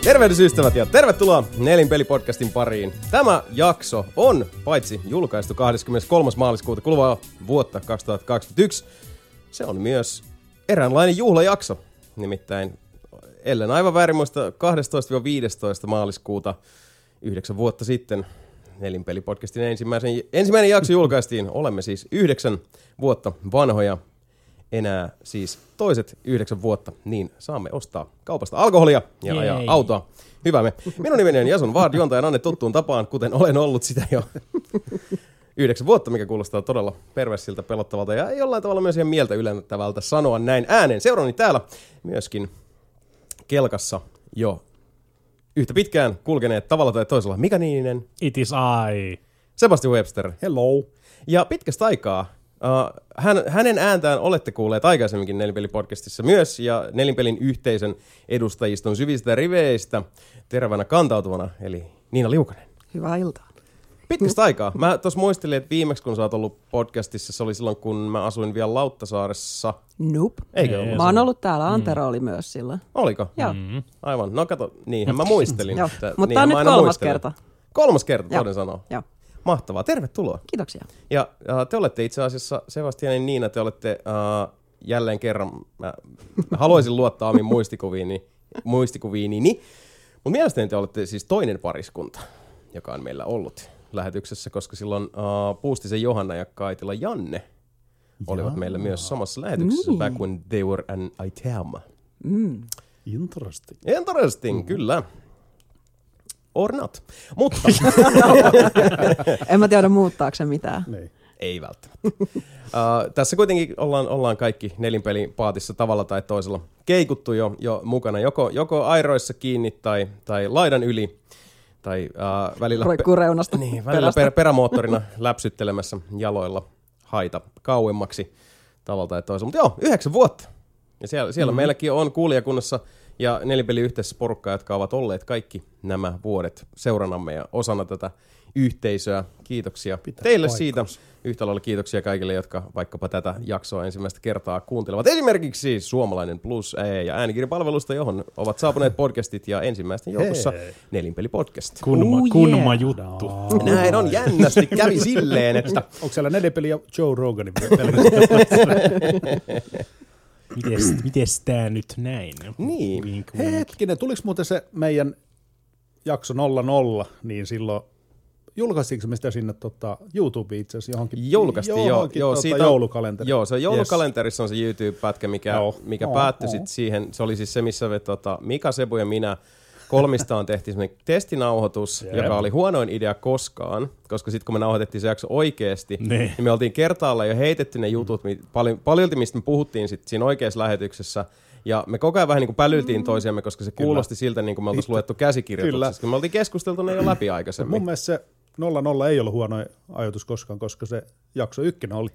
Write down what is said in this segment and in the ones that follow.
Tervehdys ystävät ja tervetuloa Nelinpeli-podcastin pariin. Tämä jakso on paitsi julkaistu 23. maaliskuuta kuluvaa vuotta 2021, se on myös eräänlainen juhlajakso. Nimittäin, ellen aivan väärin muista, 12-15 maaliskuuta 9 vuotta sitten Nelinpeli-podcastin ensimmäinen jakso julkaistiin. Olemme siis 9 vuotta vanhoja. Enää siis toiset 9 vuotta, niin saamme ostaa kaupasta alkoholia ja ajaa autoa. Hyvä me. Minun nimeni on Jason Ward, juontajan Anne tuttuun tapaan, kuten olen ollut sitä jo 9 vuotta, mikä kuulostaa todella perversiltä, pelottavalta ja jollain tavalla myös ihan mieltä ylentävältä sanoa näin ääneen. Seuraani täällä myöskin kelkassa jo yhtä pitkään kulkeneet tavalla tai toisella Mika Niininen. It is I. Sebastian Webster. Hello. Ja pitkästä aikaa hänen ääntään olette kuulleet aikaisemminkin Nelinpeli-podcastissa myös, ja Nelinpelin yhteisön edustajiston syvistä riveistä terävänä kantautuvana, eli Niina Liukanen. Hyvää iltaa. Pitkästä aikaa. Mä tuossa muistelin, että viimeksi kun sä oot ollut podcastissa, se oli silloin, kun mä asuin vielä Lauttasaaressa. Nope. Eikö ollut? Mä oon ollut täällä, Antero oli myös silloin. Oliko? Joo. Aivan. No kato, niinhän mä muistelin. Joo. Mutta tää on nyt 3. kerta. 3. kerta, toden sanoo. Joo. Mahtavaa. Tervetuloa. Kiitoksia. Ja te olette itse asiassa, Sebastian ja Niina, te olette jälleen kerran, mä haluaisin luottaa omiin muistikuviinini, mutta mielestäni te olette siis toinen pariskunta, joka on meillä ollut lähetyksessä, koska silloin Puustisen Johanna ja Kaitila Janne olivat meillä myös samassa lähetyksessä, back when they were an item. Interesting, kyllä. Or not. Mutta en mä tiedä muuttaako se mitään. Niin. Ei välttämättä. Tässä kuitenkin ollaan kaikki Nelinpeli-paatissa tavalla tai toisella keikuttu jo mukana. Joko airoissa kiinni tai laidan yli. Tai välillä, roikkuu reunasta. Niin, välillä perämoottorina läpsyttelemässä jaloilla haita kauemmaksi tavalla tai toisella. Mutta joo, 9 vuotta. Ja siellä meilläkin on kuulijakunnassa ja Nelinpeli-yhteisössä porukkaa, jotka ovat olleet kaikki nämä vuodet seuranamme ja osana tätä yhteisöä. Kiitoksia teille siitä. Yhtä lailla kiitoksia kaikille, jotka vaikkapa tätä jaksoa ensimmäistä kertaa kuuntelevat. Esimerkiksi Suomalainen Plus ja äänikirjapalvelusta, johon ovat saapuneet podcastit ja ensimmäisten joukossa Nelinpeli-podcast. Kunma juttu. Näin on jännästi. Kävi silleen, että Onko siellä Nelinpeli ja Joe Roganin Mites tää nyt näin? niin. Wink. Hetkinen, tuliko muuten se meidän jakso 00, niin silloin julkaistiinko me sitä sinne YouTubeen itse asiassa johonkin? Julkaistiin, joo. Siitä joulukalenteri. Joo, se joulukalenterissa on se YouTube-pätkä, mikä päättyi sitten siihen. Se oli siis se, missä Mika, Sebu ja minä kolmistaan tehtiin semmoinen testinauhoitus, joka oli huonoin idea koskaan, koska sitten kun me nauhoitettiin se jakso oikeasti, niin me oltiin kertaalla jo heitetty ne jutut, paljolti mistä me puhuttiin sit siinä oikeassa lähetyksessä, ja me koko ajan vähän niin kuin pälyltiin toisiamme, koska se kuulosti siltä, niin kuin me oltaisiin luettu käsikirjoituksessa, kun me oltiin keskusteltu ne jo läpi aikaisemmin. Mun mielestä se 00 ei ollut huono ajatus koskaan, koska se jakso 1 oli.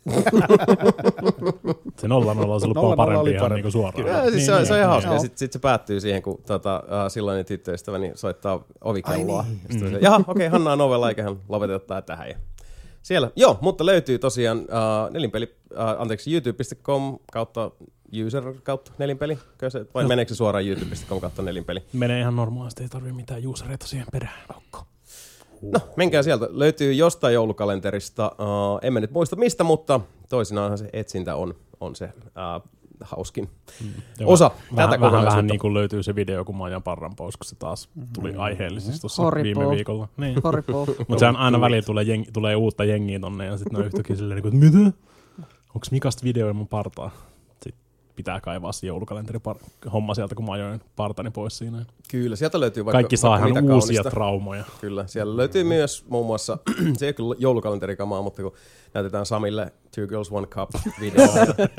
Se 00 olisi ollut paljon parempi ihan niin suoraan. Ja, siis se on ihan hauska. Ja sitten se päättyy siihen, kun silloinen tyttöystäväni soittaa ovikelloa. Jaha, okei, Hanna on ovella, eiköhän lopeteta tähän. Siellä, joo, mutta löytyy tosiaan youtube.com kautta user kautta Nelinpeli. Vai meneekö se suoraan youtube.com kautta Nelinpeli? Menee ihan normaalisti, ei tarvitse mitään usereita siihen perään. No, menkää sieltä. Löytyy jostain joulukalenterista. Emme nyt muista mistä, mutta toisinaanhan se etsintä on se hauskin osa tätä kokonaisuutta. Vähän niin kuin löytyy se video, kun mä ajan parran pois, kun se taas tuli aiheellisesti tuossa viime viikolla. Niin. Mutta sehän aina väliin tulee uutta jengiä tonne ja sitten ne on yhtäkkiä silleen, että mitä? Onko Mikasta video mun partaa? Sitten pitää kaivaa se joulukalenteri homma sieltä, kun mä ajoin partani pois siinä. Kyllä, sieltä löytyy kaikki saa ihan uusia kaunista traumoja. Kyllä, siellä löytyy myös muun muassa, se ei ole kyllä joulukalenterikamaa, mutta kun näytetään Samille Two Girls One Cup -video.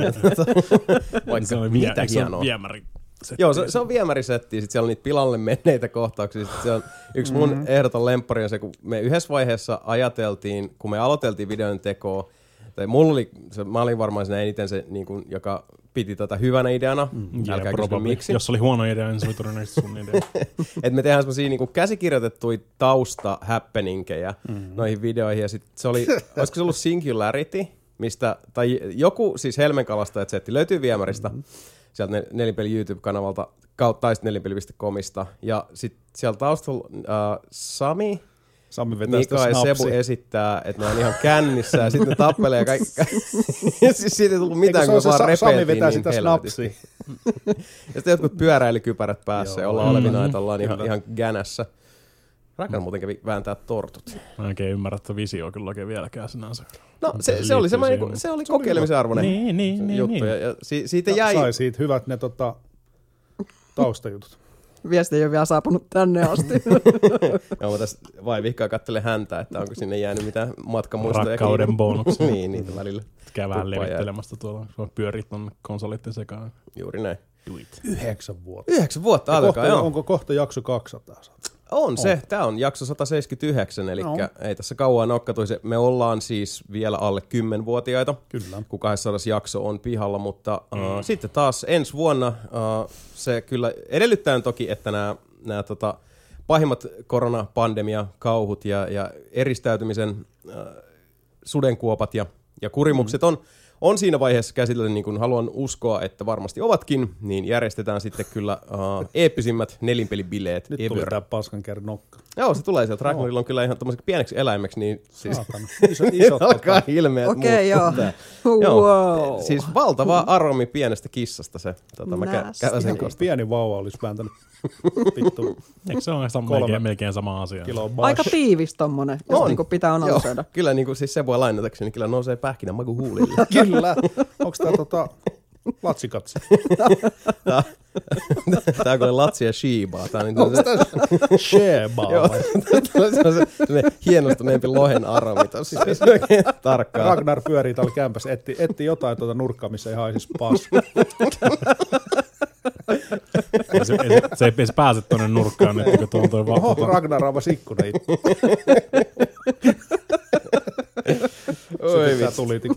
Se on viemäri. Joo, se on viemärisetti, sitten siellä on niitä pilalle menneitä kohtauksia. Sitten se on yksi mun ehdoton lemppari on se, kun me yhdessä vaiheessa ajateltiin, kun me aloiteltiin videon tekoa, tai mä olin varmaan siinä eniten se, niin kuin, joka piti tätä hyvänä ideana. Älkää kysy miksi. Jos oli huono idea, niin se oli todennäköisesti sun idea. Et me tehdään semmosia niin kuin käsikirjoitettuja tausta-happeningejä noihin videoihin. Ja sit se oli, olisiko se ollut Singularity, mistä, tai joku siis Helmenkalastajat setti löytyy viemäristä. sieltä Nelinpeli YouTube-kanavalta kautta nelinpeli.comista. Ja sitten siellä taustalla Sami Mika ja Sebu esittää, että ne on ihan kännissä ja sitten ne tappelee kaikki. Siis siitä ei tullut mitään, kun vaan Sami vetää sitä snapsia. Ja sitten jotkut pyöräilykypärät päässä ja ollaan olevina, että ollaan ihan gänässä. Rakan muuten kävi vääntää tortut. Mä en oikein ymmärrä, että visio on kyllä oikein vieläkään sinänsä. No se oli semmoinen, se oli kokeilemisen arvoinen juttu. Ja siitä jäi... Sai siitä hyvät ne taustajutut. Viesti ei ole vielä saapunut tänne asti. Joo, mä tässä vaivihkaa katselen häntä, että onko sinne jäänyt mitään matkamuistoja. Rakkauden bonuksia. Niin, niitä välillä. Käy vähän levittelemästä tuolla, pyörit tuonne konsolitten sekaan. Juuri näin. Do it. 9 vuotta. 9 vuotta alkaa, joo. Onko kohta jakso 200? On se. Tää on jakso 179, eli ei tässä kauan nokkatuisi. Me ollaan siis vielä alle 10-vuotiaita, kyllä, kun 200 jakso on pihalla, mutta sitten taas ensi vuonna se kyllä edellyttää toki, että nämä pahimmat koronapandemia-kauhut ja eristäytymisen sudenkuopat ja kurimukset on siinä vaiheessa käsitelty, niin kuin haluan uskoa, että varmasti ovatkin, niin järjestetään sitten kyllä eeppisimmät nelinpelibileet. Nyt tulee tää paskankerran nokka. Joo, se tulee sieltä. Ragnarilla on kyllä ihan tommoseksi pieneksi eläimeksi, niin siis isot alkaa ilmeet okei, muuttaa. Wow. Siis valtava aromi pienestä kissasta se. Mä käväsen kosta. Pieni vauva olisi vääntänyt vittu. Eikö se ole melkein sama asia? Aika tiivis tommonen, jos niinku pitää analysoida. Kyllä niinku siis se voi lainatakseni, niin kyllä nousee pähkinän maku huulille. Kyllä. Onks tää latsikatsi? Tää on kyllä latsi ja shiibaa. Onks tää shebaa? Joo, se on hienostuneempi lohen aromi tossa. Tarkkaan. Ragnar pyörii täällä kämpässä, etti jotain nurkkaa, missä ei haisisi paskaa. Se ei pääse tuonne nurkkaan nyt, kun tuolla toi vaan... Oho, Ragnar avasi ikkuna itse. Oi vitsi. Tulitin.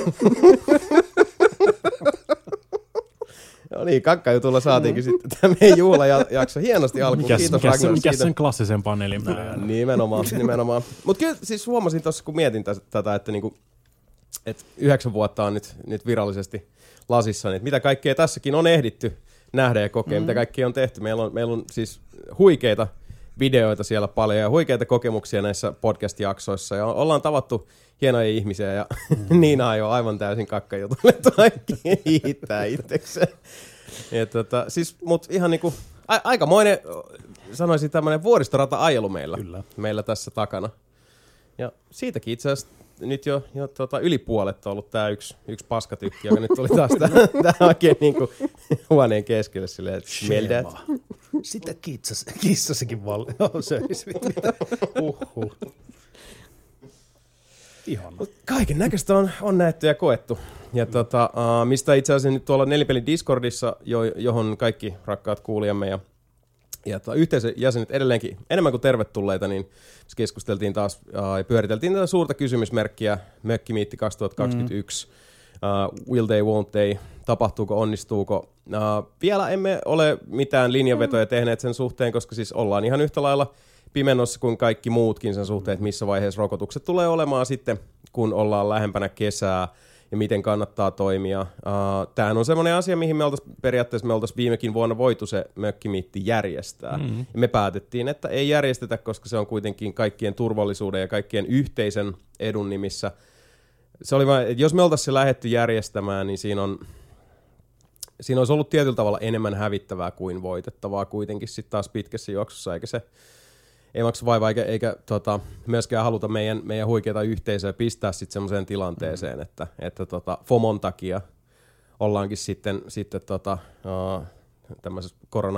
No niin, kakkajutulla saatiinkin sitten tämä meidän juhlajakso hienosti alkuun. Kiitos Ragnar. Mikä sen klassisempaa nelinpeliä? Nimenomaan. Mutta kyllä siis huomasin tuossa, kun mietin tätä, että niinku, 9 vuotta on nyt virallisesti lasissa, niin mitä kaikkea tässäkin on ehditty nähdä ja kokea, mitä kaikkea on tehty. Meillä on siis huikeita videoita siellä paljon ja huikeita kokemuksia näissä podcast-jaksoissa ja ollaan tavattu hienoja ihmisiä ja Niina ei ole aivan täysin kakkajutulle hiittää itsekseen. Siis mut ihan niinku aikamoinen, sanoisin tämmönen vuoristorata-ajelu meillä tässä takana. Ja siitäkin itse asiassa nyt jo yli puolet on ollut tää yksi paskatykki, joka nyt tuli taas tää oikein niinku huoneen keskelle silleen, että smeldät. Sitä kissasikin söisi. Ihana. Kaiken näköistä on nähty ja koettu. Ja mistä itse asiassa nyt tuolla Nelipelin Discordissa, johon kaikki rakkaat kuulijamme ja yhteisön jäsenet edelleenkin enemmän kuin tervetulleita, niin keskusteltiin taas ja pyöriteltiin tätä suurta kysymysmerkkiä Mökkimiitti 2021. Will they, won't they, tapahtuuko, onnistuuko. Vielä emme ole mitään linjanvetoja tehneet sen suhteen, koska siis ollaan ihan yhtä lailla pimennossa kuin kaikki muutkin sen suhteen, että missä vaiheessa rokotukset tulee olemaan sitten, kun ollaan lähempänä kesää ja miten kannattaa toimia. Tämähän on semmoinen asia, mihin me oltaisiin viimekin vuonna voitu se mökkimiitti järjestää. Ja me päätettiin, että ei järjestetä, koska se on kuitenkin kaikkien turvallisuuden ja kaikkien yhteisen edun nimissä. Se oli vain, että jos me oltaisiin se lähdetty järjestämään, niin siinä olisi ollut tietyllä tavalla enemmän hävittävää kuin voitettavaa kuitenkin sitten taas pitkässä juoksussa, eikä se ei maksa vaivaa, eikä myöskään haluta meidän huikeita yhteisöä pistää sitten semmoiseen tilanteeseen, että FOMon takia ollaankin sitten tämmöisessä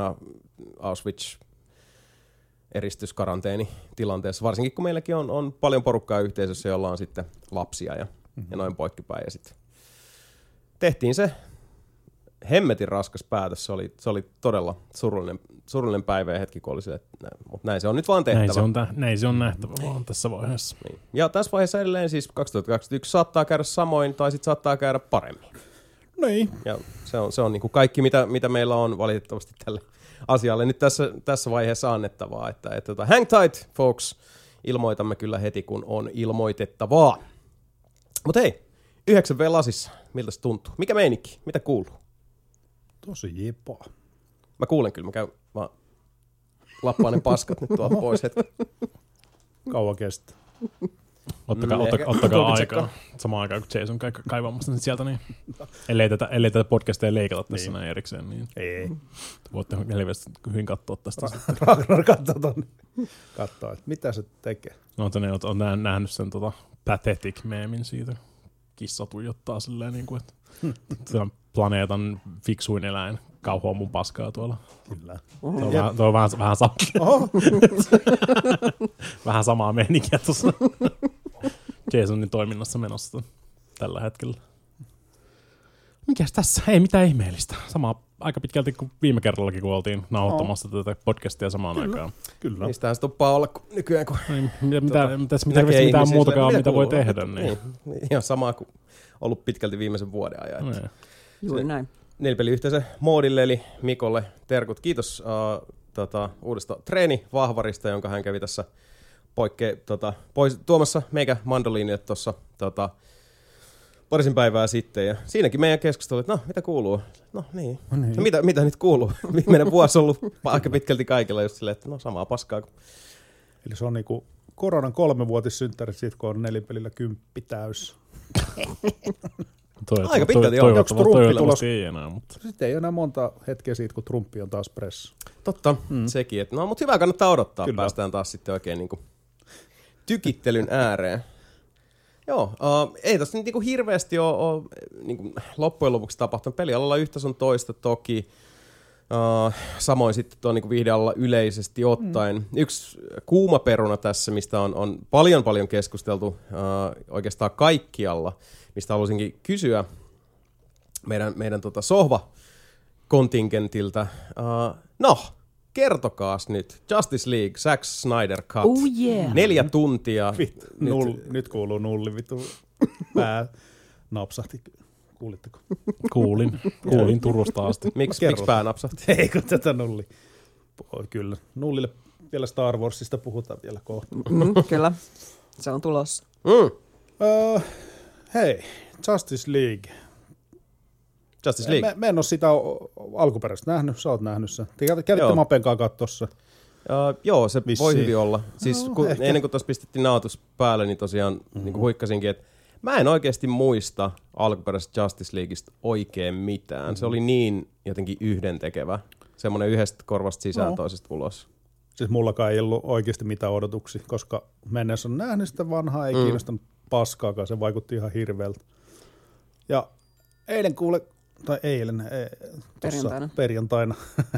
korona-Auschwitz-eristyskaranteeni-tilanteessa, varsinkin kun meilläkin on paljon porukkaa yhteisössä, jolla on sitten lapsia ja noin poikkipäin. Ja sitten tehtiin se hemmetin raskas päätös. Se oli todella surullinen päivä ja hetki, kun oli se, mutta näin se on nyt vaan tehtävä. Näin se on nähtävä vaan tässä vaiheessa. Niin. Ja tässä vaiheessa edelleen siis 2021 saattaa käydä samoin tai sitten saattaa käydä paremmin. Niin. Ja se on niin kuin kaikki, mitä meillä on valitettavasti tälle asialle nyt tässä vaiheessa annettavaa. Että hang tight, folks. Ilmoitamme kyllä heti, kun on ilmoitettavaa. Mutta hei, 9V lasissa. Miltä se tuntuu? Mikä meininki? Mitä kuuluu? Tosi jipaa. Mä kuulen kyllä, mä käyn vaan lappaan ne paskat nyt tuolta pois hetki. Kauan kestää. Ottakaa aikaa. Samaan aikaan kun Jason käy kaivamassa sieltä, niin ellei tätä podcastia leikata tässä näin erikseen, niin ei. Voitte helveästi hyvin katsoa tästä. Ragnar katsoo, että mitä se tekee. No, on nähnyt sen pathetic meemin siitä. Kissa tuijottaa silleen, niin kuin, että planeetan fiksuin eläin kauhoa mun paskaa tuolla. Kyllä. Tuo on vähän samaa meininkiä tuossa Jasonin toiminnassa menossa tällä hetkellä. Mikäs tässä? Ei mitään ihmeellistä. Samaa aika pitkälti kuin viime kerrallakin, kun oltiin nauhoittamassa tätä podcastia samaan aikaan. Kyllä. Niistähän se tuppaa olla nykyään, kun mitään muutakaan, mitä voi tehdä. Niin. Ihan samaa kuin ollut pitkälti viimeisen vuoden ajan. Juuri näin. Nelipeliyhteisön moodille eli Mikolle terkut. Kiitos uudesta treenivahvarista, jonka hän kävi tässä pois tuomassa meikä mandoliinille tuossa parisin päivää sitten. Ja siinäkin meidän keskustelu, että no, mitä kuuluu? No niin. No, mitä nyt kuuluu? Viimeinen vuosi on ollut aika pitkälti kaikilla just silleen, että no samaa paskaa. Eli se on niinku koronan 3-vuotissynttäri siitä, kun on nelipelillä 10 täys. Aika pitkälti on. Toivottavasti ei enää. Mutta. Sitten ei enää monta hetkeä siitä, kun Trumpi on taas pressa. Totta, sekin. No, mutta hyvä kannattaa odottaa. Kyllä. Päästään taas sitten oikein niinku tykittelyn ääreen. Joo, ei tässä niinku hirveästi ole niinku loppujen lopuksi tapahtunut. Pelialalla yhtä sun toista toki. Samoin sitten tuo niinku viihdealalla yleisesti ottaen. Yksi kuuma peruna tässä, mistä on paljon keskusteltu oikeastaan kaikkialla, mistä haluaisinkin kysyä meidän sohva-kontingentiltä. No, kertokaas nyt. Justice League, Zack Snyder Cut. Oh yeah. 4 tuntia. Nyt kuuluu nulli, vittu. Pää napsahti. Kuulitteko? Kuulin Turusta asti. Miksi pää napsahti? Ei kun tätä nulli. Kyllä. Nullille vielä Star Warsista puhutaan vielä kohta. Kyllä. Se on tulossa. Hei, Justice League. Justice League. Mä en ole sitä alkuperäistä nähnyt, sä oot nähnyt sen. Te kävitte Mapenkaan kattossa. Joo, se voi hyvin olla. Siis ennen kuin tuossa pistettiin nautus päälle, niin tosiaan niin kuin huikkasinkin, että mä en oikeasti muista alkuperäisestä Justice Leagueista oikein mitään. Se oli niin jotenkin yhdentekevä. Semmoinen yhdestä korvasta sisään toisesta ulos. Siis mullakaan ei ollut oikeasti mitään odotuksia, koska mennessä on nähnyt sitä vanhaa, ei kiinnostanut paskaakaan, se vaikutti ihan hirveältä. Ja eilen perjantaina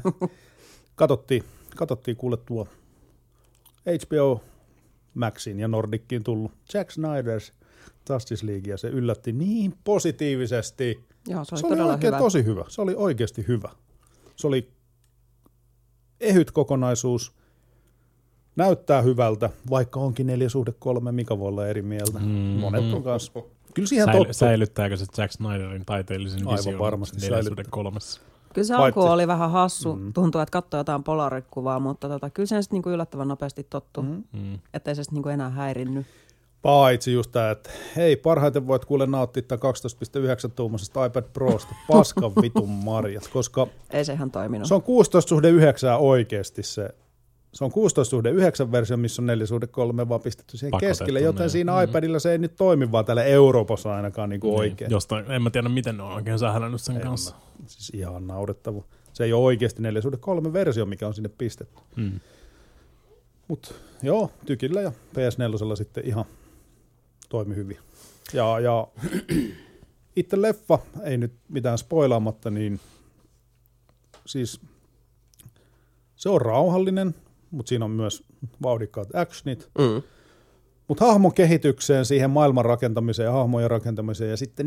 katsottiin kuule tuo HBO Maxiin ja Nordickiin tullut Zack Snyder's Justice League, ja se yllätti niin positiivisesti. Joo, se oli oikein tosi hyvä. Se oli oikeasti hyvä. Se oli ehyt kokonaisuus, näyttää hyvältä, vaikka onkin 4:3, mikä voi olla eri mieltä. Monet on kanssa. Kyllä siihen säilyttääkö se Zack Snyderin taiteellisen vision? Aivan varmasti 4:3. Kyllä se alku oli vähän hassu. Tuntuu, että katsoi jotain Polaroid-kuvaa, mutta kyllä se sitten niinku yllättävän nopeasti tottuu. Ettei se sitten niinku enää häirinnyt. Paitsi just tämä, että hei, parhaiten voit kuule nauttia tämän 12.9-tuumaisesta iPad Prosta. Paskan vitun marjat, koska ei se ihan toiminut. Se on 16:9 oikeasti se. Se on 16:9 versio, missä on 4:3 vaan pistetty siihen keskelle, joten siinä iPadilla se ei nyt toimi vaan täällä Euroopassa ainakaan niinku oikein. Jostain, en mä tiedä, miten ne on oikein sählännyt sen kanssa. Siis ihan naurettava. Se ei ole oikeasti 4:3 versio, mikä on sinne pistetty. Mut joo, tykillä ja PS4 sitten ihan toimi hyvin. Ja itse leffa, ei nyt mitään spoilaamatta, niin siis se on rauhallinen, mutta siinä on myös vauhdikkaat actionit. Mutta hahmon kehitykseen, siihen maailman rakentamiseen ja hahmojen rakentamiseen ja sitten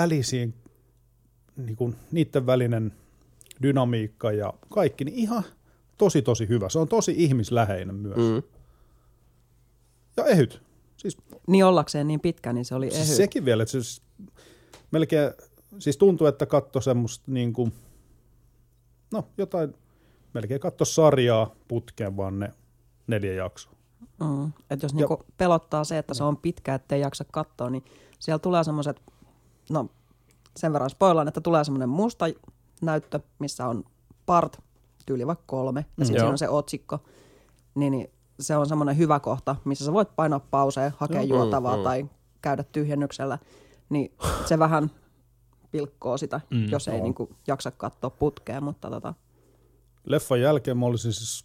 niiden välinen dynamiikka ja kaikki, niin ihan tosi hyvä. Se on tosi ihmisläheinen myös. Ja ehyt. Siis, niin ollakseen niin pitkä, niin se oli ehyt. Sekin vielä, että siis melkein, siis tuntuu, että katsoi semmoista niin kuin, no jotain, melkein katsoi sarjaa putkeen vaan ne 4 jaksoa. Että jos niinku pelottaa se, että se on pitkä, ettei jaksa katsoa, niin siellä tulee semmoiset, no sen verran spoilaan, että tulee semmoinen musta näyttö, missä on part, tyyli vaikka 3, ja sitten siinä on se otsikko, niin se on semmoinen hyvä kohta, missä sä voit painaa pauseen, hakea juotavaa tai käydä tyhjennyksellä, niin se vähän pilkkoo sitä, jos ei niinku jaksa katsoa putkea, mutta Leffan jälkeen mä olisin siis,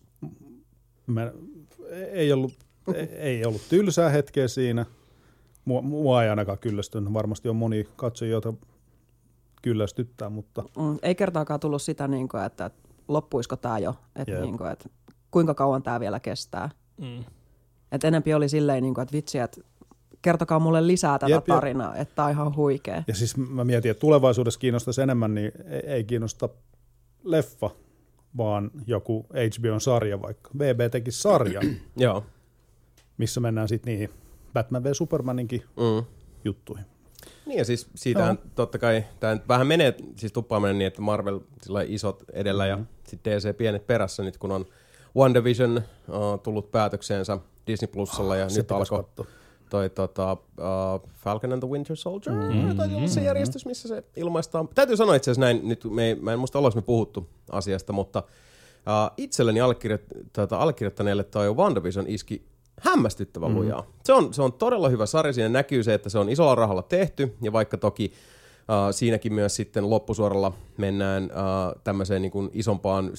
ei ollut tylsää hetkeä siinä. Mua ei ainakaan kyllästynyt. Varmasti on moni katsojia, joita kyllästyttää, mutta... Ei kertaakaan tullut sitä, että loppuisiko tämä jo, että kuinka kauan tämä vielä kestää. Et enempi oli silleen, että vitsi, että kertokaa mulle lisää tätä tarinaa, että tämä on ihan huikea. Ja siis mä mietin, että tulevaisuudessa kiinnostaisi enemmän, niin ei kiinnosta leffa, vaan joku HBO-sarja vaikka. BB teki sarja, missä mennään sitten niihin Batman v Supermaninkin juttuihin. Niin ja siis siitähän totta kai, tämä vähän menee, siis tuppaa menee niin, että Marvel sillä isot edellä ja sitten DC pienet perässä nyt, kun on WandaVision tullut päätökseensä Disney Plusalla ja nyt alkoi toi Falcon and the Winter Soldier, tai ollut se järjestys, missä se ilmaistaan. Täytyy sanoa itse asiassa näin, nyt mä en muista ollaanko me puhuttu asiasta, mutta itselleni allekirjoittaneelle toi WandaVision iski hämmästyttävän lujaa. Se on todella hyvä sarja, siinä näkyy se, että se on isolla rahalla tehty, ja vaikka toki siinäkin myös sitten loppusuoralla mennään tämmöiseen niin kuin isompaan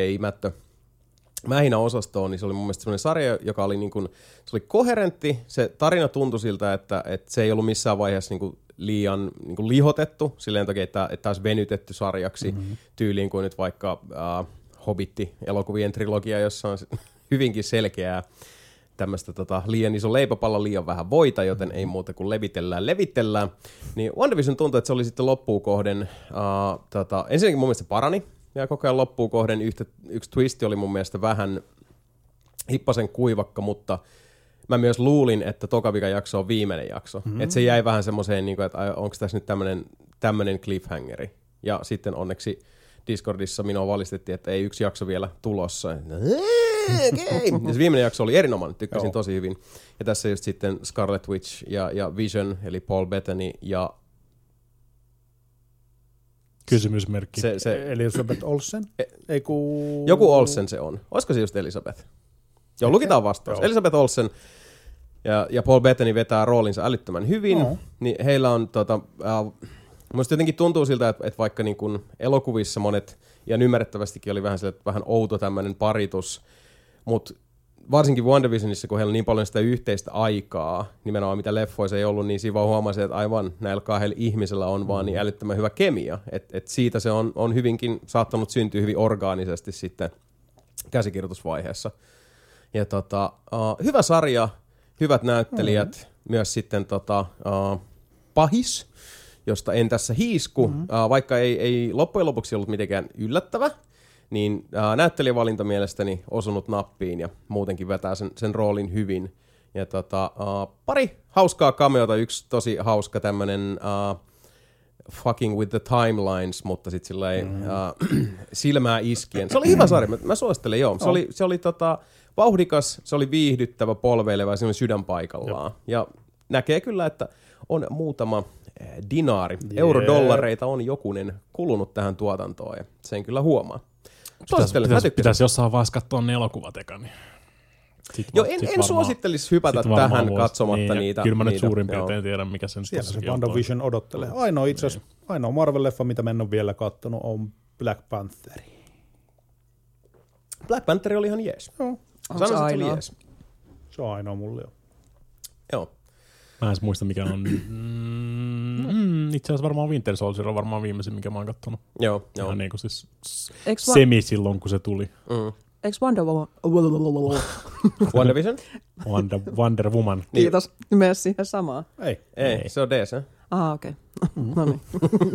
CGI-mähinä-osastoon, niin se oli mun mielestä semmoinen sarja, joka oli, niin kuin, se oli koherentti, se tarina tuntui siltä, että se ei ollut missään vaiheessa niin kuin liian niin kuin lihotettu, silleen toki, että olisi venytetty sarjaksi tyyliin kuin nyt vaikka Hobitti-elokuvien trilogia, jossa on hyvinkin selkeää tämmöistä liian iso leipäpallo, liian vähän voita, joten ei muuta kuin levitellään. Niin WandaVision tuntui, että se oli sitten loppuun kohden, ensinnäkin mun mielestä parani, ja koko ajan loppuun kohden yksi twisti oli mun mielestä vähän hippasen kuivakka, mutta mä myös luulin, että toka jakso on viimeinen jakso. Että se jäi vähän semmoiseen, että onko tässä nyt tämmöinen cliffhangeri. Ja sitten onneksi Discordissa minua valistettiin, että ei yksi jakso vielä tulossa. Okay. Ja se viimeinen jakso oli erinomainen, tykkäsin tosi hyvin. Ja tässä just sitten Scarlet Witch ja Vision, eli Paul Bettany ja... Kysymysmerkki. Elizabeth Olsen? Joku Olsen se on. Olisiko se just Elizabeth? Joo, lukitaan vastaus. Elizabeth Olsen ja Paul Bettany vetää roolinsa älyttömän hyvin. Niin heillä on... Minusta jotenkin tuntuu siltä, että vaikka niin kuin elokuvissa monet, ja ymmärrettävästikin oli vähän outo tämmöinen paritus, mutta varsinkin WandaVisionissa, kun heillä on niin paljon sitä yhteistä aikaa, nimenomaan mitä leffoissa ei ollut, niin siinä vaan huomasin, että aivan näillä kahdella ihmisellä on vaan niin älyttömän hyvä kemia. Et siitä se on hyvinkin saattanut syntyä hyvin orgaanisesti sitten käsikirjoitusvaiheessa. Ja hyvä sarja, hyvät näyttelijät, myös sitten pahis, josta en tässä hiisku, vaikka ei loppujen lopuksi ollut mitenkään yllättävä, niin näyttelijävalinta mielestäni osunut nappiin ja muutenkin vetää sen roolin hyvin. Ja pari hauskaa cameota, yksi tosi hauska tämmönen fucking with the timelines, mutta sitten silleen silmää iskien. Se oli hyvä sarja, mä suosittelen, joo. Se oli vauhdikas, se oli viihdyttävä, polveileva ja semmoinen sydän paikallaan. Ja näkee kyllä, että on muutama dinaari, eurodollareita on jokunen kulunut tähän tuotantoon ja sen kyllä huomaa. Pitäisi jossain vaiheessa katsoa ne elokuvat eka. Niin. Joo, en suosittelisi hypätä tähän katsomatta niitä. Kyllä mä nyt suurin piirtein tiedän, mikä sen siellä se WandaVision odottelee. Ainoa Marvel-leffa, mitä mä en ole vielä kattonut, on Black Panther. Black Panther oli ihan jees. Joo. Sanoisin, että se oli jees. Se on ainoa mulle jo. Joo. Mä en muista, mikä on. Itse asiassa varmaan Winter Soldier on varmaan viimeisin, mikä mä oon kattonut. Joo. Ihan niin kuin siis semi silloin, kun se tuli. Eikö Wonder Woman? WandaVision? Wonder Woman. Kiitos. Mene siihen samaan. Ei. Se on DC. Okei. No niin.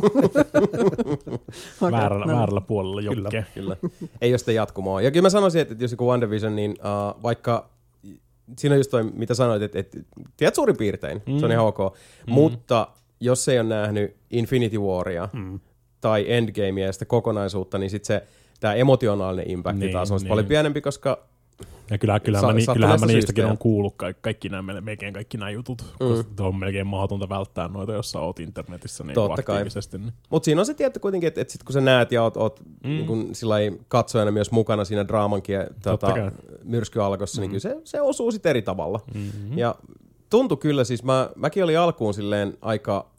Väärällä puolella jokkeen. Kyllä. Ei ole sitä jatkumoa. Ja kyllä mä sanoisin, että jos joku WandaVision, niin vaikka siinä on just toi, mitä sanoit, että tiedät suurin piirtein, se on ihan ok. Mutta jos ei ole nähnyt Infinity Waria tai Endgamea ja sitä kokonaisuutta, niin sitten tämä emotionaalinen impacti taas on paljon pienempi, koska Ja kyllähän mä niistäkin on kuullut melkein kaikki nämä jutut, koska on melkein mahdotonta välttää noita, jos sä oot internetissä niin aktiivisesti. Niin. Mutta siinä on se tietty kuitenkin, että sit kun sä näet ja oot niin katsojana myös mukana siinä draamankin myrskyalkossa, niin kyllä se osuu sit eri tavalla. Mm-hmm. Ja tuntui kyllä siis, mäkin olin alkuun silleen aika,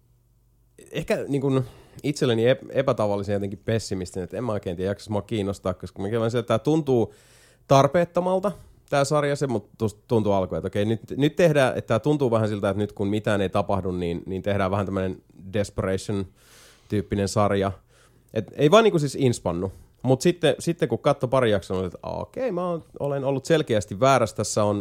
ehkä niin kuin itselleni epätavallisen jotenkin pessimistinen, että en mä oikein tiedä, jaksaisi mua kiinnostaa, koska mä käyn sieltä, että tää tuntuu tarpeettomalta, tää sarja, se mutta tuntuu alkuun, että okei, nyt tehdään, että tää tuntuu vähän siltä, että nyt kun mitään ei tapahdu, niin tehdään vähän tämmönen desperation-tyyppinen sarja. Et ei vaan niinku siis inspannu. Mutta sitten kun katsoi pari jaksoa, että okei, mä olen ollut selkeästi väärässä. Tässä on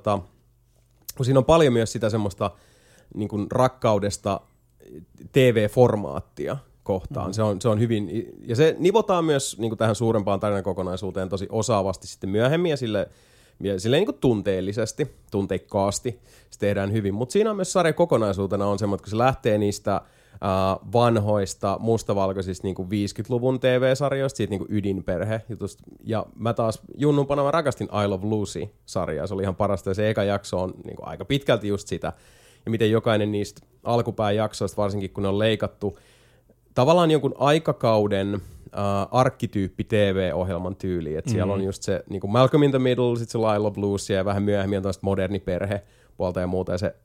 kun siinä on paljon myös sitä semmoista niin kuin rakkaudesta TV-formaattia kohtaan. Mm-hmm. Se on hyvin, ja se nivotaan myös niin kuin tähän suurempaan tarinakokonaisuuteen tosi osaavasti sitten myöhemmin ja silleen niin kuin tunteellisesti, tunteikkaasti se tehdään hyvin. Mutta siinä on myös sarja kokonaisuutena on semmoinen, kun se lähtee niistä vanhoista mustavalkoisista niin kuin 50-luvun TV-sarjoista, siitä niin kuin ydinperhe-jutusta. Ja mä taas junnumpana mä rakastin I Love Lucy-sarjaa, se oli ihan parasta ja se eka jakso on niin kuin aika pitkälti just sitä. Ja miten jokainen niistä alkupään jaksoista, varsinkin kun ne on leikattu, tavallaan jonkun aikakauden arkkityyppi TV-ohjelman tyyli. Että siellä on just se niin kuin Malcolm in the Middle, sitten se I Love Lucy ja vähän myöhemmin on tämmöistä moderni perhe puolta ja muuta. Ja se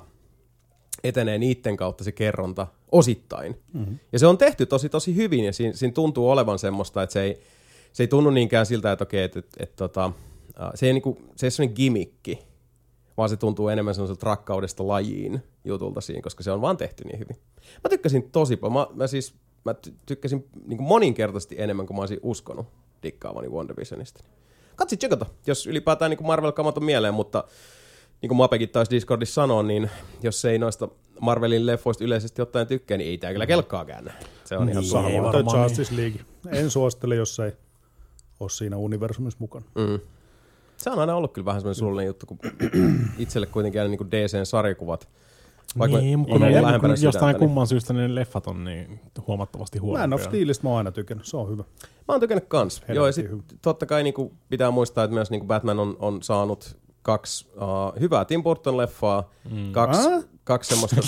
etenee niiden kautta se kerronta osittain. Mm-hmm. Ja se on tehty tosi hyvin ja siinä tuntuu olevan semmoista, että se ei tunnu niinkään siltä, että okei, se ei niinku, se ei sellainen gimmikki, vaan se tuntuu enemmän sellaiselta rakkaudesta lajiin jutulta siinä, koska se on vaan tehty niin hyvin. Mä tykkäsin tosi paljon. Mä tykkäsin niin kuin moninkertaisesti enemmän kuin mä olisin uskonut dikkaavani WandaVisionista. Katsi tsekata, jos ylipäätään niin kuin Marvel-kamat on mieleen, mutta niin kuin Mapekin taisi Discordissa sanoa, niin jos ei noista Marvelin leffoista yleisesti ottaen tykkää, niin ei tää kyllä kelkkaa käännä. Se on ihan sama. Justice League. En suosittele, jos ei ole siinä universumissa mukana. Mm. Se on aina ollut kyllä vähän semmoinen surullinen juttu, kun itselle kuitenkin aina niin kuin DCn sarjakuvat. Niin, mutta jostain kumman syystä ne leffat on niin huomattavasti huonompia. Man of Steelista mä oon aina tykännyt, se on hyvä. Mä oon tykännyt kans. Joo, ja sit totta kai niinku pitää muistaa, että myös niinku Batman on saanut 2 hyvää Tim Burton-leffaa, 2 semmoista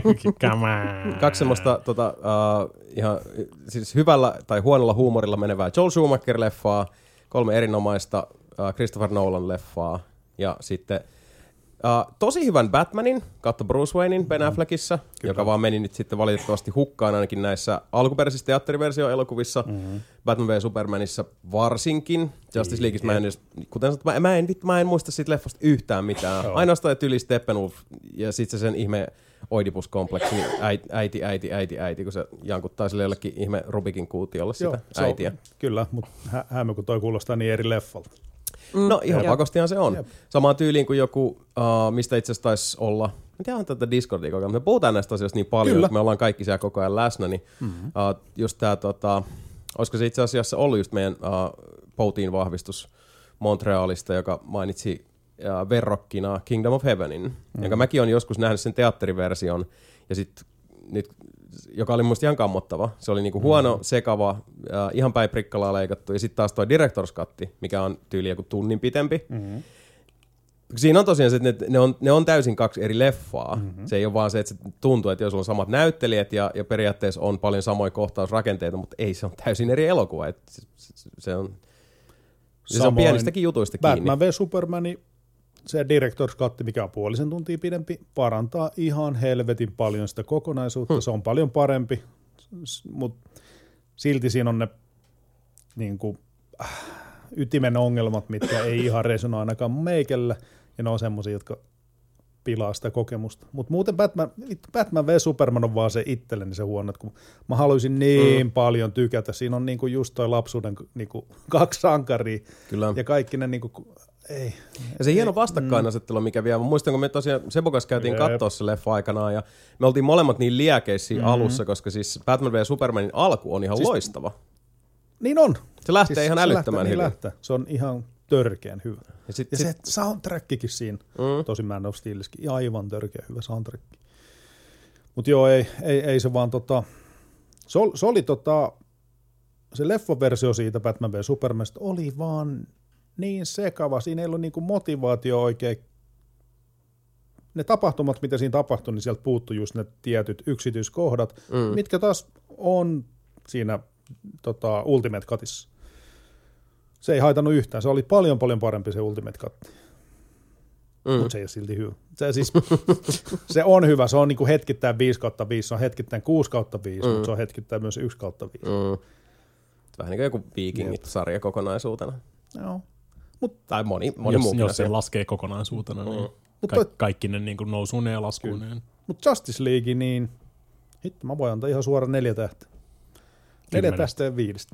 ihan siis hyvällä tai huonolla huumorilla menevää Joel Schumacher-leffaa, 3 erinomaista Christopher Nolan-leffaa ja sitten tosi hyvän Batmanin, katso Bruce Waynein Ben Affleckissä, joka vaan meni nyt sitten valitettavasti hukkaan ainakin näissä alkuperäisissä teatteriversio-elokuvissa. Batman v Supermanissa varsinkin. Justice Leagueissa mä en edes, kuten sanottu, mä en muista siitä leffasta yhtään mitään. Ainoastaan tyli Steppenwolf ja sitten se sen ihme Oidipus-kompleksi, niin äiti, kun se jankuttaa sille jollekin ihme Rubikin kuutiolle sitä äitiä. Kyllä, mutta hämä kun toi kuulostaa niin eri leffalta. No ihan pakostihan se on. Jep. Samaan tyyliin kuin joku, mistä itse asiassa taisi olla, en tiedä tätä Discordia koko ajan, me puhutaan näistä asioista niin paljon, että me ollaan kaikki siellä koko ajan läsnä, niin just tää, olisiko se itse asiassa ollut just meidän Poutiin vahvistus Montrealista, joka mainitsi verrokkina Kingdom of Heavenin, jonka mäkin olen joskus nähnyt sen teatteriversion, ja sitten nyt joka oli musta ihan kammottava. Se oli niinku huono, sekava, ihan päin prikkalaa leikattu. Ja sitten taas toi Director's Cut, mikä on tyyli joku tunnin pitempi. Mm-hmm. Siinä on tosiaan se, että ne on täysin 2 eri leffaa. Mm-hmm. Se ei ole vaan se, että se tuntuu, että jos on samat näyttelijät ja periaatteessa on paljon samoja kohtausrakenteita, mutta ei, se on täysin eri elokuva. Se on pienistäkin jutuista kiinni. Batman v Supermani, se Director's Cut, mikä on 0,5 tuntia pidempi, parantaa ihan helvetin paljon sitä kokonaisuutta. Se on paljon parempi, mutta silti siinä on ne niin kuin, ytimen ongelmat, mitkä ei ihan resonoi ainakaan meikällä, ja ne on semmoisia, jotka pilaa sitä kokemusta. Mutta muuten Batman v Superman on vaan se itselleni se huono, että kun mä haluaisin niin paljon tykätä. Siinä on niinku just toi lapsuuden niinku 2 sankaria. Kyllä. Ja kaikki ne niinku, ei. Ja se hieno vastakkainasettelu, mikä vielä, mä muistan, kun me tosiaan Sebokas käytiin katsoa se leffa aikanaan, ja me oltiin molemmat niin liäkeisiä alussa, koska siis Batman v Supermanin alku on ihan loistava. Niin on. Se lähtee ihan älyttömän hyvin. Se on ihan törkeän hyvä. Ja se soundtrackikin siinä, tosi Man of Steeliskin, aivan törkeän hyvä soundtrack. Mutta joo, ei se vaan se oli se leffaversio siitä Batman v Supermanista oli vaan niin sekava. Siinä ei ollut niinku motivaatio oikein. Ne tapahtumat, mitä siinä tapahtui, niin sieltä puuttui just ne tietyt yksityiskohdat, mitkä taas on siinä Ultimate Cutissa. Se ei haitannut yhtään. Se oli paljon parempi se Ultimate Cut. Mutta se ei ole silti hyvä. Se on hyvä. Se on niinku hetkittäin 5/5, se on hetkittäin 6/5, mutta se on hetkittäin myös 1/5. Vähän niin kuin joku Vikingit-sarja kokonaisuutena. Joo. Tai moni muukin. Jos se laskee kokonaisuutena, niin kaikki ne niin nousuun ja laskuun. Mutta Justice League, niin hitto, mä voin antaa ihan suoraan 4 tähteä. 4 tähteä 5.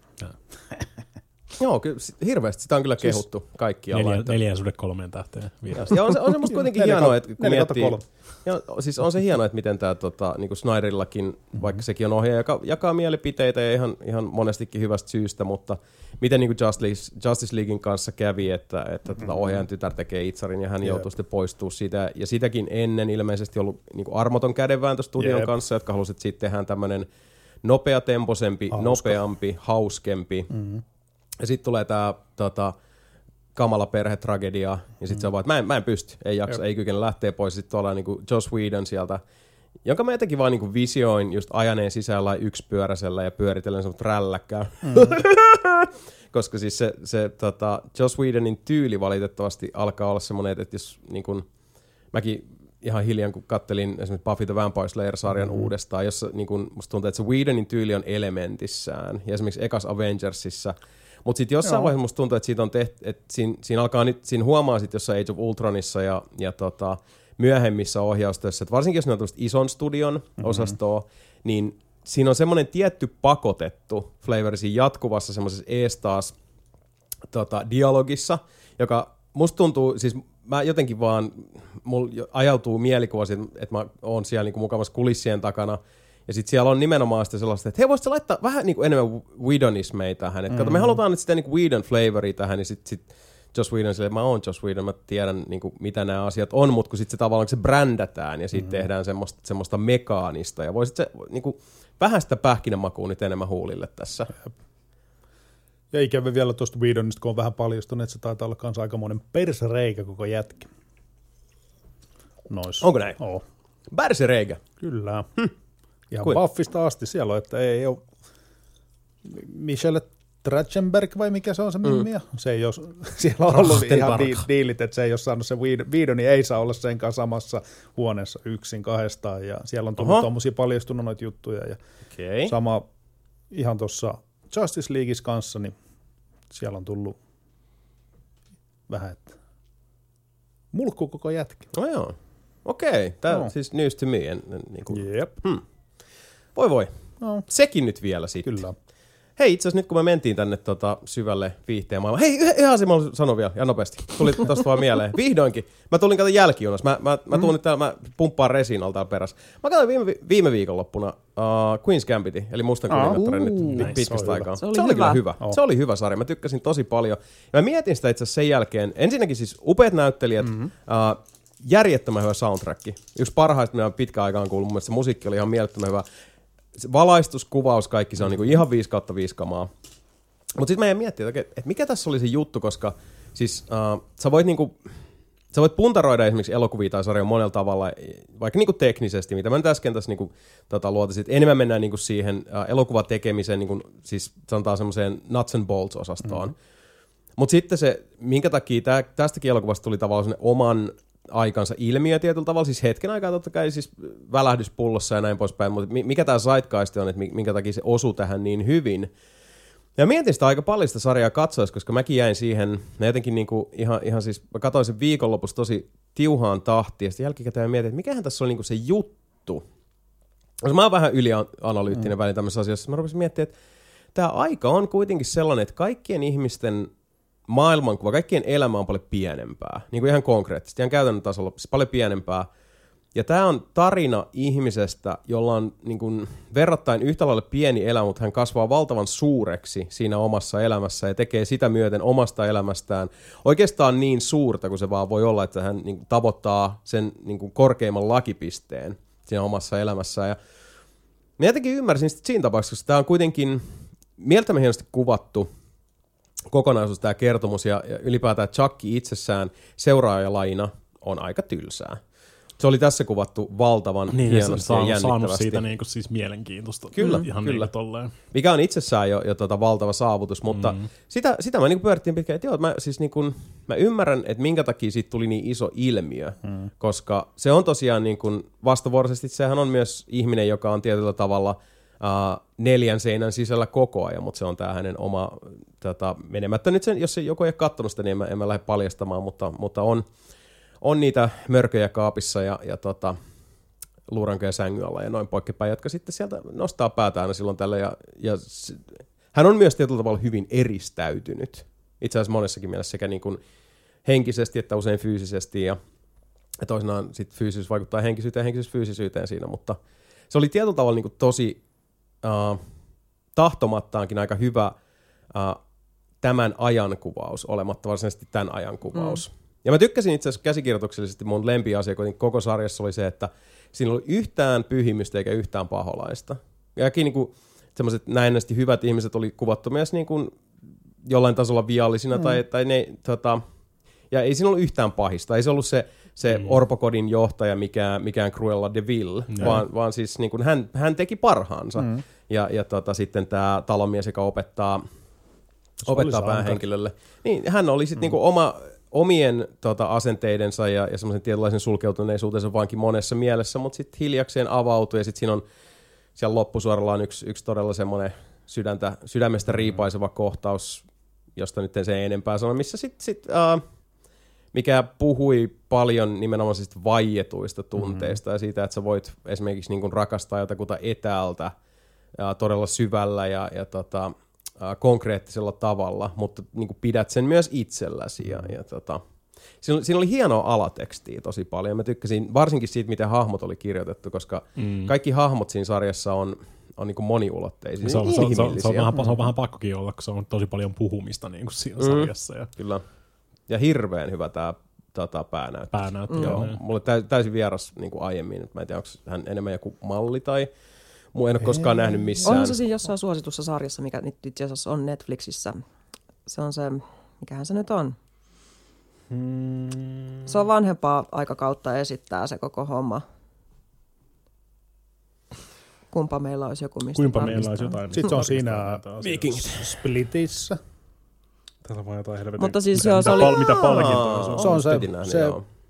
Joo, kyllä, hirveästi sitä on kyllä kehuttu kaikkialla. 4/3 tähteä. Ja on se musta kuitenkin hienoa, että kun miettii... siis on se hienoa, että miten tämä niin Snyderillakin, vaikka sekin on ohjaaja, joka jakaa mielipiteitä ja ihan monestikin hyvästä syystä, mutta miten niin Justice Leaguein kanssa kävi, että ohjaajan tytär tekee itsarin ja hän joutuu sitten poistua siitä. Ja sitäkin ennen ilmeisesti ollut niin armoton kädenvääntö studion kanssa, jotka halusivat, että siitä tehdään tämmöinen nopeatempoisempi, nopeampi, hauskempi. Ja sitten tulee tämä kamala perhetragedia, ja sitten se on vaan, että mä en pysty, ei jaksa, ei kykene lähteä pois. Sitten tuolla niin Joss Whedon sieltä, jonka mä jotenkin vaan niin visioin just ajaneen sisällä yksipyöräisellä ja pyöritellen semmoista rälläkkää. Koska siis se Joss Whedonin tyyli valitettavasti alkaa olla semmoinen, että jos niin kuin, mäkin ihan hiljan, kun kattelin esimerkiksi Buffy the Vampire Slayer-sarjan uudestaan, jossa niin kun, musta tuntuu, että se Whedonin tyyli on elementissään, ja esimerkiksi ekas Avengersissa. Mutta sitten jossain vaiheessa musta tuntuu, että siitä on tehty, että siinä alkaa nyt, siinä huomaa sitten jossain Age of Ultronissa ja myöhemmissä ohjaustöissä, että varsinkin jos ne on tämmöistä ison studion osastoa, niin siinä on semmoinen tietty pakotettu flavor siinä jatkuvassa semmoisessa ees taas dialogissa, joka musta tuntuu, siis mä jotenkin vaan, mulla ajautuu mielikuva siitä, että mä oon siellä niinku mukavassa kulissien takana, ja sitten siellä on nimenomaan sitä sellaista, että hei, voisitko laittaa vähän niinku enemmän Whedonismeja tähän, että me halutaan nyt sitä niinku Whedon flavoria tähän, niin sitten Joss Whedon silleen, mä oon Joss Whedon, mä tiedän niinku, mitä nämä asiat on, mutta kun sitten se tavallaan se brändätään, ja sitten tehdään semmoista mekaanista, ja voisit se niinku, vähän sitä pähkinänmakua nyt enemmän huulille tässä. Ja ikävä vielä tuosta Whedonista, kun on vähän paljastunut, että se taitaa olla kanssa aikamoinen persereikä koko jätkä. Onko näin? Oo. Persereikä? Kyllä. Ihan Buffista asti siellä on, että ei ole Michelle Trachtenberg vai mikä se on se mimmiä. Se ei ole, siellä on ollut ihan diilit, että se ei ole saanut se Whedoni ei saa olla sen kanssa samassa huoneessa yksin kahdestaan, ja siellä on tullut tommosia paljastunut noita juttuja, ja sama ihan tuossa Justice Leagueissa kanssa, niin siellä on tullut vähän, että mulkkuu koko jätkä. No joo, okei. Tämä siis news to me. Jep. Voi. No. Sekin nyt vielä sitten. Kyllä. Hei, itse asiassa nyt kun me mentiin tänne syvälle viihteen maailmaan. Hei, ihan se mä sanon vielä, ja nopeasti. Tuli tosta vaan mieleen. Vihdoinkin. Mä tulin kato jälkijunassa. Mä tuun nyt täällä, mä pumppaan Resinalla täällä perässä. Mä katsoin viime viikonloppuna Queen's Gambitin, eli Mustan kuningattaren nyt pitkästä aikaa. Se oli kyllä hyvä. Se oli hyvä sarja. Mä tykkäsin tosi paljon. Ja mä mietin sitä itse asiassa sen jälkeen. Ensinnäkin siis upeat näyttelijät, järjettömän hyvä soundtrack. Yksi parhaista, mitä mä pitkään aikaan kuullut. Mun mielestä se musiikki oli ihan mielettömän hyvä. Valaistus, kuvaus, kaikki se on niinku ihan 5/5 kamaa. Mutta sitten mä jäin miettimään, että mikä tässä oli se juttu, koska siis sä voit puntaroida esimerkiksi elokuvia tai sarjoja monella tavalla, vaikka niinku teknisesti, mitä mä nyt äsken tässä niinku, luotisin. Enemmän mennään niinku siihen elokuvatekemiseen, niinku, siis sanotaan semmoiseen nuts and bolts -osastoon. Mutta sitten se, minkä takia tästäkin elokuvasta tuli tavallaan semmoinen oman aikansa ilmiö tietyllä tavalla, siis hetken aikaa totta kai siis välähdyspullossa ja näin poispäin, mutta mikä tämä zeitgeist on, että minkä takia se osui tähän niin hyvin. Ja mietin sitä aika paljon sitä sarjaa katsoessa, koska mäkin jäin siihen, jotenkin niinku ihan siis, mä katsoin sen viikonlopussa tosi tiuhaan tahtiin, ja sitten jälkikäteen mietin, että mikähän tässä oli niinku se juttu. Koska mä oon vähän ylianalyyttinen välillä tämmöisessä asiassa, mä rupesin miettimään, että tämä aika on kuitenkin sellainen, että kaikkien ihmisten maailmankuva, kaikkien elämä on paljon pienempää, niin kuin ihan konkreettisesti, ihan käytännön tasolla, siis paljon pienempää. Ja tämä on tarina ihmisestä, jolla on niin kuin verrattain yhtä lailla pieni elämä, mutta hän kasvaa valtavan suureksi siinä omassa elämässä ja tekee sitä myöten omasta elämästään oikeastaan niin suurta kuin se vaan voi olla, että hän niin kuin tavoittaa sen niin kuin korkeimman lakipisteen siinä omassa elämässään. Ja mä jotenkin ymmärsin sitä siinä tapauksessa, koska tämä on kuitenkin mieltämme hienosti kuvattu. kokonaisuus, tämä kertomus ja ylipäätään Chuck itsessään seuraajalajina on aika tylsää. Se oli tässä kuvattu valtavan hienosti ja jännittävästi. Saanut siitä niinku siis mielenkiintoista. Kyllä, ihan kyllä. Tolleen. Mikä on itsessään jo valtava saavutus, mutta sitä mä niinku pyörittiin pitkään, että joo, mä ymmärrän, että minkä takia siitä tuli niin iso ilmiö, koska se on tosiaan niinku vastavuoroisesti, sehän on myös ihminen, joka on tietyllä tavalla 4 seinän sisällä koko ajan, mutta se on tää hänen oma, menemättä nyt sen, jos joku ei ole kattonut sitä, niin en mä lähde paljastamaan, mutta on niitä mörköjä kaapissa ja luurankoja sängyn alla ja noin poikkipäin, jotka sitten sieltä nostaa päätään aina silloin tällä. Hän on myös tietyllä tavalla hyvin eristäytynyt. Itse asiassa monessakin mielessä sekä niin kuin henkisesti että usein fyysisesti. Ja toisinaan sitten fyysisyys vaikuttaa henkisyyteen ja henkisyys fyysisyyteen siinä, mutta se oli tietyllä tavalla niin kuin tosi tahtomattaankin aika hyvä tämän ajan kuvaus, olematta varsinaisesti tämän ajan kuvaus. Ja mä tykkäsin itse asiassa käsikirjoituksellisesti, mun lempiasia koko sarjassa oli se, että siinä oli yhtään pyhimystä eikä yhtään paholaista. Kaikki niinku semmoiset näennäisesti hyvät ihmiset oli kuvattu myös niinku jollain tasolla viallisina tai ne, ja ei siinä ollut yhtään pahista. Ei se ollut se orpokodin johtaja mikään Cruella de Vil, vaan siis niinku hän teki parhaansa. Ja sitten tämä talonmies, joka opettaa päähenkilölle. Niin, hän oli sitten niinku omien asenteidensa ja semmoisen tietynlaisen sulkeutuneisuutensa vaankin monessa mielessä, mutta sitten hiljakseen avautui ja sitten siinä on siellä loppusuoralla on yksi todella semmoinen sydämestä riipaiseva kohtaus, josta nyt en sen enempää sano, missä mikä puhui paljon nimenomaan vaietuista tunteista ja siitä, että sä voit esimerkiksi niin kuin rakastaa jotakuta etäältä todella syvällä ja konkreettisella tavalla, mutta niin kuin pidät sen myös itselläsi. Siinä oli hienoa alatekstiä tosi paljon. Mä tykkäsin varsinkin siitä, miten hahmot oli kirjoitettu, koska kaikki hahmot siinä sarjassa on niin kuin moniulotteisia. Se on vähän pakkokin olla, kun se on tosi paljon puhumista niin kuin siinä sarjassa. Ja. Kyllä. Ja hirveän hyvä tämä päänäyttö. Joo. Mulle täysin vieras niin kuin aiemmin. Mä en tiedä, onko hän enemmän joku malli tai muu en ole koskaan nähnyt missään. On se siinä jossain suositussa sarjassa, mikä nyt itse asiassa on Netflixissä. Se on se, mikähän se nyt on? Se on vanhempaa aikakautta esittää se koko homma. Kumpa meillä olisi joku, mistä jotain. Sitten se on siinä Splitissä. Täällä on jotain helvetin. Mutta siis se oli... Mitä palkintoja se on? Se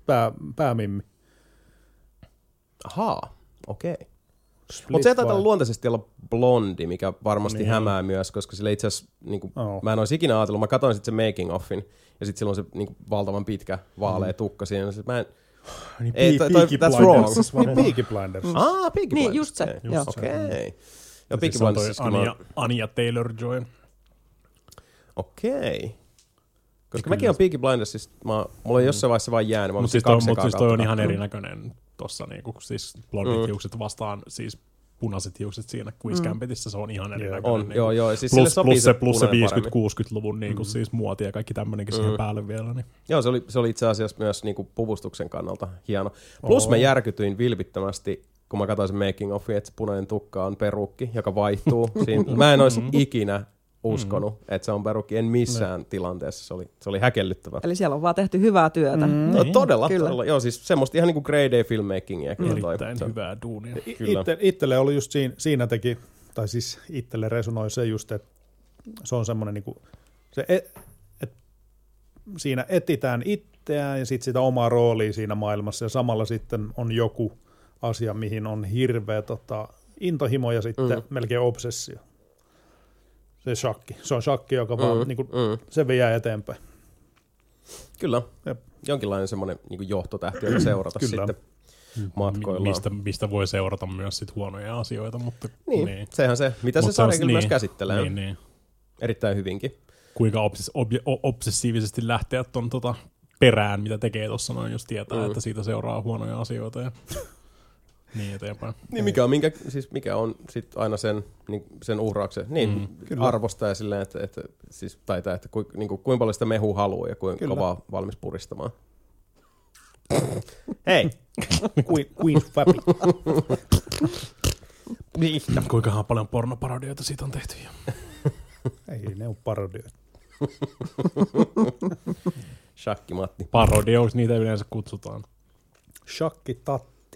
Ahaa, okei. Mutta se taitaa luontaisesti olla blondi, mikä varmasti hämää myös, koska sille itse asiassa, niinku, mä en olisi ikinä ajatellut, mä katsoin sitten se making offin, ja sitten silloin se niinku, valtavan pitkä vaalea tukka siinä, mä en... That's wrong. Peaky Blinders. Peaky Blinders. Niin, just se. Okei. Ja Peaky Blinders Anya Taylor-Joy. Okei. Koska mäkin on Peaky Blinders, siis mulla on jossain vaiheessa vaan jäänyt. Mutta siis toi on ihan erinäköinen tossa, niinku, siis blondit hiukset vastaan, siis punaiset hiukset siinä Queen's Gambitissa, se on ihan erinäköinen. On, joo. Siis plus se 50-60-luvun niinku, siis muoti ja kaikki tämmöinenkin siihen päälle vielä. Niin. Joo, se oli itse asiassa myös niinku puvustuksen kannalta hieno. Plus mä järkytyin vilpittömästi, kun mä katsoin sen making offin, että se punainen tukka on perukki, joka vaihtuu. Siinä. Mä en olisi ikinä uskonut, että se on perukki. En missään tilanteessa. Se oli häkellyttävä. Eli siellä on vaan tehty hyvää työtä. Todella. Joo, siis semmoista ihan niin kuin grade A filmmakingia. Erittäin hyvää duunia. Itselle oli just siinä teki, tai siis itselle resonoi se just, että se on semmoinen niin kuin, siinä etsitään itseään ja sitten sitä omaa roolia siinä maailmassa ja samalla sitten on joku asia, mihin on hirveä intohimo ja sitten melkein obsessio. Se on shakki, joka vaan niin kuin, se vie eteenpäin. Kyllä. Jonkinlainen semmoinen niin johtotähti, joka seurata sitten matkoillaan. Mistä voi seurata myös sit huonoja asioita. Mutta, niin, sehän se, mitä se sarja kyllä myös käsittelee. Niin. Erittäin hyvinkin. Kuinka obsessiivisesti lähteä ton perään, mitä tekee tuossa noin, jos tietää, että siitä seuraa huonoja asioita. Ja niin eteenpäin. Niin mikä on sit aina sen uhrauksen arvosta ja silleen, että kuinka paljon sitä mehua haluaa ja kuinka kovaa valmis puristamaan. Hei! Queen Fabi. Kuinkahan paljon pornoparodioita siitä on tehty? Ei ne ole parodioita. Shakki-Matti. Parodioiksi niitä yleensä kutsutaan. Shakki-Tatti.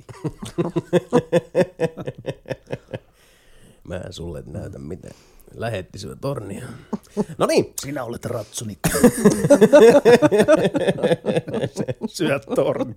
Mä sulle näytän miten lähetti syö tornia. No niin. Sinä olet ratsuni. Syöt tornin.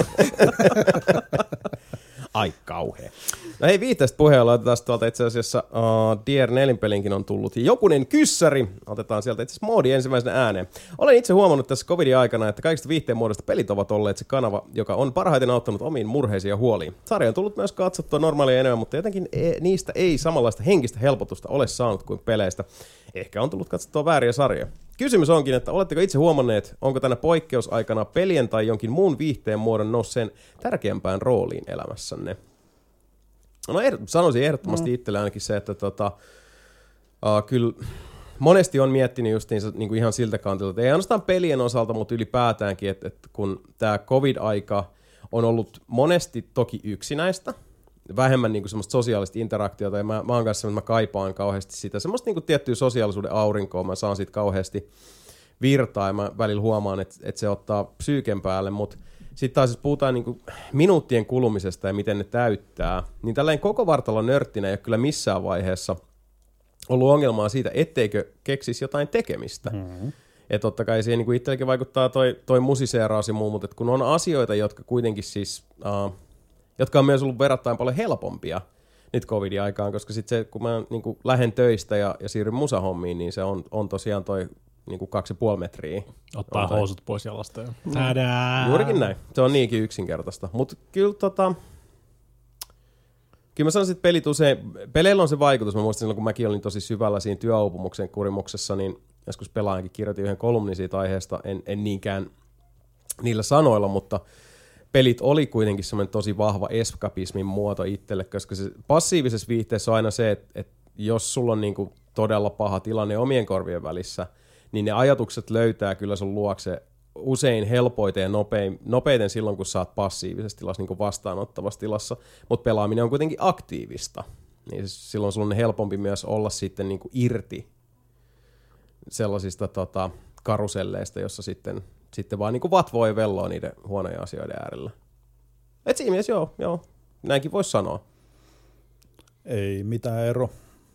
Ai kauhea. No hei, viitestä puheella otetaan tuolta itse asiassa DR4-pelinkin on tullut jokunen kyssäri. Otetaan sieltä itse asiassa moodi ensimmäisenä ääneen. Olen itse huomannut tässä covidin aikana, että kaikista viihteen muodosta pelit ovat olleet se kanava, joka on parhaiten auttanut omiin murheisiin ja huoliin. Sarja on tullut myös katsottua normaalia enemmän, mutta jotenkin niistä ei samanlaista henkistä helpotusta ole saanut kuin peleistä. Ehkä on tullut katsottua vääriä sarjoja. Kysymys onkin, että oletteko itse huomanneet, onko tänä poikkeusaikana pelien tai jonkin muun viihteen muodon nousseen tärkeämpään rooliin elämässänne? No sanoisin ehdottomasti itselle ainakin se, että kyllä monesti on miettinyt justiinsa niin kuin ihan siltä kantilta, että ei ainoastaan pelien osalta, mutta ylipäätäänkin, että kun tämä covid-aika on ollut monesti toki yksinäistä, vähemmän niin kuin semmoista sosiaalista interaktiota, ja mä oon kanssa, että mä kaipaan kauheasti sitä, semmoista niin kuin tiettyä sosiaalisuuden aurinkoa, mä saan siitä kauheasti virtaa, ja mä välillä huomaan, että se ottaa psyyken päälle, mutta sitten taas jos puhutaan niin kuin minuuttien kulumisesta ja miten ne täyttää, niin tällainen koko vartalon nörttinä ei ole kyllä missään vaiheessa ollut ongelmaa siitä, etteikö keksisi jotain tekemistä. Mm-hmm. Että totta kai siihen niin itsellekin vaikuttaa toi musiseeraus ja muu, mutta kun on asioita, jotka kuitenkin siis, jotka on myös ollut verrattain paljon helpompia nyt covidin aikaan, koska sitten se, kun mä niin kuin lähden töistä ja siirryn musahommiin, niin se on tosiaan toi niin kuin 2,5 metriä. Ottaa housut pois jalasta. Juurikin näin. Se on niinkin yksinkertaista. Mutta kyllä kyllä mä sanoisin, että peleillä on se vaikutus. Mä muistan silloin, kun mäkin olin tosi syvällä siinä työuupumuksen kurimuksessa, niin joskus pelaajankin kirjoitin yhden kolumnin siitä aiheesta. En niinkään niillä sanoilla, mutta pelit oli kuitenkin semmoinen tosi vahva eskapismin muoto itselle, koska se passiivisessa viihteessä on aina se, että jos sulla on niinku todella paha tilanne omien korvien välissä, niin ne ajatukset löytää kyllä sun luokse usein helpoiten ja nopeiten silloin, kun sä oot passiivisessa tilassa, niin kuin vastaanottavassa tilassa, mutta pelaaminen on kuitenkin aktiivista. Niin silloin sulla on helpompi myös olla sitten niin kuin irti sellaisista karuselleista, jossa sitten vaan niin kuin vatvoi velloa niiden huonojen asioiden äärellä. Et siinä mielessä joo, näinkin voisi sanoa. Ei mitään ero.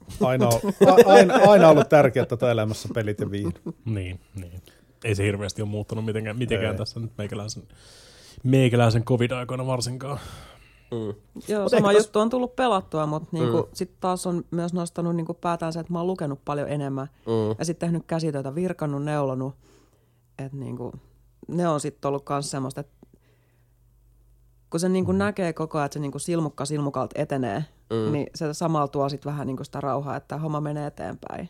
Aina ollut tärkeää tätä elämässä pelit ja viihde. Niin. Ei se hirveästi ole muuttunut mitenkään tässä nyt meikäläisen covid-aikoina varsinkaan. Joo, sama juttu on tullut pelattua, mutta niinku, sitten taas on myös nostanut niinku päätään se, että mä oon lukenut paljon enemmän ja sitten tehnyt käsitöitä, virkannut, neulonut. Että niinku, ne on sitten ollut myös semmoista, että kun se niinku näkee koko ajan, että se niinku silmukka silmukalta etenee, niin se samalla tuo sitten vähän niinku sitä rauhaa, että homma menee eteenpäin.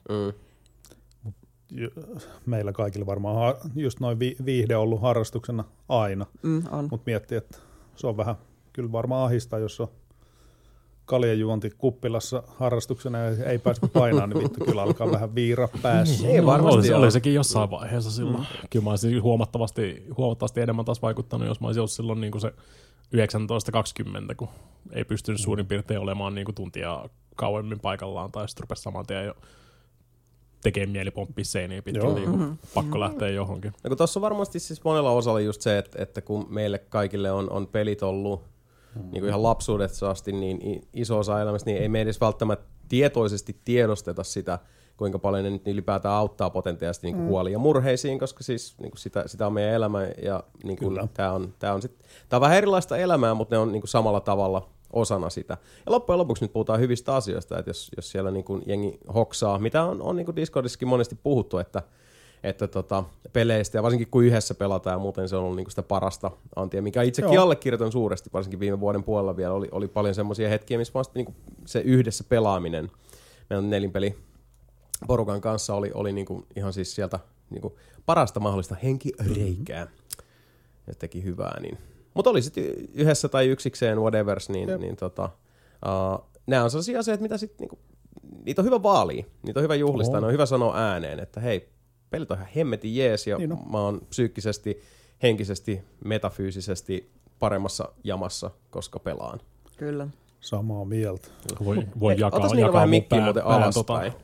Meillä kaikilla varmaan just noin viihde on ollut harrastuksena aina. Mutta miettii, että se on vähän kyllä varmaan ahistaa, jos on kaljajuonti kuppilassa harrastuksena ja ei päässyt painaa, niin vittu kyllä alkaa vähän viira päässä. Ei varmasti oli sekin jossain vaiheessa silloin. Kyllä mä olisin huomattavasti enemmän taas vaikuttanut, jos mä olisin ollut silloin niin kuin se 19-20, kun ei pystynyt suurin piirtein olemaan niin kuin tuntia kauemmin paikallaan, tai sitten rupesi saman tien jo tekee mieli pomppia seiniä pitkin, niin pakko lähteä johonkin. No kun tuossa on varmasti siis monella osalla just se, että kun meille kaikille on pelit ollut niin kuin ihan lapsuudesta asti niin iso osa elämästä, niin ei me edes välttämättä tietoisesti tiedosteta sitä, kuinka paljon ne nyt ylipäätään auttaa potentiaalisesti niin kuin huoliin ja murheisiin, koska siis niin kuin sitä on meidän elämä ja niin kuin, tämä on vähän erilaista elämää, mutta ne on niin kuin samalla tavalla osana sitä. Ja loppujen lopuksi nyt puhutaan hyvistä asioista, että jos siellä niin kuin jengi hoksaa, mitä on niin kuin Discordissakin monesti puhuttu, että peleistä ja varsinkin kun yhdessä pelataan ja muuten se on ollut niin kuin sitä parasta antia, mikä itsekin allekirjoitan suuresti, varsinkin viime vuoden puolella vielä oli paljon semmoisia hetkiä, missä vasta niin kuin se yhdessä pelaaminen meidän nelinpeli porukan kanssa oli niin kuin ihan siis sieltä niin kuin parasta mahdollista henkireikää ja teki hyvää. Niin. Mutta oli sitten yhdessä tai yksikseen whatevers, niin nämä on sellaisia asioita, mitä sitten niinku, niitä on hyvä vaalia, niitä on hyvä juhlistaa, ne on hyvä sanoa ääneen, että hei, pelit on ihan hemmetin jees ja mä oon psyykkisesti, henkisesti, metafyysisesti paremmassa jamassa, koska pelaan. Kyllä. Samaa mieltä. Voi jakaa vähän mikkiä muuten alaspäin.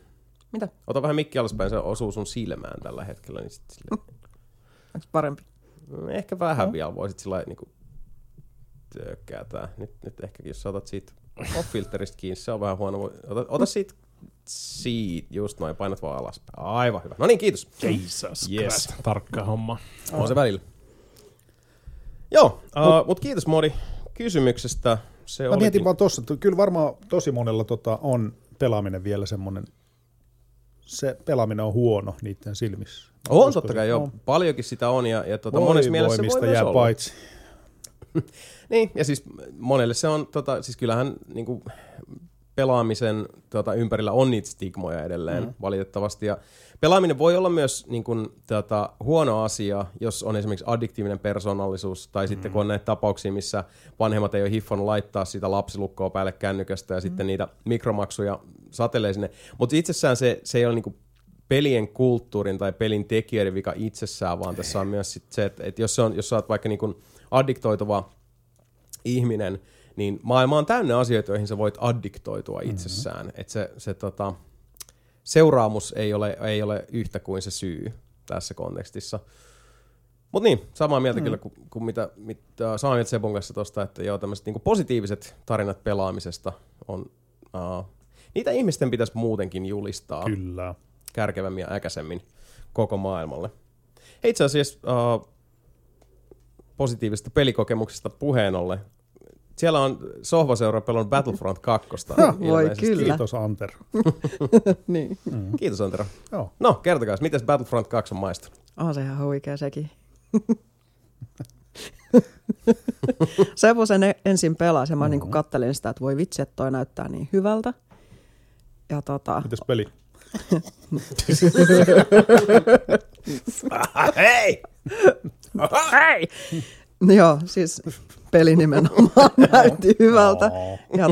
Mitä? Ota vähän mikki alaspäin, se osuu sun silmään tällä hetkellä. Niin onko parempi? Ehkä vähän vielä voisit sillä niinku tökkäätää. Nyt ehkä jos sä otat siitä off-filteristä kiinni, se on vähän huono. Ota siitä just noin, painat vaan alaspäin. Aivan hyvä. No niin, kiitos. Jesus Christ. Tarkka homma. On se välillä. Joo, mutta kiitos Modi kysymyksestä. Mä mietin vaan tossa, että kyllä varmaan tosi monella on pelaaminen vielä semmoinen, se pelaaminen on huono niiden silmissä. On totta kai, joo. Paljonkin sitä on ja monessa mielessä se voi jää myös paitsi. Niin, ja siis monelle se on, siis kyllähän niinku pelaamisen ympärillä on niitä stigmoja edelleen valitettavasti. Ja pelaaminen voi olla myös niin kuin, huono asia, jos on esimerkiksi addiktiivinen persoonallisuus, tai sitten kun on näitä tapauksia, missä vanhemmat ei ole hiffannut laittaa sitä lapsilukkoa päälle kännykästä, ja sitten niitä mikromaksuja satelee sinne. Mutta itsessään se ei ole niin kuin pelien kulttuurin tai pelin tekijöiden vika itsessään, vaan tässä on myös sit se, että jos sä oot vaikka niin kuin addiktoituva ihminen, niin maailma on täynnä asioita, joihin sä voit addiktoitua itsessään. Että se seuraamus ei ole yhtä kuin se syy tässä kontekstissa. Mutta niin, samaa mieltä kyllä kuin mitä samaa mieltä Sebun kanssa tuosta, että joo, tämmöiset niinku positiiviset tarinat pelaamisesta on, niitä ihmisten pitäisi muutenkin julistaa. Kyllä. Kärkevämmin ja äkäisemmin koko maailmalle. Itse asiassa positiivisesta pelikokemuksesta puheen ollen, siellä on Sohvaseura pelannut Battlefront 2. Voi kyllä. Kiitos Antero. Niin. Kiitos Antero. Joo. No, kertokaa, miten Battlefront 2 on maistunut? On se ihan huikea sekin. Sepu sen ensin pelasi ja mä niinku kattelin sitä, että voi vitsi, että toi näyttää niin hyvältä. Ja mitäs peli? Hei! Hei! Joo, siis peli nimenomaan näytti hyvältä. Ja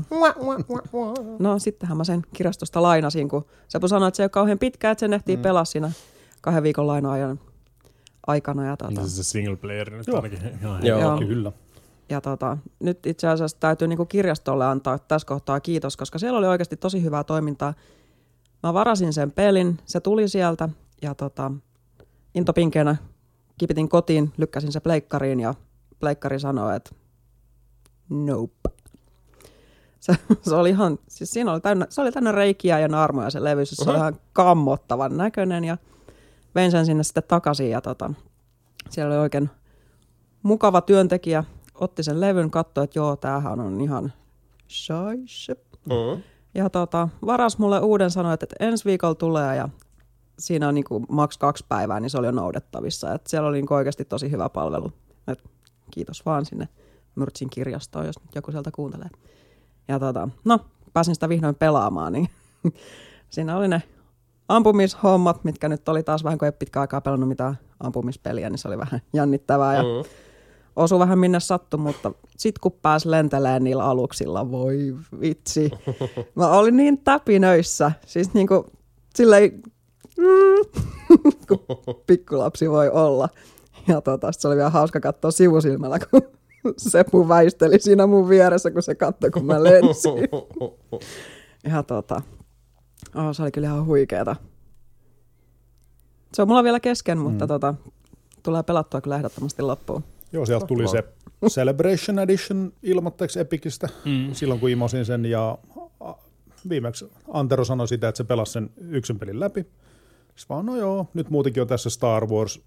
no sittenhän mä sen kirjastosta lainasin, kun Sepu sanoi, että se ei ole kauhean pitkä, että sen ehtii pelaa siinä 2 viikon laina-ajan aikana. Ja se single player nyt ainakin. Joo, kyllä. Ja nyt itse asiassa täytyy niinku kirjastolle antaa tässä kohtaa kiitos, koska siellä oli oikeasti tosi hyvää toimintaa. Mä varasin sen pelin, se tuli sieltä ja intopinkeenä kipitin kotiin, lykkäsin se pleikkariin ja pleikkari sanoi, että nope. Se oli ihan, siis siinä oli täynnä reikiä ja naarmoja se levy, se oli ihan kammottavan näköinen ja vein sen sinne sitten takaisin ja siellä oli oikein mukava työntekijä, otti sen levyn, katsoi, että joo, tämähän on ihan scheisse. Ja varas mulle uuden, sanoi, että ensi viikolla tulee ja siinä on niinku maks 2 päivää, niin se oli jo noudettavissa. Et siellä oli niinku oikeasti tosi hyvä palvelu. Et kiitos vaan sinne Myrtsin kirjastoon, jos joku sieltä kuuntelee. Ja pääsin sitä vihdoin pelaamaan, niin siinä oli ne ampumishommat, mitkä nyt oli taas vähän, kun ei pitkä aikaa pelannut mitään ampumispeliä, niin se oli vähän jännittävää ja osui vähän minne sattui, mutta sit kun pääsi lentelemään niillä aluksilla, voi vitsi. Mä olin niin täpinöissä, siis niinku silleen, kun pikkulapsi voi olla. Ja se oli vielä hauska katsoa sivusilmällä, kun Sepu väisteli siinä mun vieressä, kun se katsoi, kun mä lensin. Ja se oli kyllä ihan huikeeta. Se on mulla vielä kesken, mutta tulee pelattua kyllä ehdottomasti loppuun. Joo, sieltä tuli se Celebration Edition ilmoitteeksi Epicistä silloin, kun imosin sen. Ja viimeksi Antero sanoi sitä, että se pelasi sen yksin pelin läpi. Sitten vaan, no joo, nyt muutenkin on tässä Star Wars.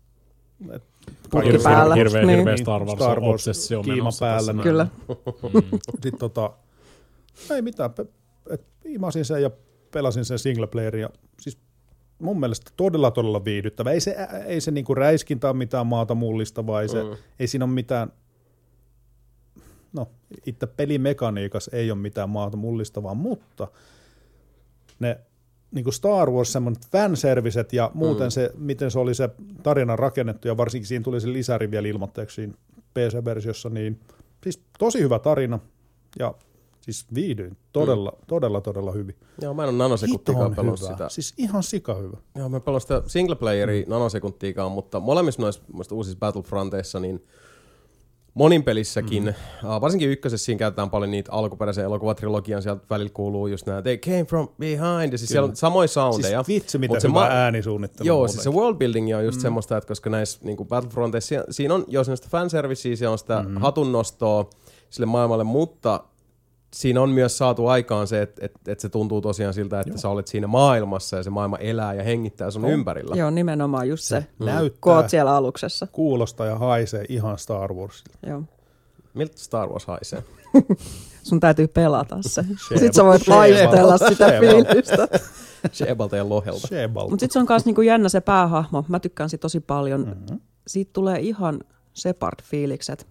Hirveä Star Wars kiima päällä. Kyllä. Sitten ei mitään, imasin sen ja pelasin sen single playerin. Siis mun mielestä todella viihdyttävä. Ei se niinku räiskintä ole mitään maata mullistavaa, ei siinä ole mitään, no itse pelimekaniikassa ei ole mitään maata mullistavaa, mutta ne niinku Star Wars semmoinen fanservicet ja muuten se, miten se oli se tarina rakennettu ja varsinkin siinä tuli se lisäri vielä ilmoitteeksi siinä PC-versiossa, niin siis tosi hyvä tarina ja siis viihdyin todella hyvin. Joo, mä en ole nanosekuntiikaan pelannut sitä. Siis ihan sika hyvä. Joo, mä pelaan sitä single playeria nanosekuntiikaan, mutta molemmissa noissa uusissa Battlefronteissa, niin monin pelissäkin, varsinkin ykkösessä siinä käytetään paljon niitä alkuperäisen elokuvatrilogian, sieltä välillä kuuluu just nämä They came from behind, ja siis siellä on samoja soundeja. Siis vitsi, mitä hyvä äänisuunnittelu. Joo, siis se worldbuilding on just semmoista, että koska näissä niin Battlefronteissa, siinä on jo sellaista fanservicea, siellä on sitä hatunnostoa sille maailmalle, mutta siinä on myös saatu aikaan se, että se tuntuu tosiaan siltä, että sä olet siinä maailmassa ja se maailma elää ja hengittää sun ympärillä. Joo, nimenomaan just se. Näyttää, koot siellä aluksessa. Kuulostaa ja haisee ihan Star Warsilta. Joo. Miltä Star Wars haisee? Sun täytyy pelata se. Sitten sä voit haistella sitä fiilistä. Shebalta ja Lohelta. Mutta sitten se on myös niinku jännä se päähahmo. Mä tykkään siitä tosi paljon. Siitä tulee ihan Shepard-fiilikset.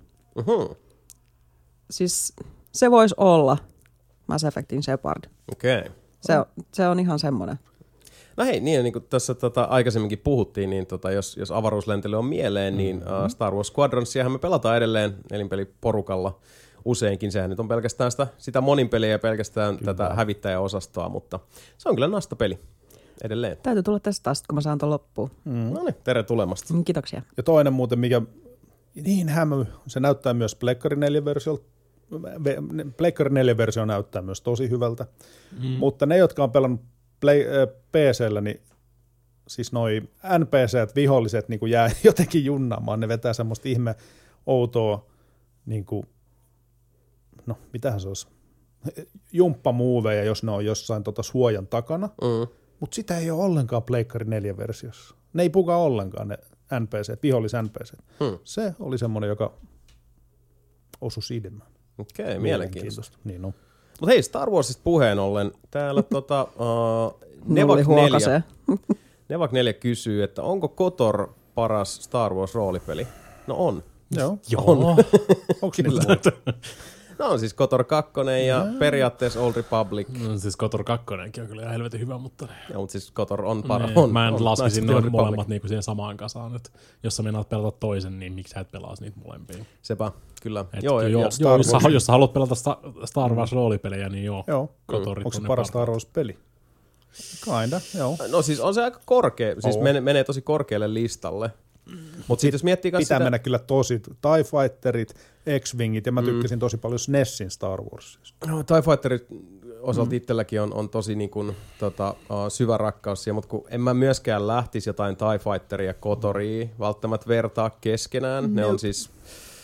Siis se voisi olla Mass Effectin Shepard. Okei. Se on ihan semmoinen. No hei, niin kuin tässä aikaisemminkin puhuttiin, niin jos avaruuslentely on mieleen, niin Star Wars Squadronsiahan me pelataan edelleen elinpeliporukalla useinkin. Sehän nyt on pelkästään sitä moninpeliä ja pelkästään tätä hävittäjäosastoa, mutta se on kyllä nastapeli edelleen. Täytyy tulla testaa sitten, kun mä saan ton loppuun. No niin, tere tulemasta. Kiitoksia. Ja toinen muuten, mikä niin hämö, se näyttää myös Pleikkari 4-versiolta. Pleikkari 4-versio näyttää myös tosi hyvältä, mutta ne, jotka on pelannut PC:llä, niin siis noi NPC:t, viholliset niin kuin jää jotenkin junnaamaan, ne vetää semmoista ihme outoa, niin kuin, no mitähän se olisi, jumppamuoveja, jos ne on jossain suojan takana, mutta sitä ei ole ollenkaan Pleikkari 4-versiossa. Ne ei puka ollenkaan ne NPC:t, vihollis-NPC:t. Se oli semmoinen, joka osui silmään. Okei, mielenkiintoista. Niin on. Mutta hei, Star Warsista puheen ollen, täällä Nevak 4 kysyy, että onko KOTOR paras Star Wars roolipeli? No on. Joo. Onko niitä muuta? No on siis KOTOR 2 ja periaatteessa Old Republic. No siis KOTOR 2 on kyllä ihan helvetin hyvä, mutta... Joo, mutta siis KOTOR on paras. Mä en laskisin noin molemmat niinku siihen samaan kasaan, että jos sä meinaat pelata toisen, niin miksi sä et pelaa niitä molempia? Sepä, kyllä. Jos sä haluat pelata Star Wars roolipelejä, niin KOTORit onko se paras Star Wars peli? Kinda, joo. No siis on se aika korkea, siis menee tosi korkealle listalle. Mutta jos miettii pitää mennä kyllä tosi TIE Fighterit, X-Wingit, ja mä tykkäsin tosi paljon SNESin Star Warsista. No, TIE Fighterit osalta itselläkin on tosi niin kuin, syvä rakkaus siihen, mutta kun en mä myöskään lähtisi jotain TIE Fighteria ja KOTORia välttämättä vertaa keskenään. Ne on siis,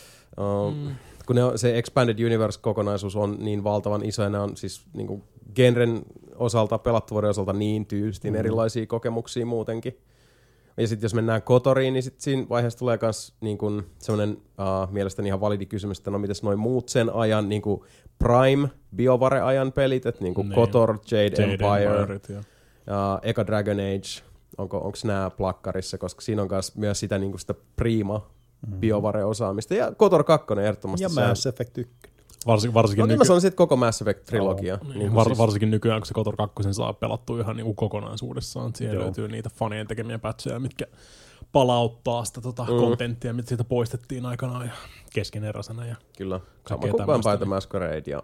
kun se Expanded Universe-kokonaisuus on niin valtavan iso, ja ne on siis niin kuin genren osalta, pelattavuuden osalta niin tyystin erilaisia kokemuksia muutenkin. Ja sitten jos mennään KOTORiin, niin sitten siinä vaiheessa tulee myös niin semmoinen mielestäni ihan validi kysymys, että no mites noin muut sen ajan niin kuin Prime, BioVare-ajan pelit, että niin kuin KOTOR, Jade Empire, Eka Dragon Age, onko nämä plakkarissa, koska siinä on myös sitä, niin kuin sitä prima BioVare-osaamista. Ja KOTOR 2 ehdottomasti. Ja Mass Effect 1. Varsinkin mä sanoisin, että koko Mass Effect-trilogia. Niin varsinkin nykyään, kun se KOTOR 2 saa pelattua ihan niin kuin kokonaisuudessaan. Siellä löytyy niitä fanien tekemiä patcheja, mitkä palauttaa sitä kontenttia, mitä siitä poistettiin aikanaan ja keskeneräisenä. Ja kyllä, sama kuin Vampire the Masquerade. Ja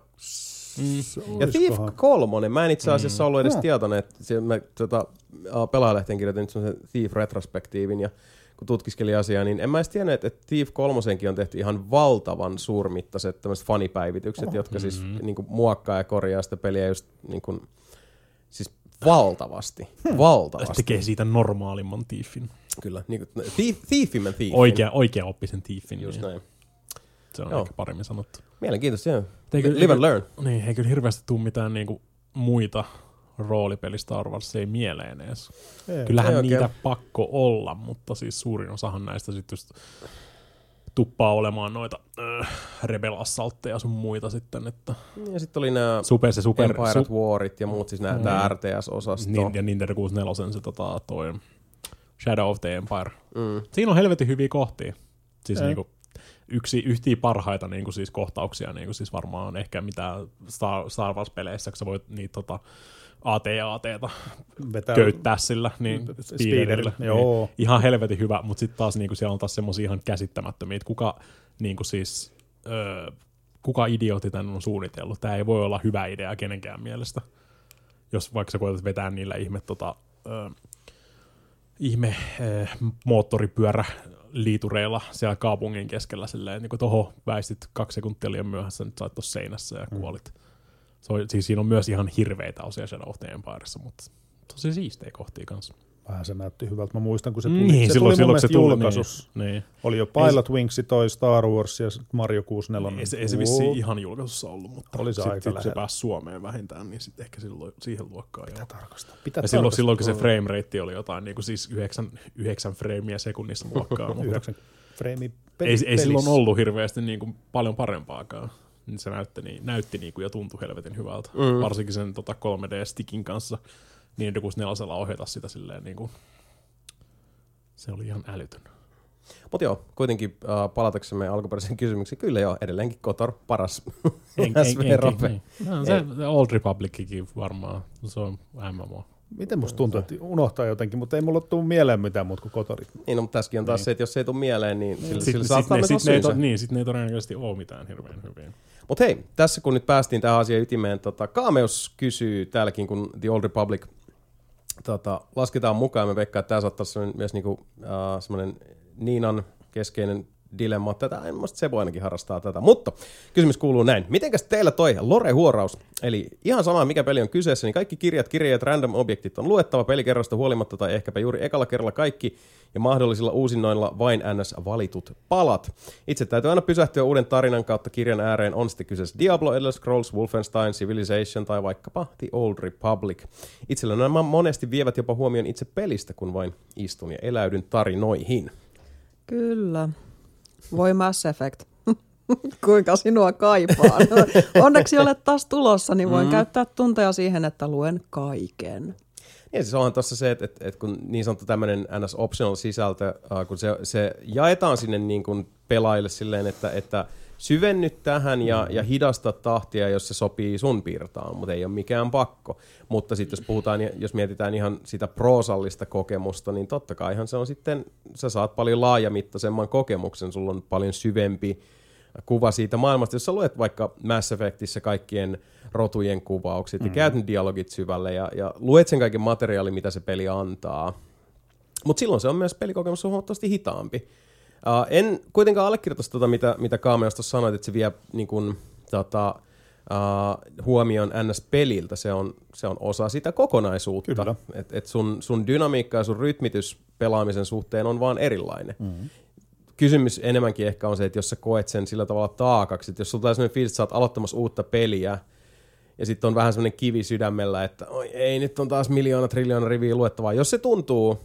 Thief 3, mä en itse asiassa ollut edes tietoinen, että mä Pelaajalehteen kirjoitin nyt Thief retrospektiivin ja kun tutkiskelin asiaa, niin en mä edes tiennyt, että Thief 3:nkin on tehty ihan valtavan suurmittaiset tämmöiset fanipäivitykset, jotka siis niinku muokkaa ja korjaa sitä peliä just niinku, siis valtavasti. Tekee siitä normaalimman Thiefin. Kyllä, niinku Thiefimman Thiefin. Oikeaoppisen Thiefin. Just näin. Se on ehkä paremmin sanottu. Mielenkiintoista, joo. Live and learn. Niin, ei kyllä hirveästi tule mitään niinku muita roolipeli Star Wars ei mieleen edes. Kyllähän niitä pakko olla, mutta siis suurin osahan näistä sitten just tuppaa olemaan noita Rebel Assaultteja sun muita sitten. Että ja sitten oli nämä Empire Warit ja muut, siis nämä RTS-osasto. Ja Nintendo 64 se toi Shadow of the Empire. Siinä on helvetin hyviä kohtia. Siis niinku yhtiä parhaita niinku siis kohtauksia niinku siis varmaan ehkä mitä Star Wars-peleissä, kun sä voit niitä AT-AT:ta köyttää sillä niin speederillä. Niin, ihan helvetin hyvä, mutta sitten taas niinku siellä on taas semmosia ihan käsittämättömiä, että kuka idiootti tän on suunnitellut. Tää ei voi olla hyvä idea kenenkään mielestä. Jos vaikka sä koetat vetää niillä ihme moottoripyörä liitureilla siellä kaupungin keskellä silleen, niin kuin toho väistit 2 sekuntia liian myöhässä, nyt sait tuossa seinässä ja kuolit. Siis siinä on myös ihan hirveitä osia Shadow of the Empiressa, mutta tosi siistejä kohtia kanssa. Vähän se näytti hyvältä. Mä muistan, kun se tuli, niin, se tuli mun mielestä julkaisussa. Niin. Oli jo Pilot Wings, toi Star Wars ja Mario 64. Ei se vissiin ihan julkaisussa ollut, mutta oli se sitten se pääsi Suomeen vähintään, niin sitten ehkä silloin siihen luokkaan. Pitää tarkastaa. Ja silloin kun se frame rate oli jotain, niin kuin siis 9 freimiä sekunnissa luokkaa. 9 freimiä ei silloin ollut hirveästi niin kuin paljon parempaakaan. Se näytti niin kuin ja tuntui helvetin hyvältä. Varsinkin sen 3D-stickin kanssa. Niin 64 ohjata sitä silleen niin kuin, se oli ihan älytön. Mutta joo, kuitenkin palataksemme alkuperäisen kysymykseen, kyllä joo, edelleenkin KOTOR paras SV-rape. Niin. No, se Old Republicikin varmaan, se on MMO. Miten musta tuntuu, että unohtaa jotenkin, mutta ei mulla tule mieleen mitään muuta kuin KOTORit. Niin, no, mutta tässäkin on taas se, että jos se ei tule mieleen, niin sillä saattaa myös olla syysä. Niin, sitten ne ei todennäköisesti ole mitään hirveän hyviä. Mutta hei, tässä kun nyt päästiin tähän asian ytimeen, Kaameus kysyy täälläkin, kun The Old Republic lasketaan mukaan, me veikkaan, että tämä saattaa olla myös niinku, semmoinen Niinan keskeinen dilemma. Tätä en muista Sebo ainakin harrastaa tätä, mutta kysymys kuuluu näin. Mitenkäs teillä toi lore-huoraus? Eli ihan sama mikä peli on kyseessä, niin kaikki kirjat, random objektit on luettava pelikerrosta huolimatta tai ehkäpä juuri ekalla kerralla kaikki ja mahdollisilla uusinnoilla vain NS-valitut palat. Itse täytyy aina pysähtyä uuden tarinan kautta kirjan ääreen, on sitten kyseessä Diablo, Elder Scrolls, Wolfenstein, Civilization tai vaikkapa The Old Republic. Itsellä nämä monesti vievät jopa huomioon itse pelistä, kun vain istun ja eläydyn tarinoihin. Kyllä. Voi Mass Effect. Kuinka sinua kaipaan. Onneksi olet taas tulossa, niin voin käyttää tunteja siihen, että luen kaiken. Ja siis onhan tuossa se, että kun niin sanottu tämmöinen NS optional sisältö, kun se jaetaan sinne niin kuin pelaajille silleen, että syvennyt tähän ja hidasta tahtia, jos se sopii sun piirtaan, mutta ei ole mikään pakko. Mutta sitten jos mietitään ihan sitä proosallista kokemusta, niin totta kaihan se on sitten, sä saat paljon laajamittaisemman kokemuksen, sulla on paljon syvempi kuva siitä maailmasta. Jos sä luet vaikka Mass Effectissä kaikkien rotujen kuvaukset ja käyt ne dialogit syvälle ja luet sen kaiken materiaalin, mitä se peli antaa. Mutta silloin se on myös pelikokemus huomattavasti hitaampi. En kuitenkaan allekirjoita mitä Kaameos tuossa sanoit, että se vie niin kun, huomioon NS-peliltä. Se on osa sitä kokonaisuutta. Et sun dynamiikka ja sun rytmitys pelaamisen suhteen on vaan erilainen. Kysymys enemmänkin ehkä on se, että jos sä koet sen sillä tavalla taakaksi, että jos sulla on sellainen fiilis, että sä oot aloittamassa uutta peliä, ja sitten on vähän sellainen kivi sydämellä, että ei, nyt on taas miljoona, triljoona riviä luettavaa. Jos se tuntuu,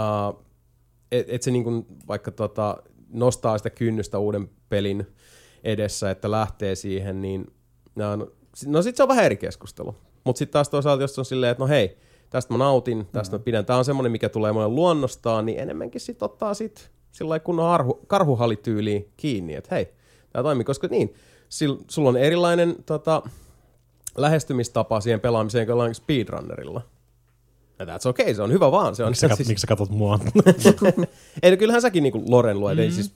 että se niin kuin vaikka nostaa sitä kynnystä uuden pelin edessä, että lähtee siihen, niin no sit se on vähän eri keskustelu. Mutta sitten taas toisaalta, jos on silleen, että no hei, tästä mä nautin, tästä mä pidän, tää on semmoinen, mikä tulee monen luonnostaan, niin enemmänkin sit ottaa sit sillä kunnon karhuhalityyliin kiinni, että hei, tää toimii, koska niin, sulla on erilainen lähestymistapa siihen pelaamiseen, kun ollaan speedrunnerilla. Ja that's okay, se on hyvä vaan. Miksi sä katot mua? Ei, kyllähän säkin niinku Loren luet,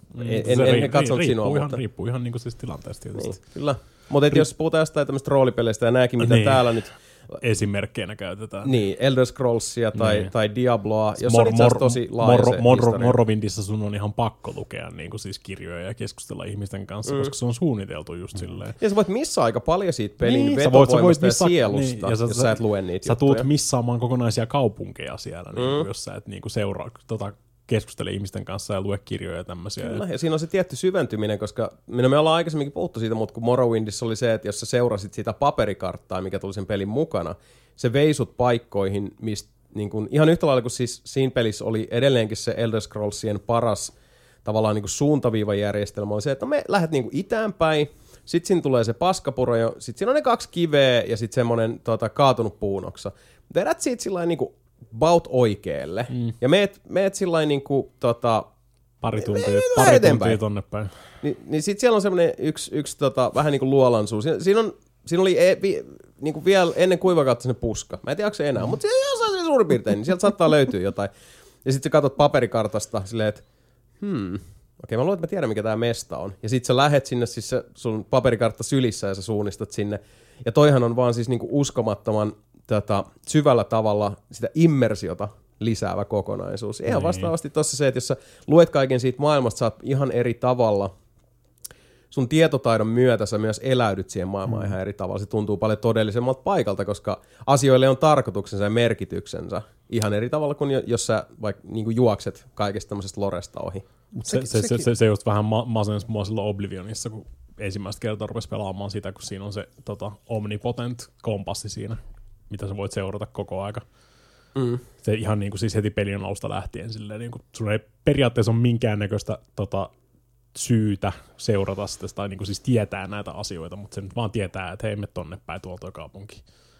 en katsonut sinua. Riippuu ihan niinku siis tilanteesta tietysti. Niin, kyllä. Mutta jos puhutaan jostain tämmöistä roolipeleistä ja nääkin, mitä täällä nyt esimerkkeinä käytetään. Niin, Elder Scrollsia tai Diabloa, jos on itse asiassa tosi laaja se historia. Morrowindissa sun on ihan pakko lukea niin kuin siis kirjoja ja keskustella ihmisten kanssa, koska se on suunniteltu just silleen. Ja sä voit missaa aika paljon siitä pelin vetovoimasta ja sielusta, jos sä et lue niitä juttuja. Sä tuut missaamaan kokonaisia kaupunkeja siellä, niin jos sä et niin kuin seuraa keskustele ihmisten kanssa ja lue kirjoja ja tämmöisiä. Kyllä, ja siinä on se tietty syventyminen, koska me ollaan aikaisemminkin puhuttu siitä, mutta kun Morrowindissa oli se, että jos sä seurasit sitä paperikarttaa, mikä tuli sen pelin mukana, se vei sut paikkoihin, mistä niin kun, ihan yhtä lailla kuin siis siinä pelissä oli edelleenkin se Elder Scrollsien paras tavallaan niin kuin suuntaviivajärjestelmä, oli se, että me lähdet niin kuin itään päin, sitten siinä tulee se paskapuro, ja sitten siinä on ne 2 kiveä ja sitten semmoinen kaatunut puunoksa. Vedät siitä sillain niin kuin baut oikealle. Ja meet sillain niinku pari tuntia tonne päin. Niin sit siellä on semmonen yksi vähän niinku luolansuu. Siinä oli niinku vielä ennen kuivakautta se puska. Mä en tiedä, onko se enää, mutta se suurin piirtein, niin sieltä saattaa löytyä jotain. Ja sit sä katsot paperikartasta silleen, että okei, mä luulen, että mä tiedän, mikä tää mesta on. Ja sit sä lähet sinne siis sun paperikartta sylissä ja sä suunnistat sinne. Ja toihan on vaan siis niinku uskomattoman syvällä tavalla sitä immersiota lisäävä kokonaisuus. Ihan vastaavasti tuossa se, että jos sä luet kaiken siitä maailmasta, sä oot ihan eri tavalla. Sun tietotaidon myötä sä myös eläydyt siihen maailmaan ihan eri tavalla. Se tuntuu paljon todellisemmalta paikalta, koska asioille on tarkoituksensa ja merkityksensä ihan eri tavalla kuin jos sä vaikka niinku juokset kaikesta tämmöisestä loresta ohi. Se just vähän masensi mua silloin Oblivionissa, kun ensimmäistä kertaa rupesi pelaamaan sitä, kun siinä on se omnipotent kompassi siinä, mitä sä voit seurata koko aika. Se ihan niin kuin siis heti pelin alusta lähtien silleen, niin kuin sun ei periaatteessa ole minkäännäköistä syytä seurata sitä tai niin kuin siis tietää näitä asioita, mutta se nyt vaan tietää, että hei, me tonne päin tuolta kaupunkiin.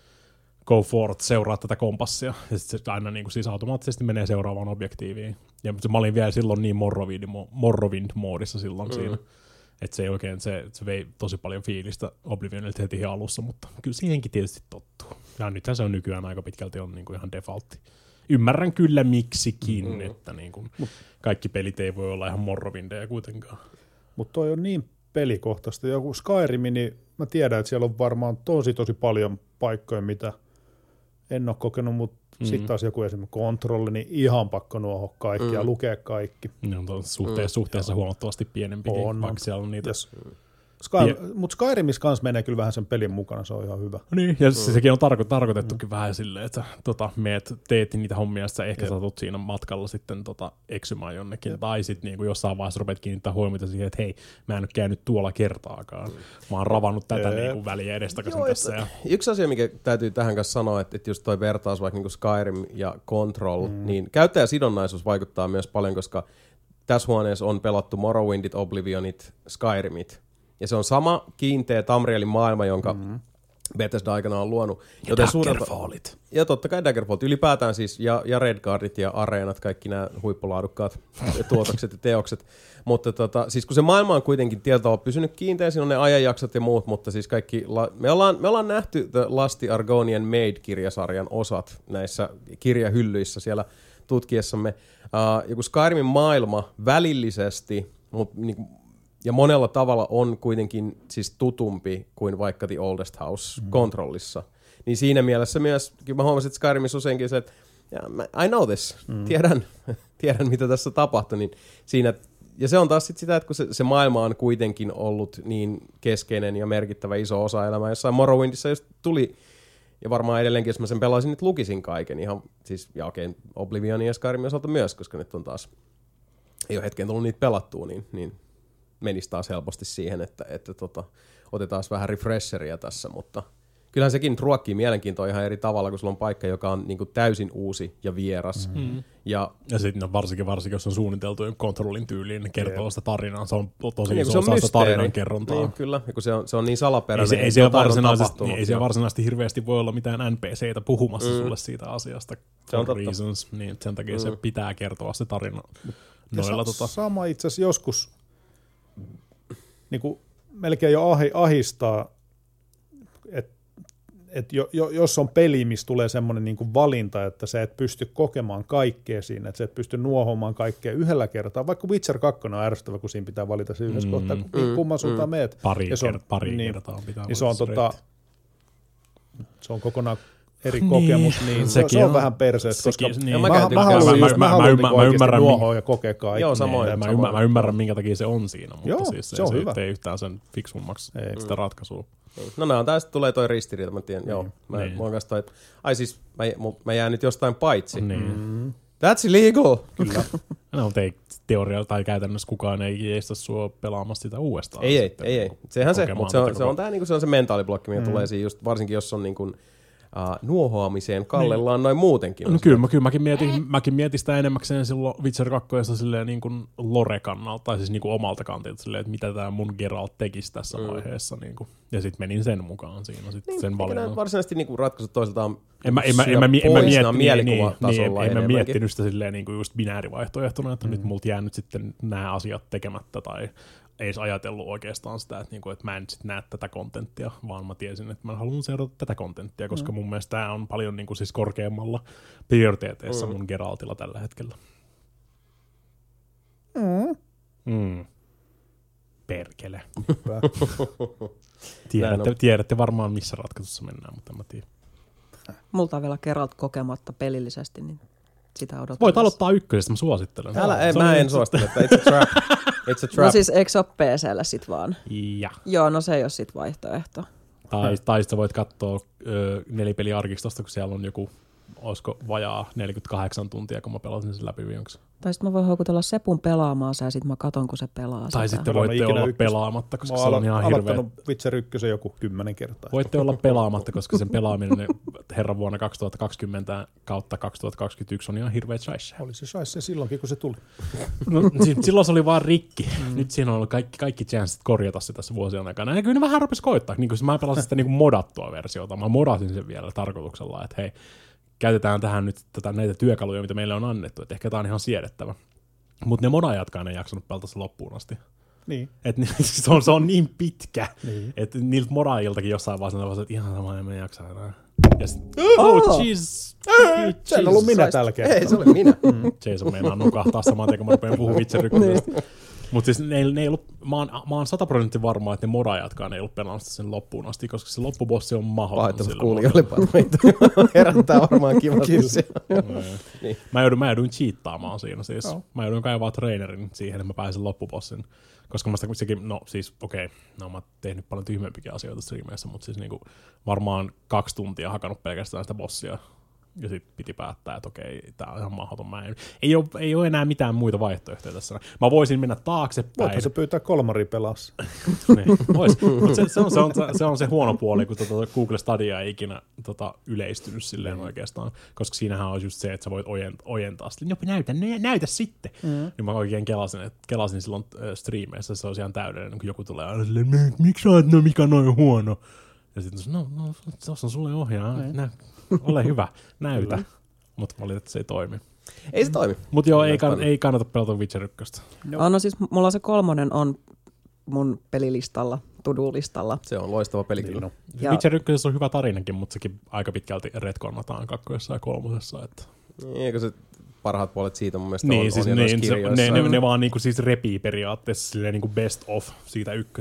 Go forth, seuraa tätä kompassia. Ja sitten se aina niin kuin siis automaattisesti menee seuraavaan objektiiviin. Ja mä olin vielä silloin niin Morrowind-moodissa silloin siinä. Että se ei oikein, se vei tosi paljon fiilistä Oblivionilta heti alussa, mutta kyllä siihenkin tietysti tottuu. Ja nythän se on nykyään aika pitkälti on niin kuin ihan defaultti. Ymmärrän kyllä miksikin, että niin kuin kaikki pelit ei voi olla ihan Morrowindeja kuitenkaan. Mutta toi on niin pelikohtaista. Joku Skyrim, niin mä tiedän, että siellä on varmaan tosi paljon paikkoja, mitä en ole kokenut, mutta sitten taas joku esimerkiksi Control, niin ihan pakko nuohon kaikki ja lukea kaikki. Ne on suhteessa huomattavasti pienempikin, vaikka siellä on niitä. Mutta Skyrimissä kanssa menee kyllä vähän sen pelin mukana, se on ihan hyvä. Niin, ja sekin on tarkoitettukin vähän silleen, että teet niitä hommia, ja sä ehkä satut siinä matkalla sitten eksymään jonnekin, tai sitten niinku jossain vaiheessa rupeat kiinnittää huomiota siihen, että hei, mä en nyt käynyt tuolla kertaakaan. Mä oon ravannut tätä niinku väliä edestakaisin tässä. Ja yksi asia, mikä täytyy tähän kanssa sanoa, että just toi vertaus vaikka niinku Skyrim ja Control, niin käyttäjäsidonnaisuus vaikuttaa myös paljon, koska tässä huoneessa on pelattu Morrowindit, Oblivionit, Skyrimit. Ja se on sama kiinteä Tamrielin maailma, jonka Bethesda aikana on luonut. Ja Daggerfallit. Ja totta kai Daggerfall. Ylipäätään siis, ja Redguardit ja Areenat, kaikki nämä huippulaadukkaat tuotokset ja teokset. Mutta siis kun se maailma on kuitenkin tietyllä tavalla pysynyt kiinteä, siinä on ne ajanjaksot ja muut, mutta siis kaikki, me ollaan nähty The Lusty Argonian Maid-kirjasarjan osat näissä kirjahyllyissä siellä tutkiessamme. Ja kun Skyrimin maailma välillisesti, ja monella tavalla on kuitenkin siis tutumpi kuin vaikka The Oldest House Controlissa. Niin siinä mielessä myös, kyllä mä huomasin, että Skyrimissa useinkin se, että I know this, tiedän mitä tässä tapahtui. Niin siinä, ja se on taas sit sitä, että kun se maailma on kuitenkin ollut niin keskeinen ja merkittävä iso osa elämää. Jossain Morrowindissa just tuli, ja varmaan edelleenkin, jos mä sen pelaisin, nyt lukisin kaiken. Ihan, siis, ja okei, Oblivionin ja Skyrimin osalta myös, koska nyt on taas, ei ole hetkeen tullut niitä pelattua, niin menisi taas helposti siihen, että otetaan vähän refresheria tässä, mutta kyllähän sekin ruokkii mielenkiintoa ihan eri tavalla, kun sulla on paikka, joka on niin kuin täysin uusi ja vieras. Ja sitten varsinkin, jos on suunniteltu Controlin tyyliin, ne kertoo sitä tarinaa, se on tosi iso osa sitä tarinan kerrontaa. Niin, kyllä, ja kun se on niin salaperäinen. Ei siellä varsinaisesti hirveästi voi olla mitään NPC:tä puhumassa sulle siitä asiasta. Se on reasons, niin sen takia se pitää kertoa se tarina. Sama itse asiassa joskus niin kuin melkein jo ahistaa, että jos on peli, missä tulee semmoinen niin kuin valinta, että sä et pysty kokemaan kaikkea siinä, että sä et pysty nuohomaan kaikkea yhdellä kertaa, vaikka Witcher 2 on ärsyttävä, kun siinä pitää valita se yhdessä kohtaa, kumman suuntaan meet. Pari kertaa pitää niin se on kokonaan eri kokemus, niin se on vähän perseestä, koska mä haluan oikeasti nuohoa ja kokea kaikki. Joo, samoin. Mä ymmärrän, minkä takia se on siinä, mutta siis se ei yhtään sen fiksummaksi sitä ratkaisua. No nämä on tästä tulee toi ristiriita, mä tiedän, joo. Mä oon kanssa toi, siis mä jään nyt jostain paitsi. That's illegal! Kyllä. No, mutta ei teorialla tai käytännössä kukaan ei estä sua pelaamasta sitä uudestaan. Ei. Sehän se, mutta se on tää niinku se on se mentaaliblokki, mikä tulee siinä just varsinkin jos on niinku nuohoamiseen kallellaan noin muutenkin. No kyllä mäkin mietin sitä enemmäkseen silloin Witcher 2 silleen niin kuin lore-kannalta, tai siis niin kuin omalta kantilta silleen, että mitä tämä mun Geralt tekisi tässä vaiheessa. Niin kuin. Ja sitten menin sen mukaan siinä sitten sen valinnan. Varsinaisesti niin ratkaisut toisaaltaan en mä miettinyt sitä silleen niin kuin just binäärivaihtoehtona, että nyt multa jää nyt sitten nämä asiat tekemättä tai ei edes ajatellut oikeastaan sitä, että mä en sit näe tätä kontenttia, vaan mä tiesin, että mä haluan seurata tätä kontenttia, koska mun mielestä tää on paljon niin kuin siis korkeammalla prioriteeteissa mun Geraltilla tällä hetkellä. Perkele. Tiedätte varmaan, missä ratkaisussa mennään, mutta en mä tiedä. Multa on vielä Geralt kokematta pelillisesti, niin sitä odotellessa. Voit aloittaa ykkösestä, mä suosittelen. Mä en suosittele, että it's a trap. It's a trap. No siis eikö se ole PC:llä sit vaan? Ja. Joo, no se ei ole sit vaihtoehto. Tai sitten voit katsoa nelipeliarkistosta, kun siellä on joku, olisiko vajaa 48 tuntia, kun mä pelasin sen läpi viimeksi. Tai sitten mä voin houkutella Sepun pelaamaan ja sitten mä katon, kun se pelaa Tai sitä. sitten voitte olla pelaamatta, koska se on ihan hirveä. Mä oon aloittanut Witcher 1 joku 10 kertaa. Voitte olla pelaamatta, koska sen pelaaminen herran vuonna 2020 kautta 2021 on ihan hirveä shaisse. Oli se shaisse silloinkin, kun se tuli. No, silloin se oli vaan rikki. Nyt siinä on ollut kaikki chanssit korjata se tässä vuosien aikana. Ja kyllä ne vähän rupesi koittaa. Niin mä pelasin sitä niin modattua versiota. Mä modasin sen vielä tarkoituksella, että hei, käytetään tähän nyt näitä työkaluja, mitä meille on annettu, että ehkä tämä on ihan siedettävä. Mutta ne modaajatkaan ei jaksanut pelata se loppuun asti. Niin. Et se on niin pitkä, niin. Että niiltä modaajiltakin jossain vaiheessa, että ihan sama, en jaksa enää. Ja sit, jeez. Se en ollut minä tällä kertaa. Ei, se oli minä. Jason meinaa nukahtaa samaan tien, kun mä rupean puhua Witcher 1. Mutta siis ne ei ollut, mä oon 100% varma, että ne modaajatkaan ei ollut pelannut sen loppuun asti, koska se loppubossi on mahdoton. Pahoittelut kuulijoille meitä. Herättää varmaan kivasti. Niin. Mä jouduin cheattaamaan siinä siis. No. Mä jouduin kaivaa trainerin siihen, että mä pääsen loppubossin. Koska mä sekin, no siis okei, no mä oon tehnyt paljon tyhmempiä asioita streameissä, mutta siis niinku varmaan 2 tuntia hakannut pelkästään sitä bossia. Ja sitten piti päättää, että okei, tää on ihan mahdoton. Ei ole enää mitään muita vaihtoehtoja tässä. Mä voisin mennä taaksepäin. Voithan se pyytää kolmari pelassa. Niin, vois. Se on se huono puoli, kun Google Stadia ei ikinä yleistynyt silleen oikeastaan. Koska siinähän on just se, että sä voit ojentaa. Sitten, näytä sitten. Niin mä oikein kelasin silloin striimeissä, se olisi ihan täydellinen, kun joku tulee miksi sä oot mikä noin huono? Ja sitten tuossa on sulle ohjaa. Ole hyvä, näytä. Mutta valitettavasti se ei toimi. Ei se toimi. Mutta joo, ei kannata pelata Witcher 1. No siis mulla se 3 on mun pelilistalla, to-do-listalla. Se on loistava peli kyllä. Ja Witcher 1 on hyvä tarinakin, mutta sekin aika pitkälti retkonnataan 2. ja 3. Että. Niin, eikö se parhaat puolet siitä mun mielestä niin, on siis jo noissa kirjoissa. Ne vaan niinku siis repii periaatteessa silleen niinku best of siitä 1.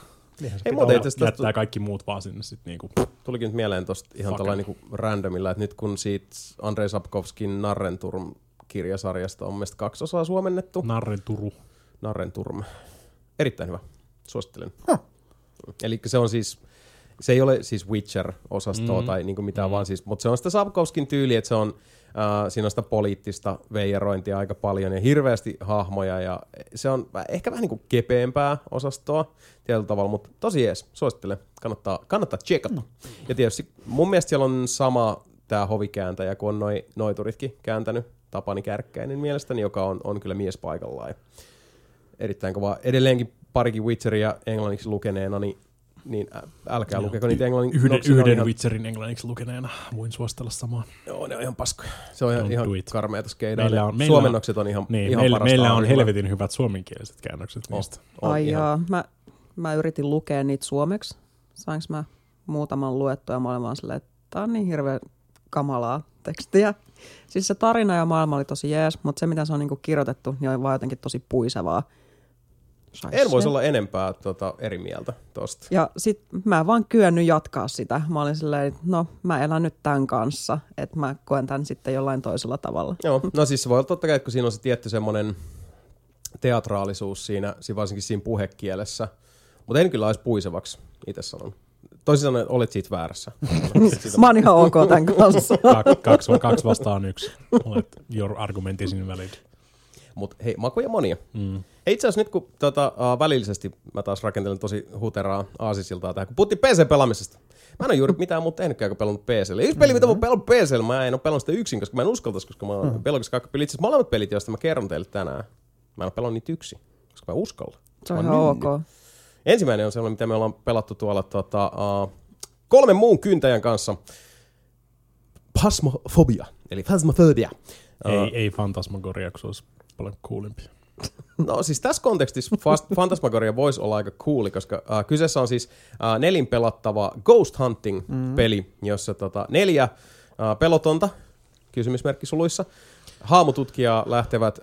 Ei muuta jättää kaikki muut vaan sinne sitten niinku. Tulikin nyt mieleen tosta ihan tällainen niinku randomilla, että nyt kun siitä Andrei Sapkovskin Narrenturm-kirjasarjasta on mielestäni 2 osaa suomennettu. Narrenturm. Erittäin hyvä. Suosittelen. Eli se on siis, se ei ole siis Witcher-osastoa tai niinku mitään vaan siis, mutta se on sitä Sapkovskin tyyli, että se on siinä on sitä poliittista veijarointia aika paljon ja hirveästi hahmoja ja se on ehkä vähän niin kuin kepeämpää osastoa tietyllä tavalla, mutta tosi jees, suosittelen, kannattaa checkata. Ja tietysti mun mielestä siellä on sama tää hovikääntäjä, kun on noituritkin kääntänyt, Tapani Kärkkäinen mielestäni, joka on kyllä mies paikallaan ja erittäin kova. Edelleenkin parikin Witcheria englanniksi lukeneena, niin älkää lukeko niitä englanniksi. Yhden Witcherin englanniksi lukeneena voin suositella samaa. Joo, ne on ihan paskoja. Se on ihan karmeata skeidaa. Suomennokset on ihan parasta. Meillä on helvetin hyvät suomenkieliset käännökset niistä. Ai jaa, mä yritin lukea niitä suomeksi. Sainko mä muutaman luettua ja mä olin vaan silleen, että tää on niin hirveän kamalaa tekstiä. Siis se tarina ja maailma oli tosi jees, mutta se mitä se on niinku kirjoitettu, niin on vaan jotenkin tosi puisevaa. En voisi olla enempää eri mieltä tosta. Ja sit mä vaan kyennyt jatkaa sitä. Mä olin silleen, että no mä elän nyt tämän kanssa, että mä koen tämän sitten jollain toisella tavalla. Joo, no siis se voi olla totta kai, kun siinä on se tietty semmoinen teatraalisuus siinä, varsinkin siinä puhekielessä. Mutta en kyllä olisi puisevaksi, itse sanon. Toisin sanoen, olet siitä väärässä. Mä oon ihan ok tämän kanssa. 2 vastaan 1. Olet your argument is invalid. Mutta hei, makuja monia. Hei, itse asiassa nyt kun välillisesti mä taas rakentelen tosi huteraa aasisiltaa tähän, kun puhuttiin PC-pelaamisesta. Mä en ole juuri mitään muuta tehnytkään, kun pelannut PC:lle. Yksi peli, mitä mä oon pelannut PC:lle, mä en ole pelannut sitä yksin, koska mä en uskaltaisi, koska mä oon pelannut 2 peliä. Itse asiassa molemmat pelit, joista mä kerron teille tänään. Mä en ole pelannut niitä yksin, koska mä uskalla. Se on ihan ok. Ensimmäinen on sellainen, mitä me ollaan pelattu tuolla 3 muun kyntäjän kanssa. Phasmophobia, eli Phasmophobia. Ei Fantasmagoria, kun se olisi paljon coolimpi. No siis tässä kontekstissa Fantasmagoria voisi olla aika cooli, koska kyseessä on siis 4 pelattava Ghost Hunting-peli, jossa 4 pelotonta, kysymysmerkki suluissa, haamututkijaa lähtevät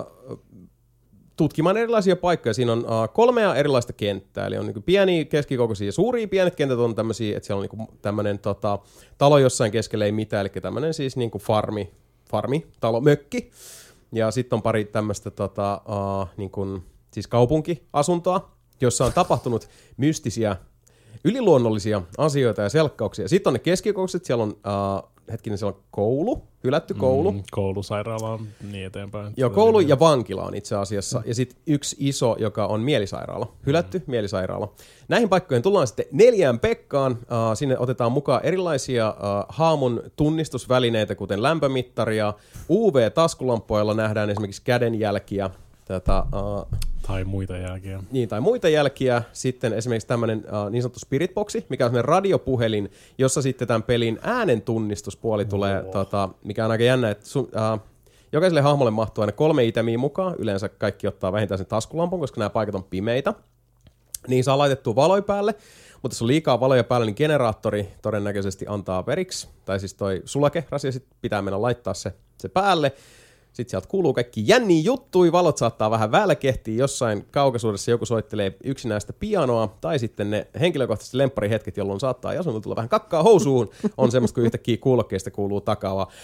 tutkimaan erilaisia paikkoja. Siinä on 3 erilaista kenttää, eli on niin pieniä, keskikokoisia ja suuria. Pienet kentät on tämmöisiä, että siellä on niin tämmöinen talo jossain keskellä ei mitään, eli tämmöinen siis niin farmi farmi, talo, mökki. Ja sitten on pari tämmöistä niin kuin, siis kaupunkiasuntoa, jossa on tapahtunut mystisiä, yliluonnollisia asioita ja selkkauksia. Sitten on ne keskikokoukset, siellä on, siellä on koulu, hylätty koulu. Koulusairaala on niin eteenpäin. Joo, koulu ja vankila on itse asiassa. Ja sitten yksi iso, joka on mielisairaala, hylätty mielisairaala. Näihin paikkoihin tullaan sitten 4 Pekkaan. Sinne otetaan mukaan erilaisia haamun tunnistusvälineitä, kuten lämpömittaria, UV-taskulamppuja, joilla nähdään esimerkiksi kädenjälkiä. Tai muita jälkiä. Niin, tai muita jälkiä. Sitten esimerkiksi tämmöinen niin sanottu spiritboxi, mikä on semmoinen radiopuhelin, jossa sitten tämän pelin äänen tunnistuspuoli tulee, mikä on aika jännä, että jokaiselle hahmolle mahtuu aina 3 itemiä mukaan. Yleensä kaikki ottaa vähintään sen taskulampun, koska nämä paikat on pimeitä. Niin saa laitettua valoja päälle, mutta jos on liikaa valoja päälle, niin generaattori todennäköisesti antaa periksi. Tai siis toi sulake-rasia, sitten pitää mennä laittaa se päälle. Sitten sieltä kuuluu kaikki jänniä juttuja, valot saattaa vähän välkehtiä, jossain kaukaisuudessa joku soittelee yksinäistä pianoa, tai sitten ne henkilökohtaiset lempparihetket, jolloin saattaa asunnolla tulla vähän kakkaa housuun, on semmoista, kun yhtäkkiä kuulokkeista kuuluu takaa vaan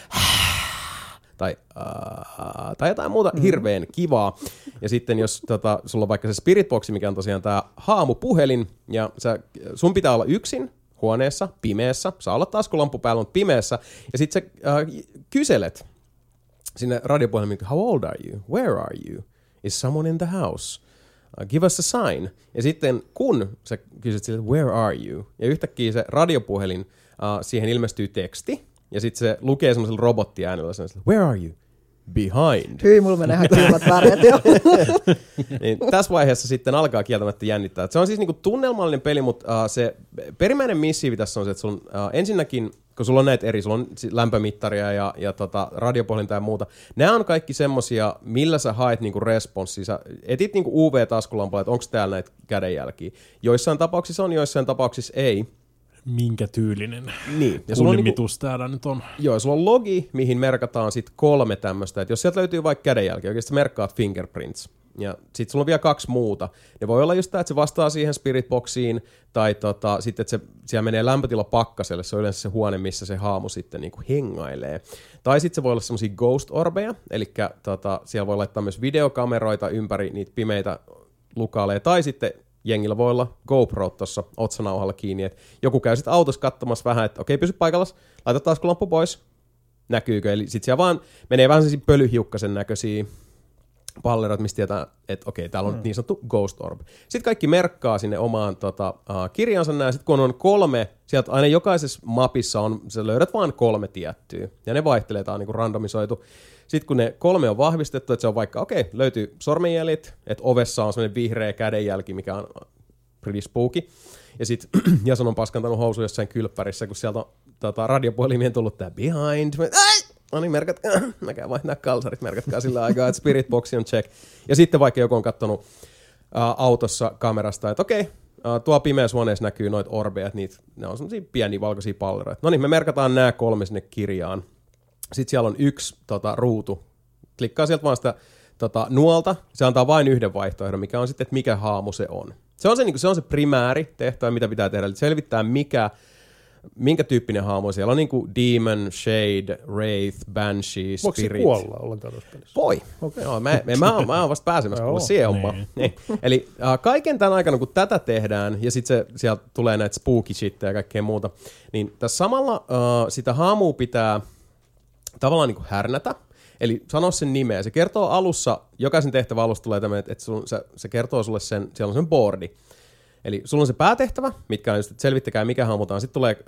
tai jotain muuta hirveän kivaa. Ja sitten jos sulla on vaikka se spiritboxi, mikä on tosiaan tää haamupuhelin, ja sun pitää olla yksin huoneessa, pimeässä, saa olla taskulamppu päällä, mutta pimeässä, ja sitten sä kyselet sinne radiopuhelimiin, how old are you? Where are you? Is someone in the house? Give us a sign. Ja sitten kun sä kysyt sille, where are you? Ja yhtäkkiä se radiopuhelin, siihen ilmestyy teksti, ja sitten se lukee semmoisella robottiäänellä, where are you? Behind. Hyi, mulla menee ihan kylmät väreet jo. Niin, tässä vaiheessa sitten alkaa kieltämättä jännittää. Se on siis niinku tunnelmallinen peli, mutta se perimmäinen missiivi tässä on se, että sulla on ensinnäkin, kun sulla on näitä sulla on lämpömittaria ja radiopuhelinta ja muuta, nämä on kaikki semmosia, millä sä haet niinku responssia. Sä etit niinku UV-taskulampalla, että onko täällä näitä kädenjälkiä. Joissain tapauksissa on, joissain tapauksissa ei. Minkä tyylinen niin. Ja kunnimitus täällä nyt on. Joo, sulla on logi, mihin merkataan sitten 3 tämmöistä. Että jos sieltä löytyy vaikka kädenjälki, oikeasti merkkaat fingerprints. Ja sitten sulla on vielä 2 muuta. Ne voi olla just tämä, että se vastaa siihen spiritboxiin, tai sitten, että siellä menee lämpötila pakkaselle. Se on yleensä se huone, missä se haamu sitten niinku hengailee. Tai sitten se voi olla semmosia ghost orbeja, eli siellä voi laittaa myös videokameroita ympäri niitä pimeitä lukaaleja. Tai sitten jengillä voi olla GoPro tuossa otsanauhalla kiinni, että joku käy sitten autossa katsomassa vähän, että okei, pysy paikallas, laita taskulamppu pois, näkyykö, eli sitten siellä vaan menee vähän sellaisia pölyhiukkasen näköisiä palleroita, mistä tietää, että okei, täällä on niin sanottu Ghost Orb. Sitten kaikki merkkaa sinne omaan kirjansa nämä, sitten kun on 3, sieltä aina jokaisessa mapissa on, sä löydät vaan 3 tiettyä, ja ne vaihtelee, tää on niinku randomisoitu. Sitten kun ne 3 on vahvistettu, että se on vaikka, löytyy sormenjäljet, että ovessa on semmoinen vihreä kädenjälki, mikä on pretty spooky. Ja sitten Jason on paskantanut housu jossain kylppärissä, kun sieltä on radiopuhelimien tullut tää behind. No niin, merkatkaa. Mä käyn vaihtaa kalsarit, merkatkaa sillä aikaa, että spiritboxi on check. Ja sitten vaikka joku on kattonut autossa kamerasta, että tuo pimeässä huoneessa näkyy noita orbeja, että ne on semmosia pieniä valkoisia palleroita. No niin, me merkataan nämä 3 sinne kirjaan. Sitten siellä on 1 ruutu. Klikkaa sieltä vaan sitä nuolta. Se antaa vain yhden vaihtoehdon, mikä on sitten, että mikä haamu se on. Se on se primääri tehtävä, mitä pitää tehdä. Eli selvittää, minkä tyyppinen haamu siellä on. Niinku Demon, Shade, Wraith, Banshee, Spirit. Voiko se kuolla ollenkaan tuossa pelissä? Voi. Okay. Joo, mä oon vasta pääsemässä kuulla siihen hommaan. Niin. Eli kaiken tämän aikana, kun tätä tehdään, ja sitten sieltä tulee näitä spooky shitteja ja kaikkea muuta, niin tässä samalla sitä haamua pitää tavallaan niin kuin härnätä, eli sano sen nimeä. Se kertoo alussa, jokaisen tehtävän alussa tulee tämmöinen, että se kertoo sulle sen, siellä on sen boardi. Eli sulla on se päätehtävä, mitkä on just, että selvittäkää mikä haamutaan. Sitten tulee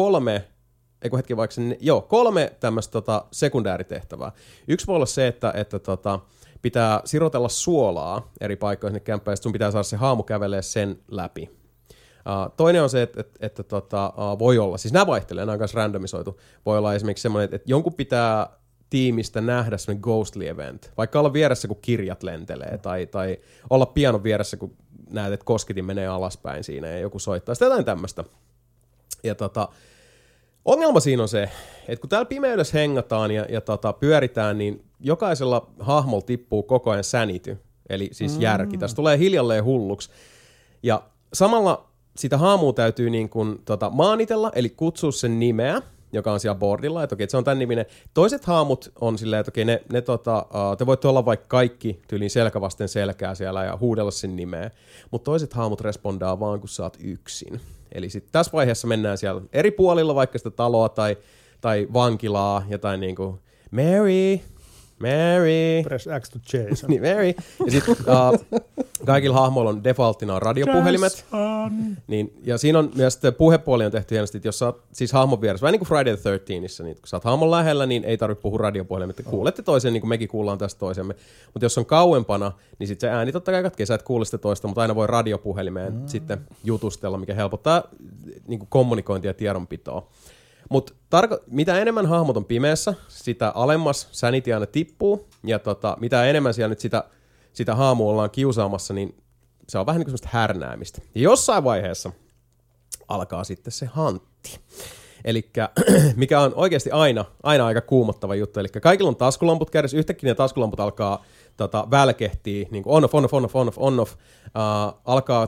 3 tämmöistä sekundääritehtävää. 1 voi olla se, että pitää sirotella suolaa eri paikkoihin sinne kämppään, ja sun pitää saada se haamu kävelee sen läpi. Toinen on se, että voi olla, siis nämä vaihtelee, nämä on kanssa randomisoitu. Voi olla esimerkiksi semmoinen, että jonkun pitää tiimistä nähdä semmoinen ghostly event. Vaikka olla vieressä, kun kirjat lentelee, tai olla pianon vieressä, kun näet, että koskitin menee alaspäin siinä ja joku soittaa. Sitten jotain tämmöistä. Ja ongelma siinä on se, että kun täällä pimeydessä hengataan ja pyöritään, niin jokaisella hahmolla tippuu koko ajan sanity, eli siis järki. Tässä tulee hiljalleen hulluksi. Ja samalla sitä haamua täytyy niin kuin maanitella, eli kutsua sen nimeä. joka on siellä boardilla, että okei, se on tämän niminen. Toiset haamut on silleen, että okei, te voitte olla vaikka kaikki tyyliin selkävasten selkää siellä ja huudella sen nimeä, mutta toiset haamut respondaa vaan, kun sä oot yksin. Eli sitten tässä vaiheessa mennään siellä eri puolilla, vaikka sitä taloa tai vankilaa, jotain niinku Mary. Press X to chase. Niin, Mary. Ja sitten kaikilla hahmoilla on defaulttina radiopuhelimet. Niin, ja siinä on myös puhepuoli on tehty hienosti, että jos sä oot siis hahmon vieressä, vähän niin kuin Friday the 13issa, niin kun sä oot hahmon lähellä, niin ei tarvitse puhua radiopuhelimet. Kuulette toisen, niin kuin mekin kuullaan tästä toisemme. Mutta jos on kauempana, niin sitten se ääni totta kai katkee. Sä et kuule sitä toista, mutta aina voi radiopuhelimeen sitten jutustella, mikä helpottaa niin kuin kommunikointia ja tiedonpitoa. Mutta mitä enemmän hahmot on pimeässä, sitä alemmas sanity aina tippuu, ja mitä enemmän siellä nyt sitä haamua ollaan kiusaamassa, niin se on vähän niin kuin semmoista härnäämistä. Ja jossain vaiheessa alkaa sitten se hantti. Elikkä mikä on oikeasti aina aika kuumottava juttu. Elikkä kaikilla on taskulamput kädessä, yhtäkkiä ne taskulamput alkaa välkehtiä, niin kuin on off, alkaa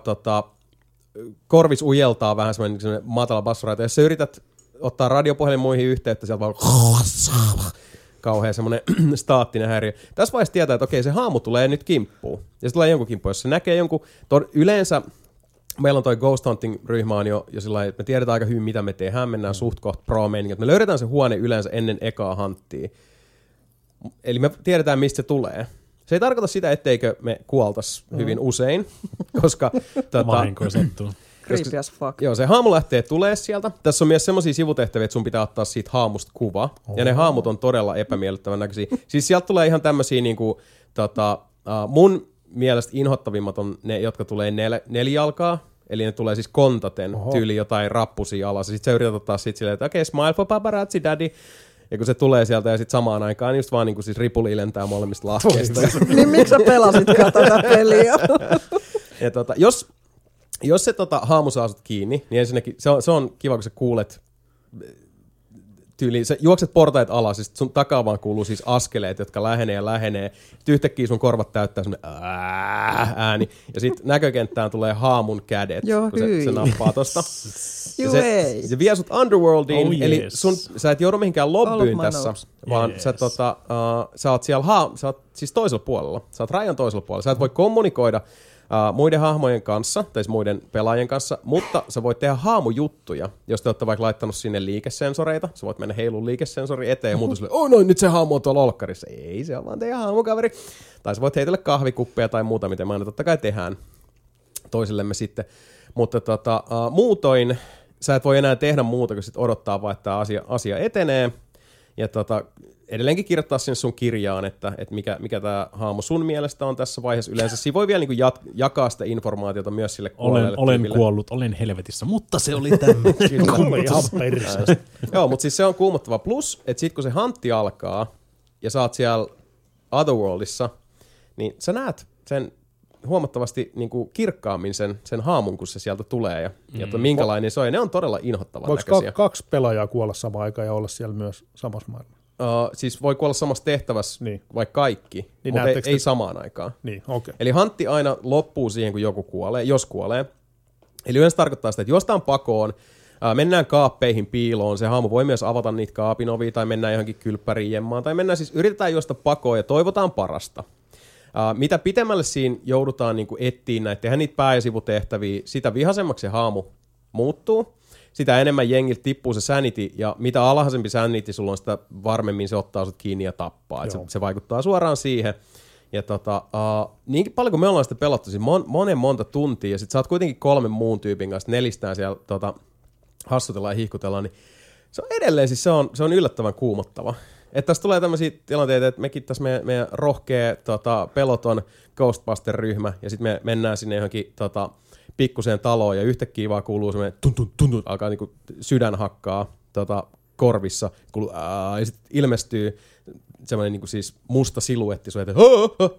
korvis ujeltaa vähän semmoinen matala bassuraita. Jos sä yrität ottaa radiopuhelin muihin yhteyttä, sieltä vaan kauhean semmoinen staattinen häiriö. Tässä vaiheessa tietää, että okei, se haamu tulee nyt kimppuun. Ja se tulee jonkun kimppuun. Jos se näkee jonkun, yleensä meillä on toi Ghost Hunting-ryhmä on jo sillä että me tiedetään aika hyvin, mitä me tehdään. Mennään suht koht pro-meininkin. Me löydetään se huone yleensä ennen ekaa hanttia. Eli me tiedetään, mistä se tulee. Se ei tarkoita sitä, etteikö me kuoltaisi hyvin usein, koska vahinkoja sattuu. Creepy as fuck. Joo, se haamu lähtee tulee sieltä. Tässä on myös semmoisia sivutehtäviä, että sun pitää ottaa siitä haamusta kuva. Ja ne haamut on todella epämiellyttävän näköisiä. Siis sieltä tulee ihan tämmöisiä niinku, mun mielestä inhottavimmat on ne, jotka tulee nelijalkaa. Eli ne tulee siis kontaten tyyli jotain rappusia alas. Ja sit sä yrität ottaa sit silleen, että okei, smile for paparazzi daddy. Ja kun se tulee sieltä ja sit samaan aikaan, niin just vaan niinku siis ripuli lentää molemmista lahkeista. Niin miksi sä pelasitkaan tätä peliä? Ja jos se haamu saa sut kiinni, niin ensinnäkin se on kiva, kun sä kuulet tyyliin, sä juokset portaita alas, ja sit sun takaa vaan kuuluu siis askeleet, jotka lähenee ja lähenee. Sitten yhtäkkiä sun korvat täyttää semmonen ääni, ja sit näkökenttään tulee haamun kädet, kun se nappaa tosta. Se vie sut Underworldiin, eli sä et joudu mihinkään lobbyyn tässä, vaan sä oot siellä sä oot siis toisella puolella, sä oot rajan toisella puolella, sä et voi kommunikoida muiden hahmojen kanssa, tai muiden pelaajien kanssa, mutta sä voit tehdä haamujuttuja, jos te olette vaikka laittanut sinne liikesensoreita, sä voit mennä heilun liikesensori eteen ja muuta silleen, nyt se haamu on tuolla olkkarissa. Ei, se on vaan teidän haamukaveri. Tai sä voit heitellä kahvikuppeja tai muuta, miten me aina totta kai tehdään toisillemme sitten. Mutta muutoin sä et voi enää tehdä muuta, kun sit odottaa vaan, että tämä asia etenee. Ja edelleenkin kirjoittaa sinne sun kirjaan, että mikä tämä haamu sun mielestä on tässä vaiheessa yleensä. Siinä voi vielä niin jakaa sitä informaatiota myös sille kuolleelle Olen kuollut, olen helvetissä, mutta se oli tämmöinen. Ihan perseestä. Joo, mutta siis se on kuumottava. Plus, että sit kun se hantti alkaa ja sä oot siellä Otherworldissa, niin sä näet sen huomattavasti niin kuin kirkkaammin sen haamun, kun se sieltä tulee ja minkälainen se on. Ja ne on todella inhottavan näköisiä. Voiko kaksi pelaajaa kuolla samaan aikaan ja olla siellä myös samassa maailmassa? Siis voi kuolla samassa tehtävässä vaikka kaikki, niin mutta ei samaan aikaan. Niin, okay. Eli hantti aina loppuu siihen, kun joku kuolee, jos kuolee. Eli yleensä tarkoittaa sitä, että jostain pakoon, mennään kaappeihin piiloon, se haamu voi myös avata niitä kaapin ovia, tai mennään johonkin kylppäriin jemmaan, tai yritetään juosta pakoon ja toivotaan parasta. Mitä pitemmälle siinä joudutaan niin kuin etsiä näitä, tehdä niitä pää- ja sivutehtäviä, sitä vihaisemmaksi se haamu muuttuu. Sitä enemmän jengiltä tippuu se sanity, ja mitä alhaisempi sanity sulla on, sitä varmemmin se ottaa sut kiinni ja tappaa. Se vaikuttaa suoraan siihen. Ja niin paljon kuin me ollaan sitä pelattu, siis monta tuntia, ja sit sä oot kuitenkin 3 muun tyypin kanssa, 4 siellä hassutellaan ja hihkutellaan, niin se on edelleen, siis se on yllättävän kuumottava. Että tässä tulee tämmöisiä tilanteita, että mekin tässä meidän rohkea peloton Ghostbuster-ryhmä, ja sitten me mennään sinne johonkin pikkuseen taloon, ja yhtäkkiä vaan kuuluu semmoinen tuntun, alkaa niinku sydän hakkaa korvissa, kuuluu, ja sitten ilmestyy semmoinen niinku siis musta siluetti, sun eteen,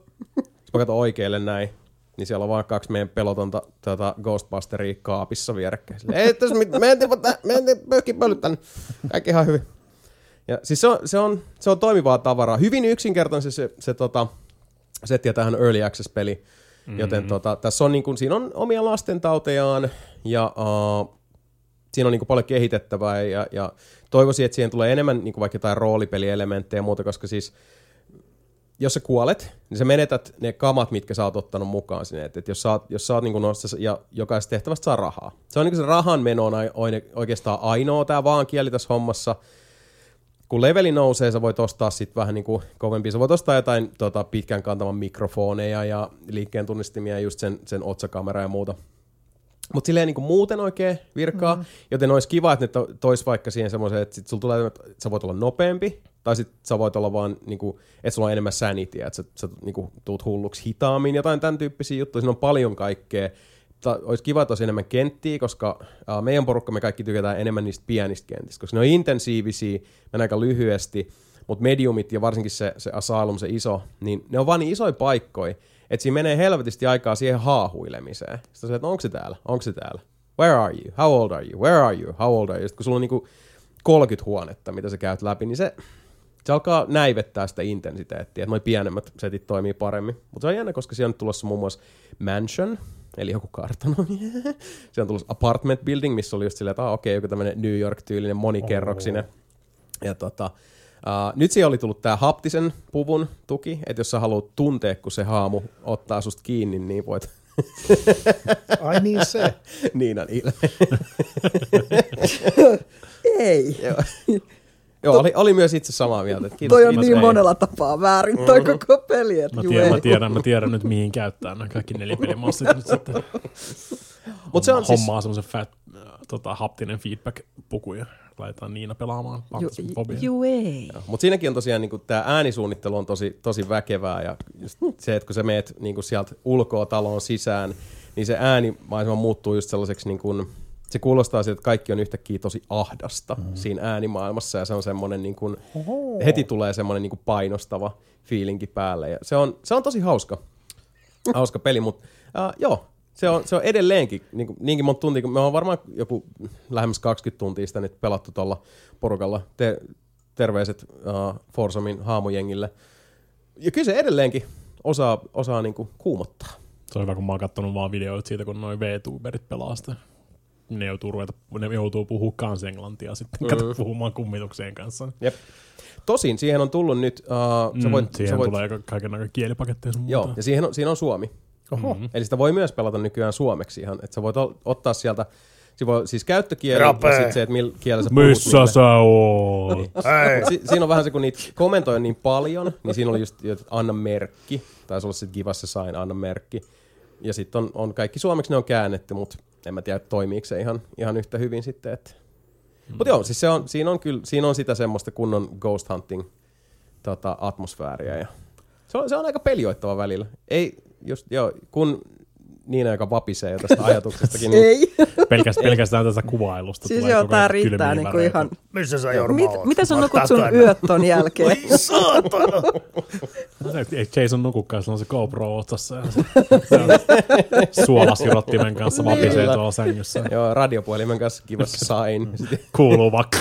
jos mä katson oikealle näin, niin siellä on vaan 2 meidän pelotonta Ghostbusteria kaapissa vierekkäin. Ei, me en pöyhkin pölyt tänne, kaikki ihan hyvin. Ja siis se on toimivaa tavaraa. Hyvin yksinkertainen se setti, ja tämähän on Early Access-peli, joten tässä on, niin kuin, siinä on omia lastentautejaan, ja siinä on niin kuin paljon kehitettävää ja toivoisin, että siihen tulee enemmän niin kuin vaikka jotain roolipelielementtejä ja muuta, koska siis jos sä kuolet, niin sä menetät ne kamat, mitkä sä oot ottanut mukaan sinne. Et jos sä oot niin kuin ja jokaisesta tehtävästä saa rahaa. Se on niin kuin se rahan meno on oikeastaan ainoa tää vaankieli tässä hommassa. Kun leveli nousee, sä voit ostaa sit vähän niin kuin kovempia. Sä voit ostaa jotain pitkän kantavan mikrofoneja ja liikkeen tunnistimia ja just sen otsakameraa ja muuta. Mutta silleen niin kuin muuten oikein virkaa, joten olisi kiva, että ne tois vaikka siihen semmoisen, että sit sulla tulee, että sä voit olla nopeampi, tai sit sä voit olla vaan, niin kuin, että sulla on enemmän sanityä, että sä niin kuin, tuut hulluksi hitaammin, jotain tämän tyyppisiä juttuja. Siinä on paljon kaikkea. Olisi kiva, että olisi enemmän kenttiä, koska meidän porukka me kaikki tykätään enemmän niistä pienistä kentistä, koska ne on intensiivisiä, mennään aika lyhyesti, mutta mediumit ja varsinkin se Asylum, se iso, niin ne on vaan niin isoja paikkoja, että siinä menee helvetisti aikaa siihen haahuilemiseen. Sitten että onko se täällä? Onko se täällä? Where are you? How old are you? Where are you? How old are you? Sitten kun sulla on niinku 30 huonetta, mitä sä käyt läpi, niin se alkaa näivettää sitä intensiteettiä, että noi pienemmät setit toimii paremmin. Mutta se on jännä, koska siellä on tulossa muun muassa Mansion, eli joku kartano. Se on tulossa Apartment Building, missä oli just silleen, että okei, joku tämmöinen New York-tyylinen monikerroksinen. Ja nyt siihen oli tullut tää haptisen puvun tuki, että jos sä haluat tuntea, kun se haamu ottaa susta kiinni, niin voit... Ai niin se. Niinan ilme. Ei. Joo, oli myös itse samaa mieltä. Toi on niin monella tapaa väärin toi koko peli, että mä tiedän nyt mihin käyttää nämä kaikki 4 pelimassit nyt sitten. Mut se on hommaa semmoisen haptinen feedback-puku ja laitetaan Niina pelaamaan. Mutta siinäkin on tosiaan niinku, tämä äänisuunnittelu on tosi väkevää ja just se, että kun sä meet niinku, sieltä ulkoa taloon sisään, niin se äänimaisema muuttuu just sellaiseksi, niinku, se kuulostaa siltä, että kaikki on yhtäkkiä tosi ahdasta siinä äänimaailmassa ja se on semmoinen, niinku, heti tulee semmoinen niinku, painostava fiilinki päälle ja se on tosi hauska peli, mutta joo. Se on edelleenkin, niinkin monta tuntia, kun me on varmaan joku lähemmäs 20 tuntia sitä nyt pelattu tuolla porukalla. Terveiset Forsomin haamujengille. Ja kyllä se edelleenkin osaa niinku kuumottaa. Se on hyvä, kun mä oon kattonut vaan videoita siitä, kun noi VTuberit pelaa sitä. Ne joutuu puhua kans englantia sitten, puhumaan kummitukseen kanssa. Jep. Tosin siihen on tullut nyt... siihen tulee kaikenlaisia kielipaketteja sun muuta. Joo, ja siinä on suomi. Eli sitä voi myös pelata nykyään suomeksi ihan, että sä voit ottaa sieltä, siis käyttökieli ja sitten se, että millä kielellä sä puhut. Missä sä oot? Niin. Siinä on vähän se, kun niitä kommentoja on niin paljon, niin siinä oli just, että anna merkki, taisi olla sitten Give us a sign, anna merkki. Ja sitten on kaikki suomeksi ne on käännetty, mutta en mä tiedä, toimiiko se ihan yhtä hyvin sitten. Että. Mutta joo, siis siinä on sitä semmoista kunnon ghost hunting atmosfääriä ja se on aika pelioittava välillä. Kun Niina, joka vapisee jo tästä ajatuksestakin. Ei. Pelkästään tästä kuvailusta. Siis joo, tää riittää niinku ihan... Missä sä Jorma oot? Mitä sä nukut sun yöt ton jälkeen? Oi saatana! Ei Jason nukukkaan, sillä on se GoPro otsassa ja se suolasirottimen kanssa vapisee tuolla sängyssä. Joo, radiopuhelimen kanssa kivassa sain. Kuuluu vaikka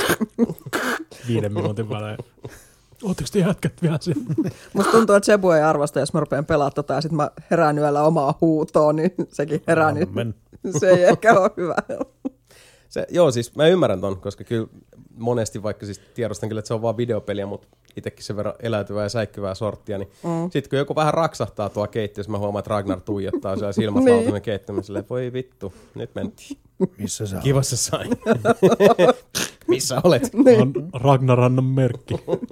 5 minuutin välein. Ootteko te jätkät vielä siinä? Musta tuntuu, että Sebu ei arvosta, jos mä rupean pelaamaan tota ja sit mä herään yöllä omaa huutoon, niin sekin herää nyt. Se ei ehkä ole hyvä. Joo, siis mä ymmärrän ton, koska kyllä monesti vaikka siis tiedostan kyllä, että se on vaan videopeliä, mutta itsekin sen verran eläytyvää ja säikkyvää sorttia, niin sitten kun joku vähän raksahtaa tuolla keittiössä, mä huomaan, että Ragnar tuijottaa siellä silmät lautanen keittiössä, silleen, voi vittu, nyt mentiin. Missä sä oot? Kivassa sain. Missä olet? Ragnar anna merkki.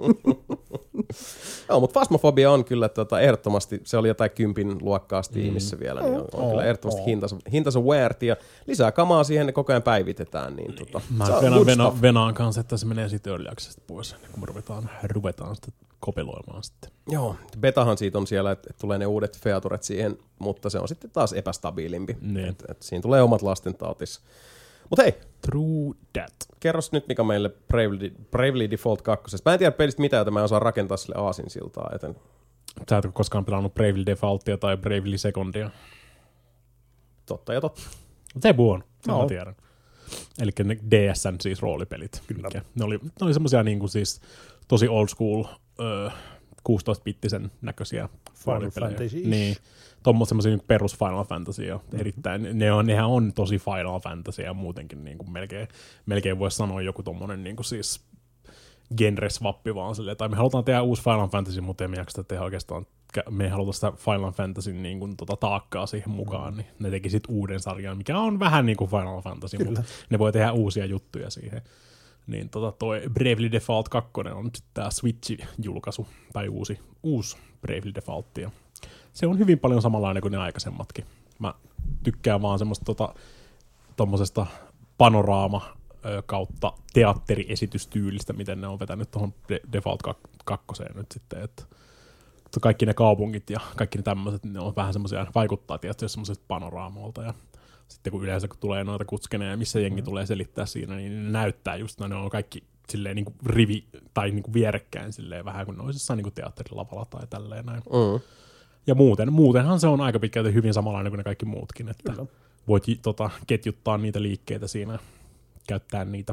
Joo, mutta Phasmophobia on kyllä ehdottomasti, se oli jotain 10 luokkaa Steamissa vielä, niin on kyllä ehdottomasti hintansa weird ja lisää kamaa siihen, ne koko ajan päivitetään. Niin, mä venaan kanssa, että se menee siitä early accessista pois, kun me ruvetaan sitä kopeloimaan sitten. Joo, betahan siitä on siellä, että tulee ne uudet featuret siihen, mutta se on sitten taas epästabiilimpi. Niin. Et siinä tulee omat lastentautis. Mutta hei, True that. Kerros nyt, mikä meille Bravely Default 2. Mä en tiedä pelistä mitään, jota mä osaan rakentaa sille aasinsiltaa. Joten... Sä et koskaan pelannut Bravely Defaultia tai Bravely Secondia. Totta ja totta. Se on, mä tiedän. Eli ne DSN siis roolipelit. Kyllä. Ne oli semmosia niinku siis tosi old school 16-bittisen näköisiä Final Fantasy. Niin, tommoista semmosia niin perus Final Fantasyja. Erittäin, nehän on tosi Final Fantasy ja muutenkin niin kuin melkein voisi sanoa joku tommonen niin kuin siis genre-swappi vaan silleen, tai me halutaan tehdä uusi Final Fantasy, mutta emme jaksa tehdä oikeastaan, me ei haluta sitä Final Fantasyn niin kuin, taakkaa siihen mukaan, niin ne teki sit uuden sarjan, mikä on vähän niin kuin Final Fantasy, mutta ne voi tehdä uusia juttuja siihen. Niin toi Bravely Default 2 on nyt tää Switch-julkaisu, tai uusi Bravely Default, ja se on hyvin paljon samanlainen kuin ne aikaisemmatkin. Mä tykkään vaan semmoista tommosesta panoraama kautta teatteriesitystyylistä, miten ne on vetänyt tuohon Default 2 nyt sitten, että kaikki ne kaupungit ja kaikki ne tämmöiset, ne on vähän semmoisia, vaikuttaa tietysti semmoiset panoraamolta, ja sitten kun yleensä kun tulee noita kutskeneja ja missä jengi tulee selittää siinä, niin ne näyttää just, ne on kaikki silleen niin kuin rivi tai niin kuin vierekkäin silleen vähän kuin ne olisi jossain niin kuin teatterilavalla tai tälleen näin. Ja muutenhan se on aika pitkälti hyvin samanlainen kuin ne kaikki muutkin, että voit ketjuttaa niitä liikkeitä siinä, käyttää niitä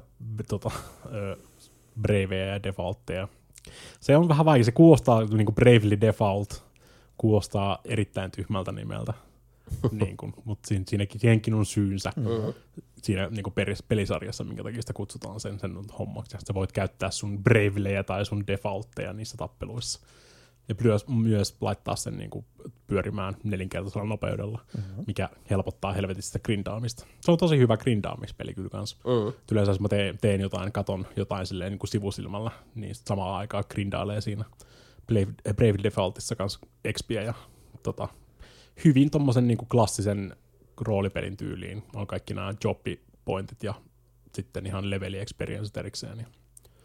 Bravejä ja Defaultteja. Se on vähän vaikea, se kuulostaa niin kuin Bravely Default, kuulostaa erittäin tyhmältä nimeltä. Niin kuin, mutta siihenkin on syynsä siinä niin kuin pelisarjassa, minkä takia sitä kutsutaan sen hommaksi. Sä voit käyttää sun Bravelejä tai sun Defaultteja niissä tappeluissa. Ja myös laittaa sen niin kuin pyörimään nelinkertaisella nopeudella, mikä helpottaa helvetistä grindaamista. Se on tosi hyvä grindaamispeli kyllä kanssa. Yleensä jos mä teen jotain, katon jotain silleen niin kuin sivusilmällä, niin samaan aikaan grindailee siinä Bravely Defaultissa kanssa XP:ä ja hyvin tommosen niin kuin klassisen roolipelin tyyliin on kaikki nämä jobbipointit ja sitten ihan leveli experience erikseen. Ja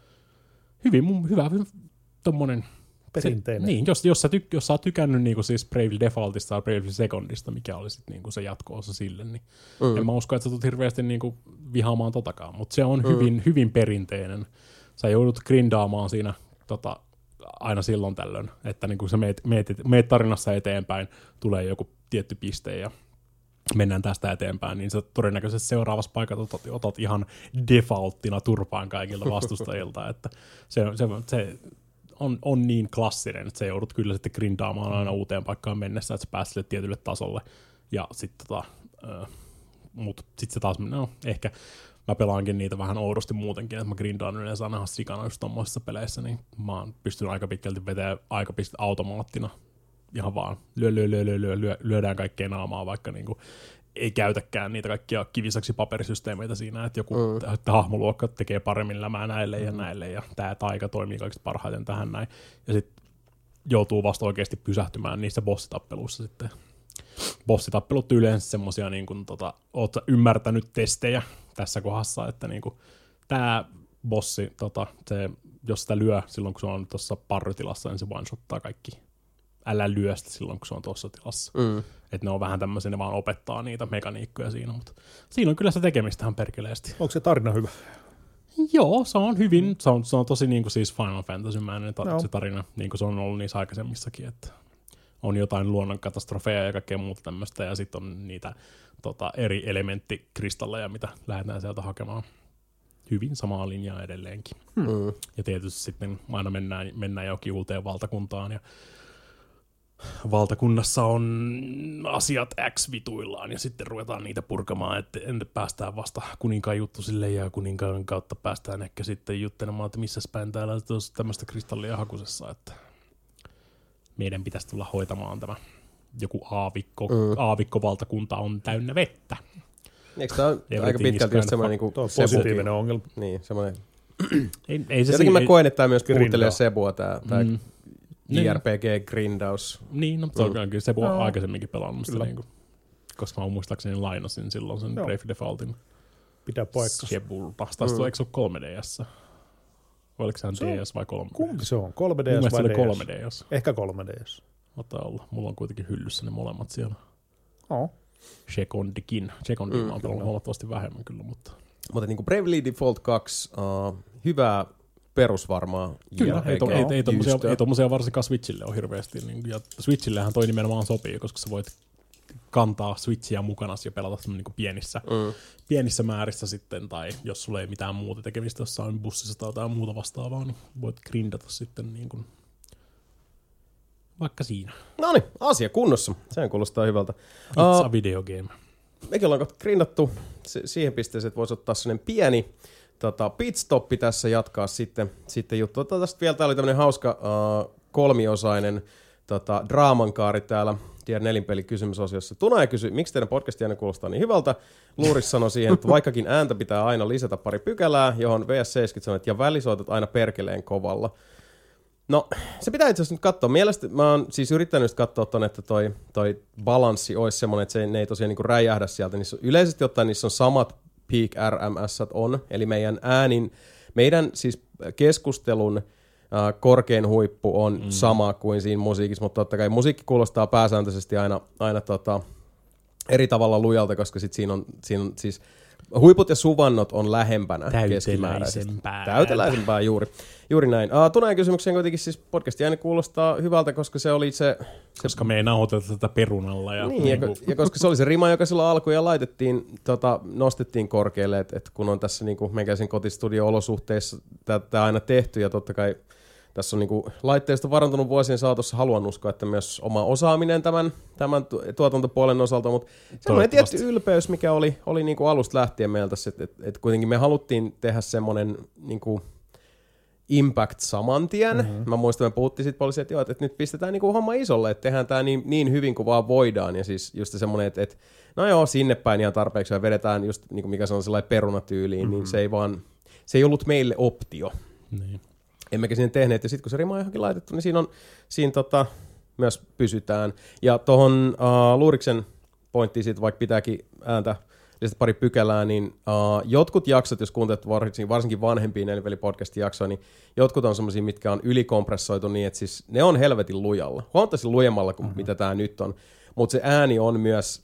hyvä tommonen perinteinen. Niin, jos sä oot tykännyt niinku siis Bravely Defaultista ja Bravely Secondista, mikä oli sit niinku se jatko-osa sille, niin en mä usko, että sä tulet hirveästi niinku vihaamaan totakaan, mutta se on hyvin perinteinen. Sä joudut grindaamaan siinä aina silloin tällöin, että niinku sä meet tarinassa eteenpäin, tulee joku tietty piste ja mennään tästä eteenpäin, niin sä todennäköisesti seuraavassa paikassa otat ihan defaulttina turpaan kaikilta vastustajilta, että se on niin klassinen, että sä joudut kyllä sitten grindaamaan aina uuteen paikkaan mennessä, että sä pääset sille tietylle tasolle. Ja sitten mut sit se taas, ehkä mä pelaankin niitä vähän oudosti muutenkin, että mä grindaan yleensä aina sikana just tommosissa peleissä, niin mä pystyn aika pitkälti vetämään aikapiste automaattina. Ihan vaan lyödään kaikkea naamaa, vaikka niinku ei käytäkään niitä kaikkia kivisaksi paperisysteemeitä siinä, että joku hahmoluokka tekee paremmin lämää näille ja näille, ja tämä taika toimii kaikista parhaiten tähän näin. Ja sitten joutuu vasta oikeasti pysähtymään niissä bossitappeluissa sitten. Bossitappelut yleensä semmosia, niin kuin oot sä ymmärtänyt testejä tässä kohdassa, että niinku tämä bossi, se, jos sitä lyö silloin, kun se on tuossa parrytilassa, niin se one-shottaa kaikki. Älä lyö sitä silloin, kun se on tuossa tilassa. Että ne on vähän tämmöisiä, ne vaan opettaa niitä mekaniikkoja siinä, mutta siinä on kyllä se tekemistähän perkeleesti. Onko se tarina hyvä? Joo, se on hyvin, se on tosi niin kuin siis Final Fantasy-mäinen se tarina, niin kuin se on ollut niissä aikaisemmissakin, että on jotain luonnonkatastrofeja ja kaikkea muuta tämmöistä, ja sitten on niitä eri elementtikristalleja, mitä lähdetään sieltä hakemaan. Hyvin samaa linjaa edelleenkin. Ja tietysti sitten aina mennään johonkin uuteen valtakuntaan, ja valtakunnassa on asiat X vituillaan ja sitten ruvetaan niitä purkamaan, että päästään vasta kuninkaan juttu sille ja kuninkaan kautta päästään ehkä sitten juttelemaan, että missä päin täällä on tämmöistä kristallia hakusessa, että meidän pitäisi tulla hoitamaan tämä joku aavikkovaltakunta on täynnä vettä. Eikö tämä on aika pitkälti just semmoinen niin positiivinen ongelma? Niin, semmoinen. Ei se jotenkin mä koen, että tämä myös puhuttelee Sebua, tämä JRPG-grindaus. Niin, no kyllä Sebu on aikaisemminkin pelannut sitä, niin kuin, koska mä muistaakseni lainasin silloin sen Brave Defaultin. Pitää paikkansa. Sebulta. Taas eikö se ole 3DS? Vai oliko sehän DS vai 3DS? Kumpi se on? 3DS vai DS? 3DS. Ehkä 3DS. Ottaa olla. Mulla on kuitenkin hyllyssä ne molemmat siellä. Sekondikin mä oon pelannut huomattavasti vähemmän kyllä, mutta niin kuin Bravely Default 2, hyvää perusvarmaa. Kyllä, ei tommosia varsinkaan Switchille ole hirveästi. Ja Switchillehän toi nimenomaan sopii, koska sä voit kantaa Switchiä mukana ja pelata niin pienissä määrissä sitten, tai jos sulla ei mitään muuta tekemistä jossain bussissa tai jotain muuta vastaavaa, niin voit grindata sitten niin kuin vaikka siinä. Noniin, asia kunnossa. Sehän kuulostaa hyvältä. It's a video game. Mekin ollaan kohta grindattu siihen pisteeseen, että voisi ottaa sellainen pieni pitstoppi tässä jatkaa sitten juttu. Tästä vielä, tää oli tämmöinen hauska kolmiosainen draamankaari täällä Tier 4 -peli kysymysosiossa. Tunaja kysyi, miksi teidän podcasti aina kuulostaa niin hyvältä? Luuris sanoi siihen, että vaikkakin ääntä pitää aina lisätä pari pykälää, johon VS70 sanoi, että ja välisoitat aina perkeleen kovalla. No, se pitää itse asiassa nyt katsoa. Mielestäni mä oon siis yrittänyt katsoa tonne, että toi balanssi olisi semmoinen, että ne ei tosiaan niinku räjähdä sieltä. Yleisesti ottaen niissä on samat peak RMS on, eli meidän siis keskustelun korkein huippu on sama kuin siinä musiikissa, mutta totta kai musiikki kuulostaa pääsääntöisesti aina eri tavalla lujalta, koska sit siinä on siis huiput ja suvannot on lähempänä keskimääräisesti. Täyteläisempää juuri näin. Tunajan kysymykseen kuitenkin siis podcasti aina kuulostaa hyvältä, koska se oli se koska me ei nauhoiteta tätä perunalla. Ja, ja koska se oli se rima, joka silloin alkoi ja laitettiin, nostettiin korkealle, että kun on tässä niinku meikäisen kotistudio-olosuhteissa tätä aina tehty ja totta kai tässä on niinku laitteista varantunut vuosien saatossa, haluan uskoa, että myös oma osaaminen tämän tuotantopuolen osalta, mutta semmoinen tietty ylpeys, mikä oli niinku alusta lähtien meiltä, että kuitenkin me haluttiin tehdä semmoinen niinku impact saman tien. Mä muistan, me puhuttiin sitten poliisia, että nyt pistetään niinku homma isolle, että tehdään tämä niin hyvin kuin vaan voidaan, ja siis just semmoinen, että no joo, sinne päin ihan tarpeeksi, ja vedetään just niinku mikä se on sellainen perunatyyliin, niin se ei ollut meille optio. Niin. Emmekä siinä tehneet, ja sitten kun se rima on johonkin laitettu, niin siinä myös pysytään. Ja tuohon Luuriksen pointtiin siitä, vaikka pitääkin ääntä lisätä pari pykälää, niin jotkut jaksot, jos kuuntelet varsinkin vanhempia Nelipeli-podcastin jaksoja, niin jotkut on semmoisia, mitkä on ylikompressoitu niin, että siis ne on helvetin lujalla. Huomattavasti lujemmalla kuin mitä tämä nyt on. Mutta se ääni on myös,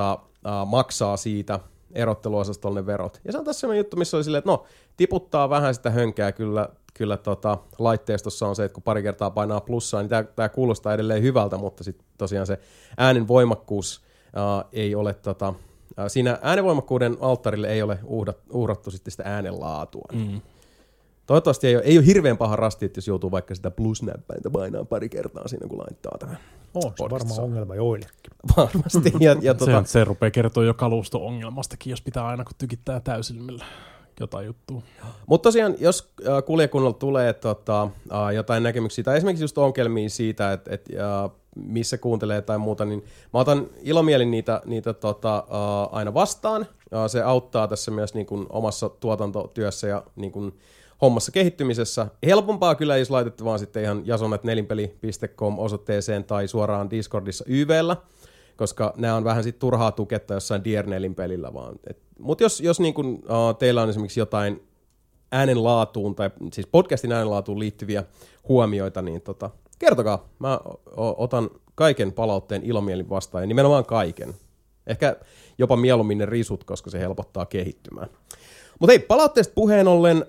maksaa siitä erotteluosastolle ne verot. Ja se on tässä sellainen juttu, missä oli silleen, että no, tiputtaa vähän sitä hönkää kyllä laitteistossa on se, että kun pari kertaa painaa plussaa, niin tämä kuulostaa edelleen hyvältä, mutta sitten tosiaan se äänen voimakkuus ei ole, siinä äänenvoimakkuuden alttarille ei ole uhrattu sitten sitä äänenlaatua. Toivottavasti ei ole hirveän paha rasti, että jos joutuu vaikka sitä plusnäppäintä painaa pari kertaa siinä, kun laittaa tämän. Se on varmaan ongelma joillekin. Varmasti. Se rupeaa kertoa jo kalusto-ongelmastakin, jos pitää aina kun tykittää täysilmillä jotain juttua. Mutta tosiaan, jos kuulijakunnalta tulee jotain näkemyksiä tai esimerkiksi just ongelmia siitä, että missä kuuntelee tai muuta, niin mä otan ilomielin niitä aina vastaan. Se auttaa tässä myös niin kuin omassa tuotantotyössä ja niin kuin hommassa kehittymisessä. Helpompaa kyllä, jos laitette vaan sitten ihan jasonet4peli.com osoitteeseen tai suoraan Discordissa YV:llä, koska nämä on vähän sit turhaa tuketta jossain Tier 4 pelillä vaan. Mutta jos niin kun, teillä on esimerkiksi jotain äänenlaatuun tai siis podcastin äänenlaatuun liittyviä huomioita, niin kertokaa. Mä otan kaiken palautteen ilomielin vastaan ja nimenomaan kaiken. Ehkä jopa mieluummin ne risut, koska se helpottaa kehittymään. Mutta hei, palautteesta puheen ollen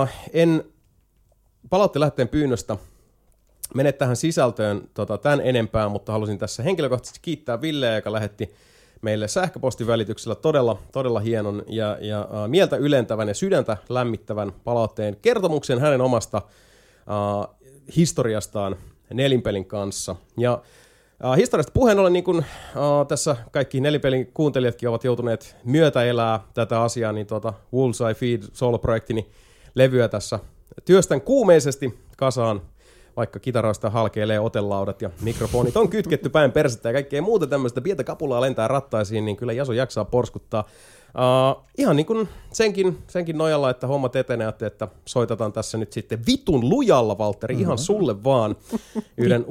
palautteen lähteen pyynnöstä mene tähän sisältöön tämän enempää, mutta halusin tässä henkilökohtaisesti kiittää Villeä, joka lähetti meille sähköpostin välityksellä todella hienon ja mieltä ylentävän ja sydäntä lämmittävän palautteen kertomuksen hänen omasta historiastaan Nelinpelin kanssa. Ja historiasta puheen ollen, niin kuin tässä kaikki Nelinpelin kuuntelijatkin ovat joutuneet myötäelää tätä asiaa, niin Wolves I Feed solo-projektini levyä tässä työstän kuumeisesti kasaan, vaikka kitaroista halkeilee otelaudat ja mikrofonit on kytketty päin persettä ja kaikkea muuta tämmöistä pientä kapulaa lentää rattaisiin, niin kyllä Jaso jaksaa porskuttaa. Ihan niin kuin senkin nojalla, että hommat etenee, että soitetaan tässä nyt sitten vitun lujalla, Valtteri, ihan sulle vaan yhden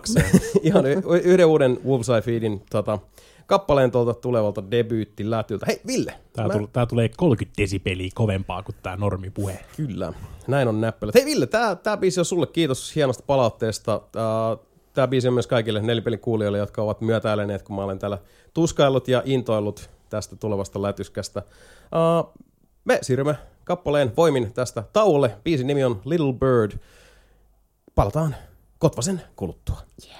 uuden Wolves I Feedin kappaleen tuolta tulevalta debyyttilätyltä. Hei, Ville! Tää tulee 30 desibeliä kovempaa kuin tää normipuhe. Kyllä, näin on näppelät. Hei Ville, tää biisi on sulle, kiitos hienosta palautteesta. Tää biisi on myös kaikille Nelipelin kuulijoille, jotka ovat myötäileneet, kun mä olen täällä tuskaillut ja intoillut tästä tulevasta lätyskästä. Me siirrymme kappaleen voimin tästä tauolle. Biisin nimi on Little Bird. Palataan Kotvasen kuluttua. Yeah.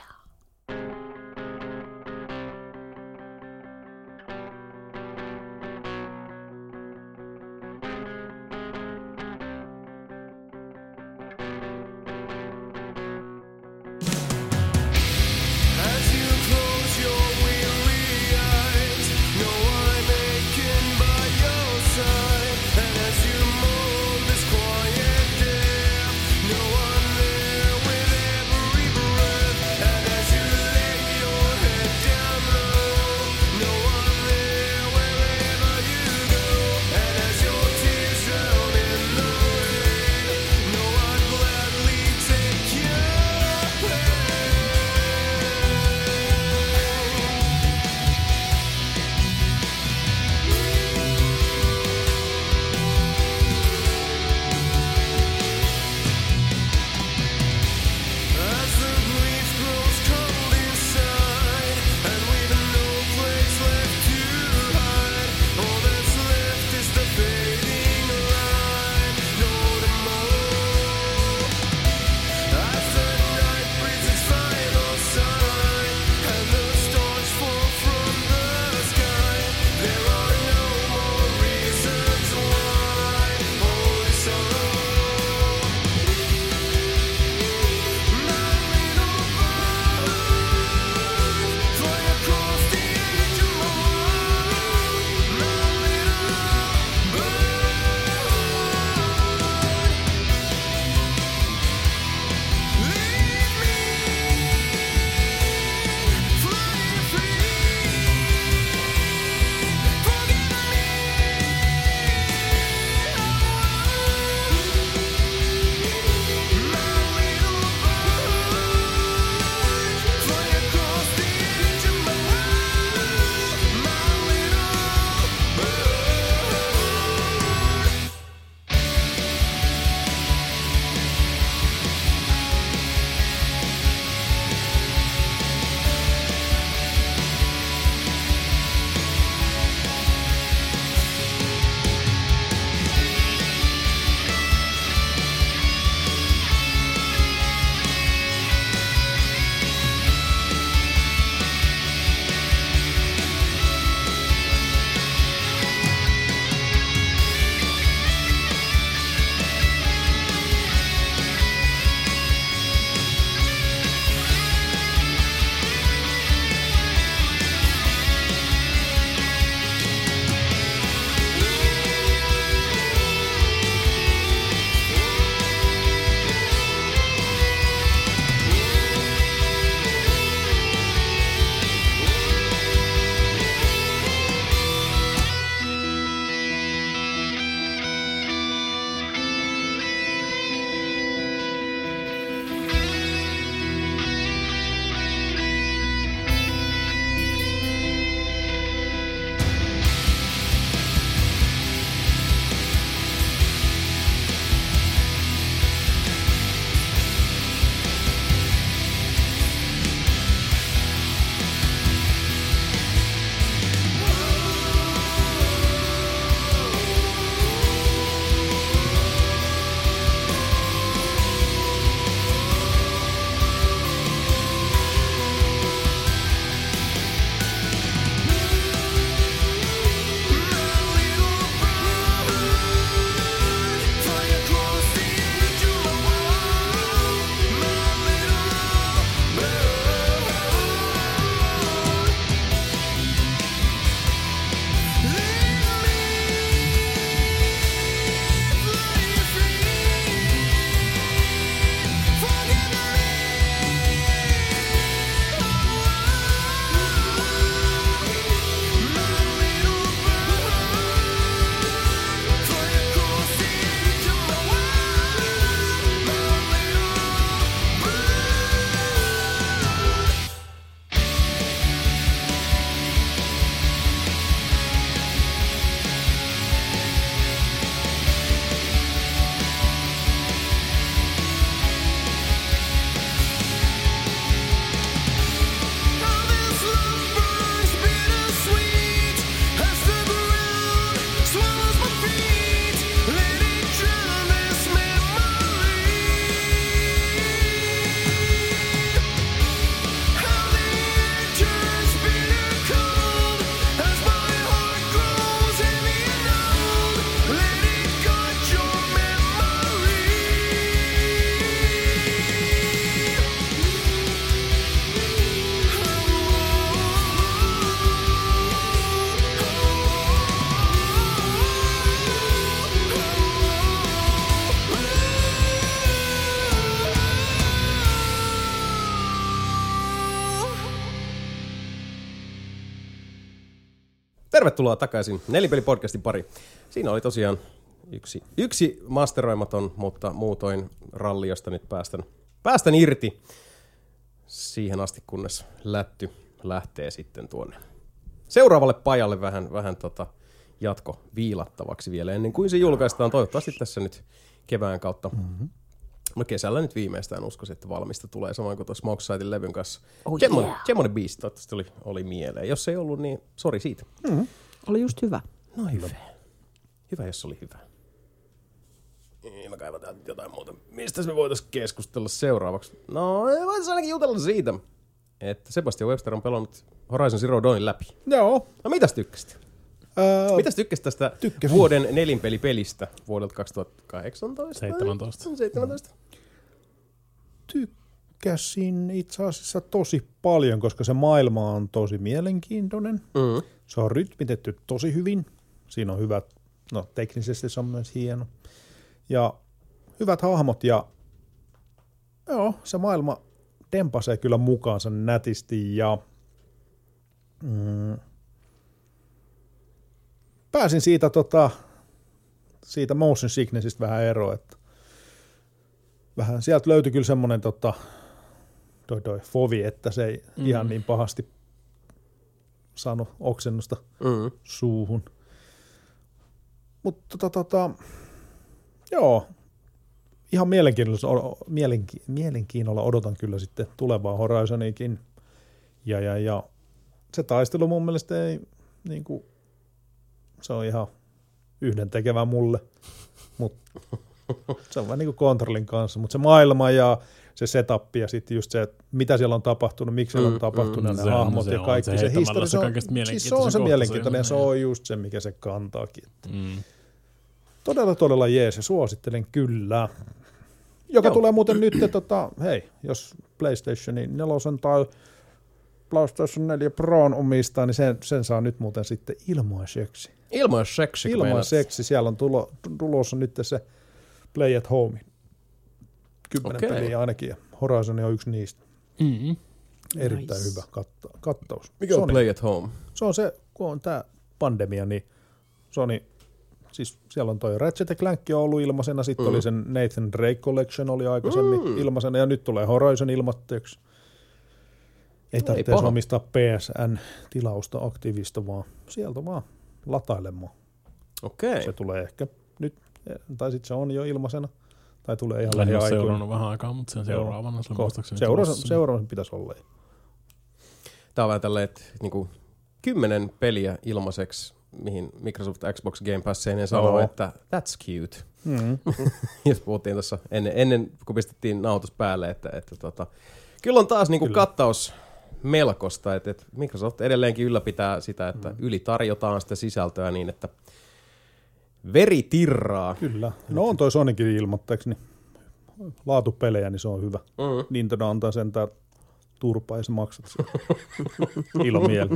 Tervetuloa takaisin Nelinpeli-podcastin pari. Siinä oli tosiaan yksi masteroimaton, mutta muutoin ralli, josta nyt päästän irti siihen asti, kunnes lätty lähtee sitten tuonne seuraavalle pajalle vähän jatko viilattavaksi vielä ennen kuin se julkaistaan. Toivottavasti tässä nyt kevään kautta. No kesällä nyt viimeistään uskoisin, että valmista tulee samoin kuin tuossa Smoke Sightin levyn kanssa. Gem on the Beast toivottavasti oli mieleen. Jos ei ollut, niin sori siitä. Oli just hyvä. No hyvä. Hyvä, jos oli hyvä. Mä kaivataan jotain muuta. Mistä me voitaisiin keskustella seuraavaksi? No, voitaisiin ainakin jutella siitä, että Sebastian Webster on pelannut Horizon Zero Dawnin läpi. Joo. No mitäs tykkäsit? Mitäs tykkäsit tästä vuoden nelinpelipelistä vuodelta 2018? 17. Tykkäsin itse asiassa tosi paljon, koska se maailma on tosi mielenkiintoinen. Se on rytmitetty tosi hyvin. Siinä on hyvät, no teknisesti se on myös hieno. Ja hyvät hahmot ja joo, se maailma tempasee kyllä mukaansa nätisti ja pääsin siitä motion sicknessistä vähän eroon, että vähän sieltä löytyi kyllä semmoinen fovi, että se ei ihan niin pahasti saanut oksennusta suuhun. Mutta joo, ihan mielenkiinnolla odotan kyllä sitten tulevaa Horizoniikin. Ja se taistelu mun mielestä ei niinku, se on ihan yhdentekevä mulle, mutta se on vähän niin kuin kontrollin kanssa, mutta se maailma ja se setup ja sitten just se, että mitä siellä on tapahtunut, miksi siellä on tapahtunut, ne hahmot ja kaikki, se historia, se on se mielenkiintoinen ja se on just se, mikä se kantaakin. Todella jees ja suosittelen kyllä. Joka tulee muuten nyt, hei, jos PlayStationin 4 tai PlayStation 4 Proon omistaa, niin sen saa nyt muuten sitten ilmaiseksi. Ilmaiseksi. Siellä on tulossa nyt se Play at Home. 10 peliä ainakin, ja Horizon on yksi niistä. Erittäin hyvä kattaus. Mikä on Play at Home? Se on se, kun on tää pandemia, niin Sony, siis siellä on toi Ratchet & Clank on ollut ilmaisena, sitten oli sen Nathan Drake Collection oli aikaisemmin ilmaisena, ja nyt tulee Horizon ilmatteeksi. Ei tarvitse omistaa PSN-tilausta aktiivista, vaan sieltä vaan latailemaan. Okei. Se tulee ehkä nyt, tai sitten se on jo ilmaisena, tai tulee ihan lähiaikoina. En ole seurannut vähän aikaa, mutta sen seuraavana se muistaakseni. Seuraavana pitäisi olla. Tämä on vähän tälleen, että niinku 10 peliä ilmaiseksi, mihin Microsoft Xbox Game Passeineen sanoo, että that's cute. Jos puhuttiin tuossa ennen kun pistettiin nauhoitus päälle, että kyllä on taas niinku kattaus melkoista, että Microsoft edelleenkin ylläpitää sitä, että ylitarjotaan sitä sisältöä niin, että veri tirraa. Kyllä. No on toi Sonicin ilmoitteeksi, niin laatupelejä, niin se on hyvä. Nintendo antaa sentään turpaa ja sä maksat sen. Ilomieli.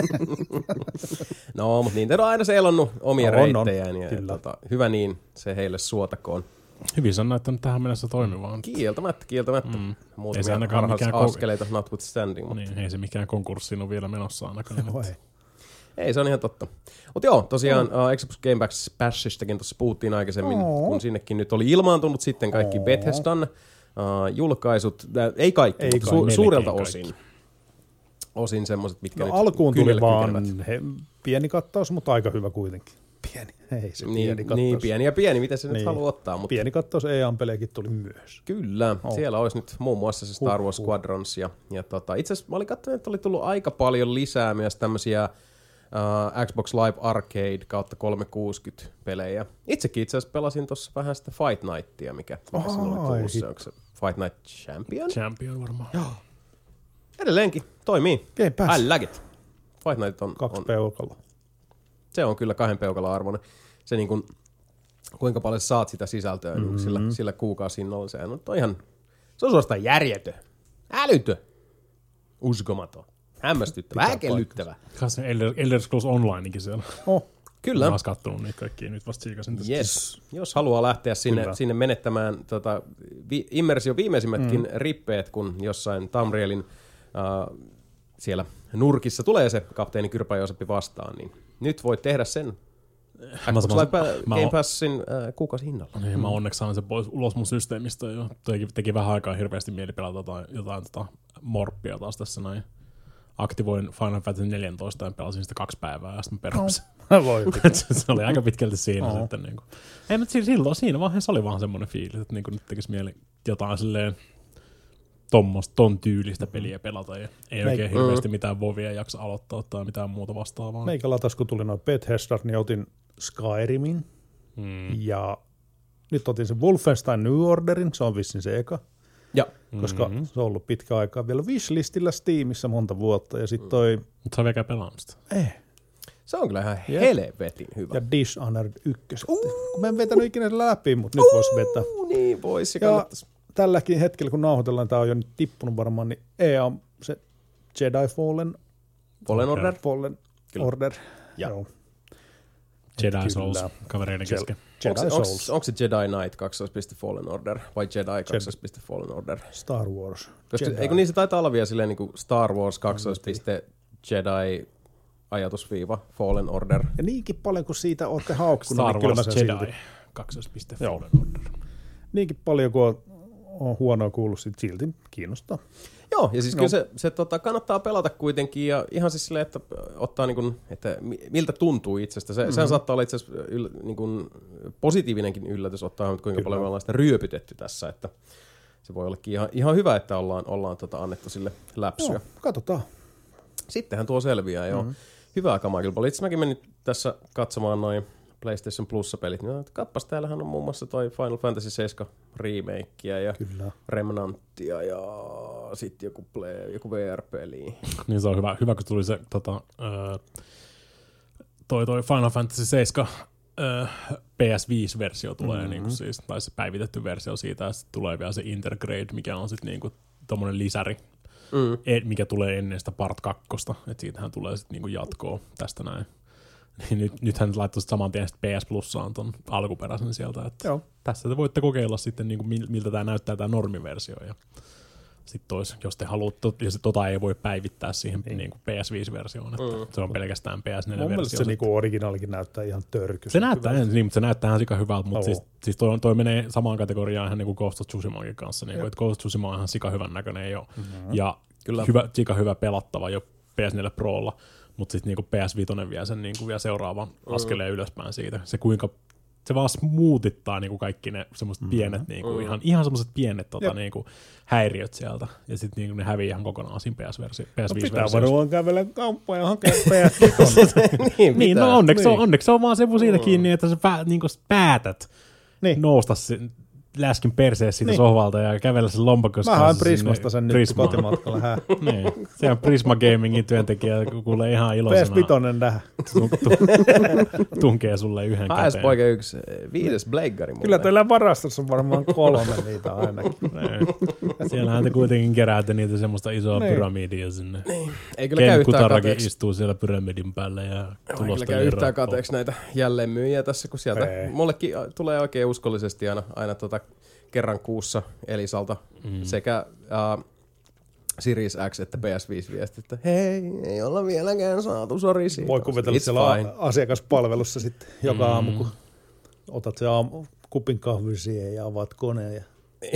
No, mutta Nintendo on aina seilannut omia reittejään. Ja hyvä niin, se heille suotakoon. Hyvin se on näyttänyt tähän mennessä toimivaan. Kieltämättä. Muutamia askeleita notwithstanding. Niin, ei se mikään konkurssiin ole vielä menossa ainakaan. Ei, se on ihan totta. Mutta joo, tosiaan Xbox Game Passistakin tuossa puhuttiin aikaisemmin, kun sinnekin nyt oli ilmaantunut sitten kaikki Bethesdan julkaisut. Ei kaikki, mutta suurelta osin. Osin semmoiset, mitkä nyt alkuun tuli vaan pieni kattaus, mutta aika hyvä kuitenkin. Pieni, ei se pieni kattaus. Niin, pieni, mitä se nyt haluaa ottaa. Mutta pieni kattaus EA-pelejäkin tuli myös. Kyllä, siellä olisi nyt muun muassa se Star Wars Squadrons. Ja itse asiassa mä olin katsonut, että oli tullut aika paljon lisää myös tämmöisiä Xbox Live Arcade kautta 360 pelejä. Itsekin itse asiassa pelasin tuossa vähän sitä Fight Nightia, mikä sinulle oli tullut. Se onko se Fight Night Champion? Champion varmaan. Joo. Edelleenkin toimii. Game Pass. I like it. Fight Night on 2 peukalla. Se on kyllä 2 peukalon arvoinen. Se niin kuin, kuinka paljon saat sitä sisältöä niin sillä kuukausihinnalla. Se on ihan, se on suorastaan järjetön. Älytön. Uskomaton. Hämmästyttävä. Häkellyttävä. Se Elder Scrolls Onlinekin siellä. Kyllä. Mä oon kattonut niitä kaikkia, nyt vasta siikasin tästä. Yes. Jos haluaa lähteä sinne menettämään viimeisimmätkin rippeet, kun jossain Tamrielin siellä nurkissa tulee se kapteeni Kyrpä Jooseppi vastaan, niin nyt voit tehdä sen Xbox Live Game Passin kuukausihinnalla. Niin, mä onneksi saan sen pois ulos mun systeemistä jo. Teki vähän aikaa hirveästi mieli pelata jotain morppia taas tässä näin. Aktivoin Final Fantasy 14 ja pelasin sitä 2 päivää ja sitten perusin. Se oli aika pitkälti siinä sitten. Niin kuin. Ei, mutta silloin siinä vaiheessa oli vaan semmoinen fiilis, että niin kuin nyt tekisi mieli jotain silleen ton tyylistä peliä pelata. Ja ei oikein hirveästi mitään Vovia jaksa aloittaa tai mitään muuta vastaavaa. Meikä latas, kun tuli noin Bethesda, niin otin Skyrimin. Ja nyt otin sen Wolfenstein New Orderin, se on vissiin se eka. Ja. Koska se on ollut pitkä aikaa vielä wishlistillä Steamissa monta vuotta. Ja sitten toi... Mutta sä vielä pelannut sitä. Se on kyllä ihan helvetin hyvä. Ja Dishonored 1. Kun mä en vetänyt ikinä läpi, mutta nyt voisi vetää. Niin voisi. Ja tälläkin hetkellä, kun nauhoitellaan, tää on jo nyt tippunut varmaan, niin EA se Jedi Fallen Order. Ja. Joo. Jedi Souls kavereiden kesken. Onko se Jedi Knight 2.Fallen Order vai Jedi 2.Fallen Order? Star Wars. Koska, eikö niin se taitaa olla vielä silleen niin kuin Star Wars 2.Jedi ajatusviiva Fallen Order. Ja niinkin paljon kuin siitä olette haukkunut. Star niin Wars Jedi 2.Fallen Order. Niinkin paljon kuin on huonoa kuullut, silti kiinnostaa. Joo, ja siis kyllä se kannattaa pelata kuitenkin, ja ihan siis silleen, että ottaa niin kuin, että miltä tuntuu itsestä. Sehän saattaa olla itse asiassa niin kuin positiivinenkin yllätys, ottaa kuinka paljon me ollaan sitä ryöpytetty tässä, että se voi ollakin ihan hyvä, että ollaan annettu sille läpsyä. Joo, katsotaan. Sittenhän tuo selviää, joo. Hyvää kamaa kyllä. Itse mäkin menin tässä katsomaan noin PlayStation Plus-pelit, niin kappas, täällähän on muun muassa toi Final Fantasy 7 remakea ja Remnantia ja sitten joku VR-peli. Niin se on hyvä kun tuli se toi Final Fantasy 7 PS5-versio tulee, niin kuin siis, tai se päivitetty versio siitä, ja sitten tulee vielä se Intergrade, mikä on sitten niinku tommonen lisäri, mikä tulee ennen sitä Part 2, että siitähän tulee sitten niinku jatkoa tästä näin. Niin nythän laittoi saman tien PS Plussaan ton alkuperäisen sieltä, että tässä te voitte kokeilla sitten niinku miltä tämä näyttää tämä normiversio, ja sitten jos te haluatte, ja se ei voi päivittää siihen niinku PS5-versioon, että se on pelkästään PS4-versio. Mun mielestä se niinku originaalikin näyttää ihan törkysti. Se näyttää mutta se näyttää ihan sika hyvältä, mutta siis toi menee samaan kategoriaan ihan niinku Ghost of Tsushimankin kanssa, niinku, että Ghost of Tsushima on ihan sika hyvän näköinen jo, ja sika hyvä pelattava jo PS4 Prolla, mutta sitten niinku PS5 vie sen niinku vielä seuraavan askeleen ylöspäin siitä. Se vaan smootittaa niinku kaikki ne semmoiset pienet, niinku, ihan semmoiset pienet niinku, häiriöt sieltä. Ja sitten niinku, ne hävii ihan kokonaan siinä PS5-versiossa. Pitää varmaan kävellä kauppaan ja hakea PS5. Niin, no onneksi on vaan se siitä kiinni, että sä niinku päätät nousta läskin perseessä siitä sohvalta ja kävellä sen lompakossa. Mä haen Prismasta sen nyt kotimatkalla. Niin. Se on Prisma Gamingin työntekijä, kuulee ihan iloisena. PS5 tähän. Tunkee sulle yhden käteen. PS-poika 1, 5. Bleiggari mulle. Kyllä teillä varastossa on varmaan 3 niitä ainakin. Siellähän te kuitenkin keräätte niitä semmoista isoa pyramidia sinne. Niin. Ei kyllä käy yhtään kateeksi. Istuu siellä pyramidin päällä ja tulosta. Ei kyllä käy yhtään kateeksi näitä jälleenmyyjiä tässä, kun sieltä mullekin tulee oikein uskollisesti aina kerran kuussa Elisalta sekä Series X että PS5 viesti, että hei, ei olla vieläkään saatu, sori siitä. Voi kuvitella siellä asiakaspalvelussa sitten joka aamu, kun otat se kupin kahvin siihen ja avaat koneen ja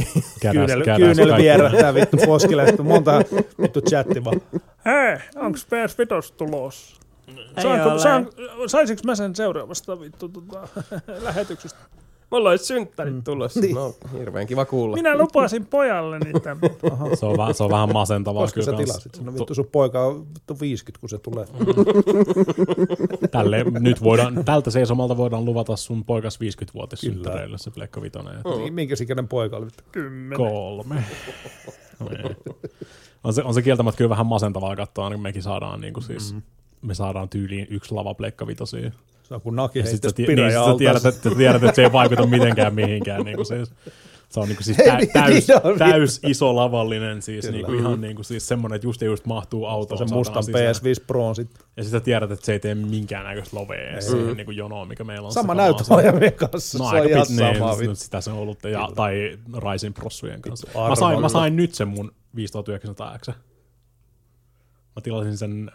kyynel vierähtää vittu poskille, sitten monta vittu chatti vaan. Hei, onks PS5 tulossa? Saisinko mä sen seuraavasta vittu lähetyksestä? Mulla olisi synttärit tulossa. Niin. No, hirveän kiva kuulla. Minä lupasin pojalleni tämän. Se on vähän masentavaa. Koska sä tilasit sen? No vittu sun poika on vittu 50, kun se tulee. Tältä seisomalta voidaan luvata sun poikas 50-vuotissynttäreille se Pleikka Vitoinen. Minkä ikäinen poika oli? 10. 3. On se kieltämättä kyllä vähän masentavaa katsoa, aina kun mekin saadaan niin kuin siis, me saadaan tyyliin 1 lava Pleikka Vitosia. Se on kun Naki heittäisi piraja alta. Tiedät, että se ei vaikuta mitenkään mihinkään. Niin siis, se on niin siis täys iso lavallinen, siis, niin ihan niin siis semmoinen, että just mahtuu autoon. Se mustan PS5 Pro sitten. Ja sitten tiedät, että se ei tee minkäännäköistä lovea siihen niin jonoon, mikä meillä on. Sama näytölaja meidän kanssa, no, se on ihan sama. Sitä se on ollut, tai Ryzen prossujen kanssa. Mä sain nyt sen mun 5900X. Mä tilasin sen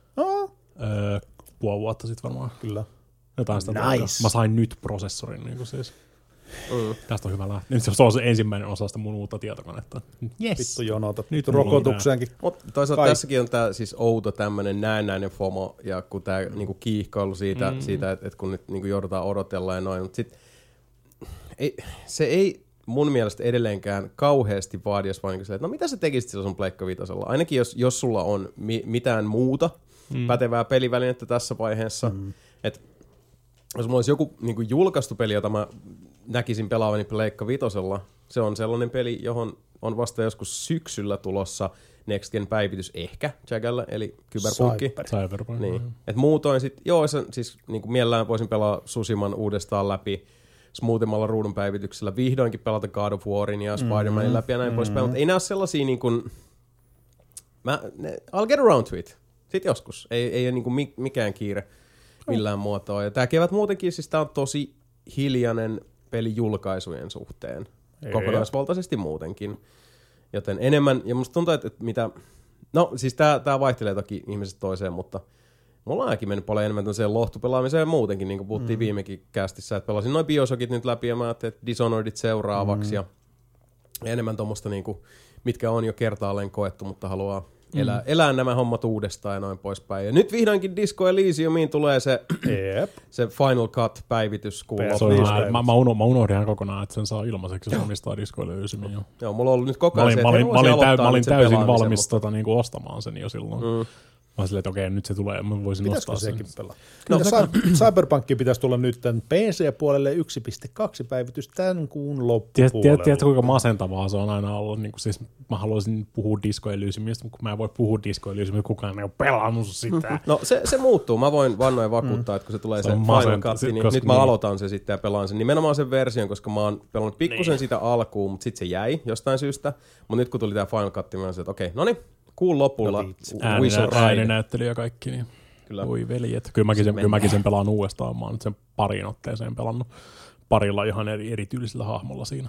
puoli vuotta sitten varmaan. Kyllä. Jotain sitä Nice. Mä sain nyt prosessorin niin siis. Tästä on hyvä lähteä. Nyt se on se ensimmäinen osa sitä mun uutta tietokonetta. Yes. Vittu jonotat. Nyt rokotukseenkin. Mutta toisaalta tässäkin on tää siis outo tämmönen näennäinen FOMO, ja kun tää niinku kiihkailu siitä että kun nyt niinku joudutaan odotella ja noin, mutta sit se ei mun mielestä edelleenkään kauheasti vaadi, jos vaan että no mitä sä tekisit sillä sun Pleikka Vitosella? Ainakin jos sulla on mitään muuta pätevää pelivälinettä tässä vaiheessa, että jos mulla olisi joku niinku julkaistu peli, jota mä näkisin pelaavani Pleikka Vitosella, se on sellainen peli, johon on vasta joskus syksyllä tulossa Next Gen päivitys ehkä Jagalla, eli Cyberpunkki. Cyberpunk. Niin. Et muutoin sit, siis niinku mielellään voisin pelaa Tsushiman uudestaan läpi smoothemmalla ruudun päivityksellä, vihdoinkin pelata God of Warin ja Spider-Manin läpi ja näin poispäin, mutta ei nää ole sellaisia niinku, I'll get around to it. Sitten joskus. Ei ole niinku mikään kiire millään muotoa. Ja tää kevät muutenkin, siis tää on tosi hiljainen peli julkaisujen suhteen. Kokonaisvaltaisesti muutenkin. Joten enemmän, ja musta tuntuu, että mitä, no siis tää vaihtelee toki ihmisestä toiseen, mutta mulla on ainakin mennyt paljon enemmän tämmöiseen lohtupelaamiseen muutenkin, niin kuin puhuttiin viimekin kästissä, että pelasin noin Bioshockit nyt läpi ja mä ajattelin, että Dishonoredit seuraavaksi ja enemmän tommoista niinku, mitkä on jo kertaalleen koettu, mutta haluaa elää nämä hommat uudestaan ja noin poispäin. Ja nyt vihdoinkin Disco Elysiumiin tulee se Final Cut-päivitys. Mä unohdin ihan kokonaan, että sen saa ilmaiseksi, jos omistaa Disco Elysiumin. Joo, mulla on ollut nyt koko ajan mä olin täysin valmis niinku ostamaan sen jo silloin. Mä silleen, että okei, nyt se tulee, mä voisin nostaa sen. Pitäisikö sekin pelaa? No, Cyberpunkki pitäisi tulla nyt tämän PC-puolelle 1.2 päivitys tämän kuun loppupuolella. Tiedätkö, kuinka masentavaa se on aina ollut? Niin siis mä haluaisin puhua Disco Elysiumista, mutta kun mä en voi puhua Disco Elysiumista, kukaan ei ole pelannut sitä. No se muuttuu. Mä voin vannoin vakuuttaa, että kun se tulee se Final Cut, niin nyt mä aloitan sen sitten ja pelaan sen nimenomaan sen version, koska mä oon pelannut pikkusen sitä alkuun, mutta sitten se jäi jostain syystä. Mutta nyt kun tuli tää Final Cut, mä sanoin, että okei, noniin. Kuun lopulla. Ääninäyttely ja kaikki. Niin. Kyllä. Voi veljet. Kyllä mäkin sen pelaan uudestaan. Mä oon nyt sen pariin otteeseen pelannut. Parilla ihan erityylisellä hahmolla siinä.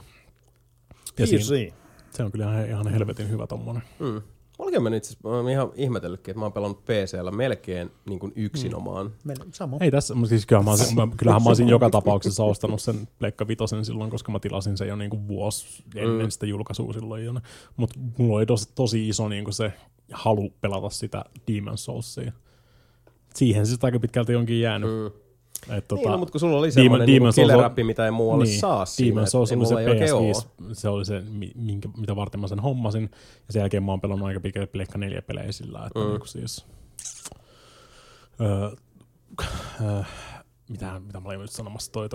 Ja se on kyllä ihan helvetin hyvä tommonen. Olikoin mä nyt ihan ihmetellytkin, että mä oon pelannut PC:llä melkein niin kuin yksinomaan. Sama. Ei tässä, siis kyllähän mä olisin joka tapauksessa ostanut sen Pleikka Vitosen silloin, koska mä tilasin sen jo niin kuin vuosi ennen sitä julkaisua silloin. Mutta mulla oli tosi iso niin kuin se halu pelata sitä Demon's Soulsia. Siihen se aika pitkälti onkin jäänyt. Niin, mutta kun sulla oli semmoinen niin killer-appi, mitä ei muualle saa siinä. Demon's Souls oli se PS5, se oli se, mitä varten mä sen hommasin. Ja sen jälkeen mä oon pelannut aika pitkälti Pleikka 4 pelejä sillä, että niinku siis... mitä mä olin nyt sanomassa? Toi.